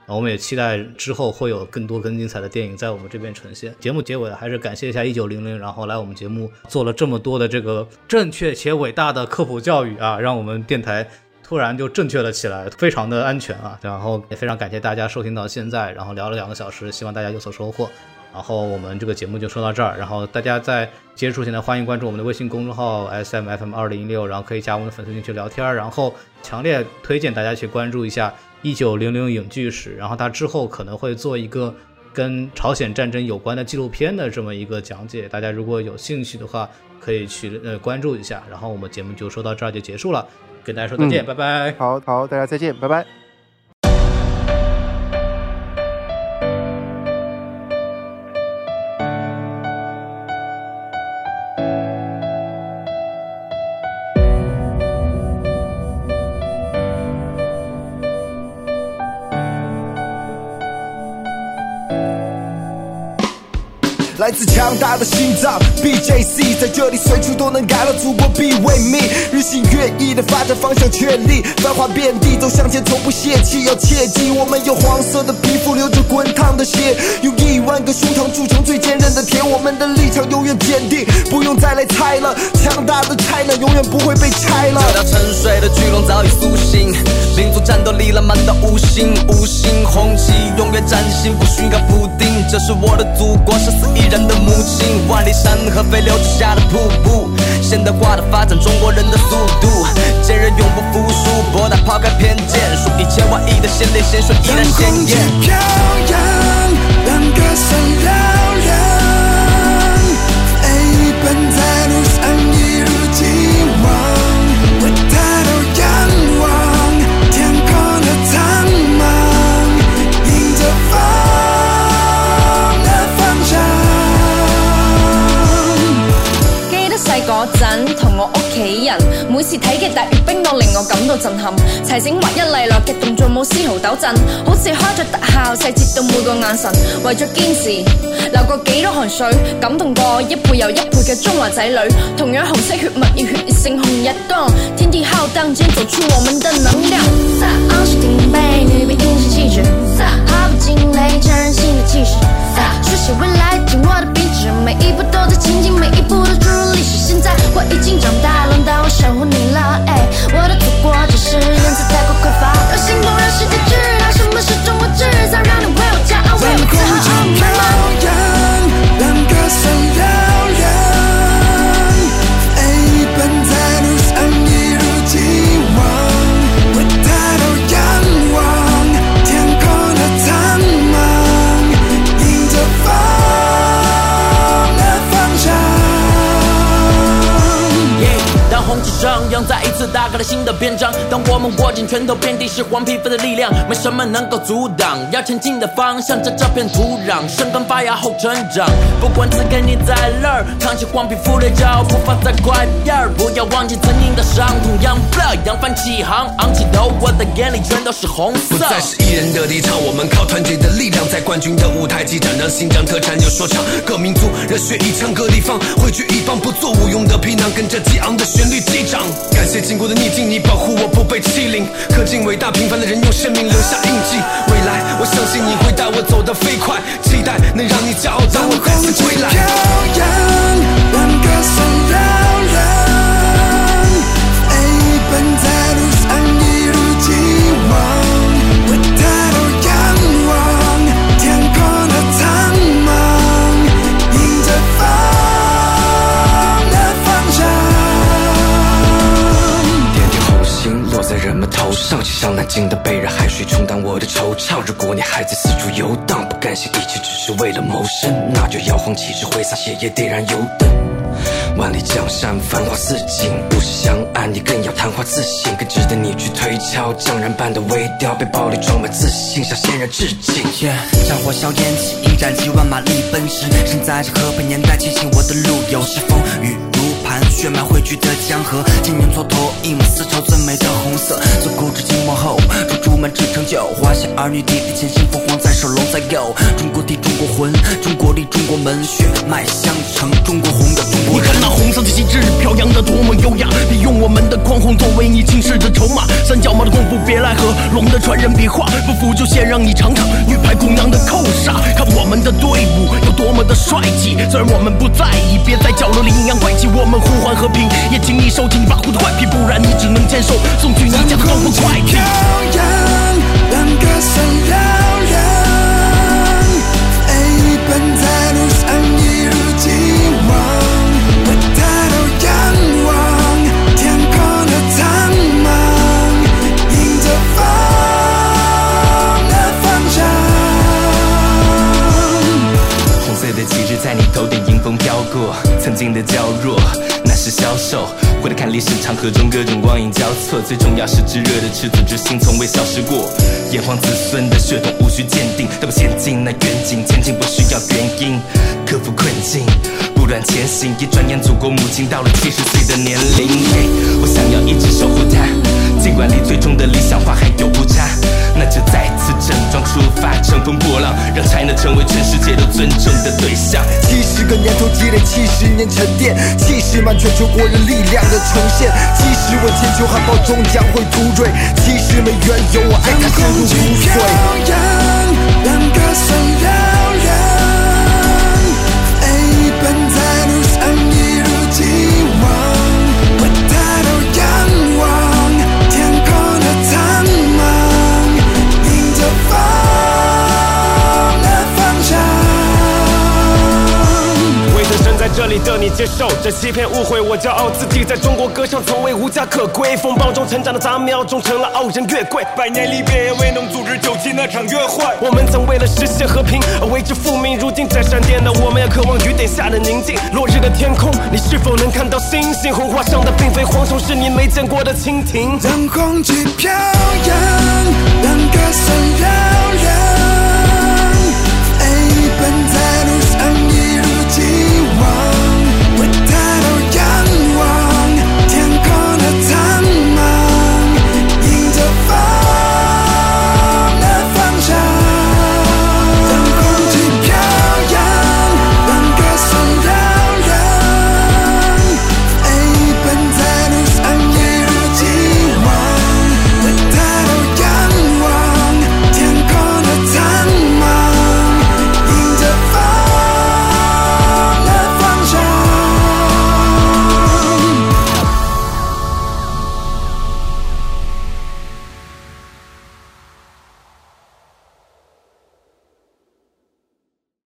我们也期待之后会有更多更精彩的电影在我们这边呈现。节目结尾还是感谢一下1900，然后来我们节目做了这么多的这个正确且伟大的科普教育啊，让我们电台突然就正确了起来，非常的安全啊。然后也非常感谢大家收听到现在，然后聊了2个小时，希望大家有所收获。然后我们这个节目就说到这儿，然后大家在结束前呢，欢迎关注我们的微信公众号 SMFM2016，然后可以加我们的粉丝群去聊天，然后强烈推荐大家去关注一下1900影剧史，然后他之后可能会做一个跟朝鲜战争有关的纪录片的这么一个讲解，大家如果有兴趣的话可以去关注一下。然后我们节目就说到这儿就结束了，跟大家说再见，拜拜。 好，大家再见，拜拜。 来自强大的心脏 BJC 在这里随处都能感到祖国必为命，日新月异的发展方向确立，繁华遍地走向前从不泄气，要切记我们有黄色的皮肤，流着滚烫的血，用1万个胸膛铸成最坚韧的铁，我们的立场永远坚定，不用再来猜了，强大的 China 永远不会被拆了。这条沉睡的巨龙早已苏醒，民族战斗力浪漫到无形，五星红旗永远崭新，不需要补丁，这是我的祖国，是死一人的母亲，万里山河飞流直下的瀑布，现代化的发展中国人的速度，坚韧永不服输，博大抛开偏见，数以千万亿的先烈鲜血依然鲜艳，飘扬，让歌声嘹亮，飞奔在路上一如既往，回抬头仰望天空的苍茫，迎着风的方向。細嗰陣同我屋企人，每次睇嘅大閱兵都令我感到震撼，齊整劃一利落嘅動作冇絲毫抖震，好似開咗特效，細節到每個眼神，為咗堅持流過幾多汗水，感動過一輩又一輩嘅中華仔女，同樣紅色血脈熱血勝紅日光，天地浩蕩間走出我們的能量，昂首挺背，女兵英雄氣質，毫不驚雷，沾人心的氣勢，書寫未來，聽我的筆直，每一步都在前進，每一步都注入歷史。現在我已經長大，輪到我守護你了，我的祖國只是人才太過匱乏，要行動讓世界知道什麼是中國製造，讓你為我驕傲，為我自豪。飄揚，讓歌聲嘹亮，飛奔在路上一如既往，回抬頭仰望天空的蒼茫，迎着風的方向。當紅旗上揚，再一次打開了新的篇章，當我們握緊拳頭，遍地是黃皮膚的力量，沒什麼能夠阻擋，要前進的方向，在這片土壤生根發芽後成長，不管此刻你在哪兒，扛起黃皮膚的腳步伐再快點兒，不要忘記曾經的傷痛，揚 blood 揚帆起航，昂起頭，我的眼裡全都是紅色，不再是一人的立場，我們靠團結的力量，在冠軍的舞台激戰，讓心臟特產有說唱，各民族熱血一腔各地方，匯聚一方，不做無用的皮囊，跟着激昂的旋律擊掌，感謝經過的逆境，你保護我不被欺凌，恪盡偉大平凡的人用生命留下印記，未來我相信你會帶我走得飛快，期待能讓你驕傲當我再次歸來，飄揚，讓歌聲嘹亮，飛奔在路上一如既往，回抬頭仰望天空的蒼茫，迎着風的方向，落在人們頭上，就像南京的北人海水沖淡我的惆悵，如果你還在四處遊蕩，不甘心一切只是為了謀生，那就搖晃旗幟，揮灑血液，點燃油燈，萬里江山繁華似錦，不是相愛你更要談話自信，更值得你去推敲，匠人般的微調，被暴力裝滿自信，向先人致敬，像火燒煙起，一戰幾萬馬力奔馳，身在這和平年代，慶幸我的路有時風雨血脈匯聚的江河，今年蹉跎一抹絲綢最美的紅色，自古至今往後，祝竹們志成就，華夏兒女砥砺前行，鳳凰在手，龍在右，中國地中国魂，中国力，中国门，血脉相承，中国红的中国人。你看那红色的旗帜飘扬得多么优雅，别用我们的狂轰作为你轻视的筹码。三脚猫的功夫别来和龙的传人比划，不服就先让你尝尝女排姑娘的扣杀。看我们的队伍有多么的帅气，虽然我们不在意，别在角落里阴阳怪气。我们呼唤和平，也请你收起你跋扈的坏脾，不然你只能坚守送去你家的光复快递。飘扬，让歌声嘹亮，飞奔在路上一如既往，回抬头仰望天空的苍茫，迎着风的方向。红色的旗帜在你头顶迎风飘过，曾经的娇弱那是消瘦，回来看历史长河中各种光影交错，最重要是炙热的赤子之心从未消失过。炎黄子孙的血统无需鉴定，但我前进那远景，前进不需要原因，克服困境不断前行。一转眼祖国母亲到了70岁的年龄，我想要一直守护她，尽管离最终的理想化还有不差，那就再次整装出发，乘风破浪，让 China 成为全世界都尊重的对象。70个年头积累，70年沉淀，70万全球国人力量的呈现，70问千秋汉堡终将会突锐，70枚原油我爱它深入骨髓。让歌声嘹亮，飞奔在路上一如既往，回抬头仰望天空的苍茫，迎着风的方向。为着身在这里的你接受这欺骗误会，我骄傲自己在中国歌唱从未无家可归，风暴中成长的杂苗中成了傲人月桂，百年离别也未能阻止97那场约会。我们曾为了实现和平而为之复命，如今在闪电的我们也渴望雨点下的宁静。落日的天空，你是否能看到星星？红花上的并非蝗虫，是你没见过的蜻蜓。让红旗飘扬，让歌声嘹亮。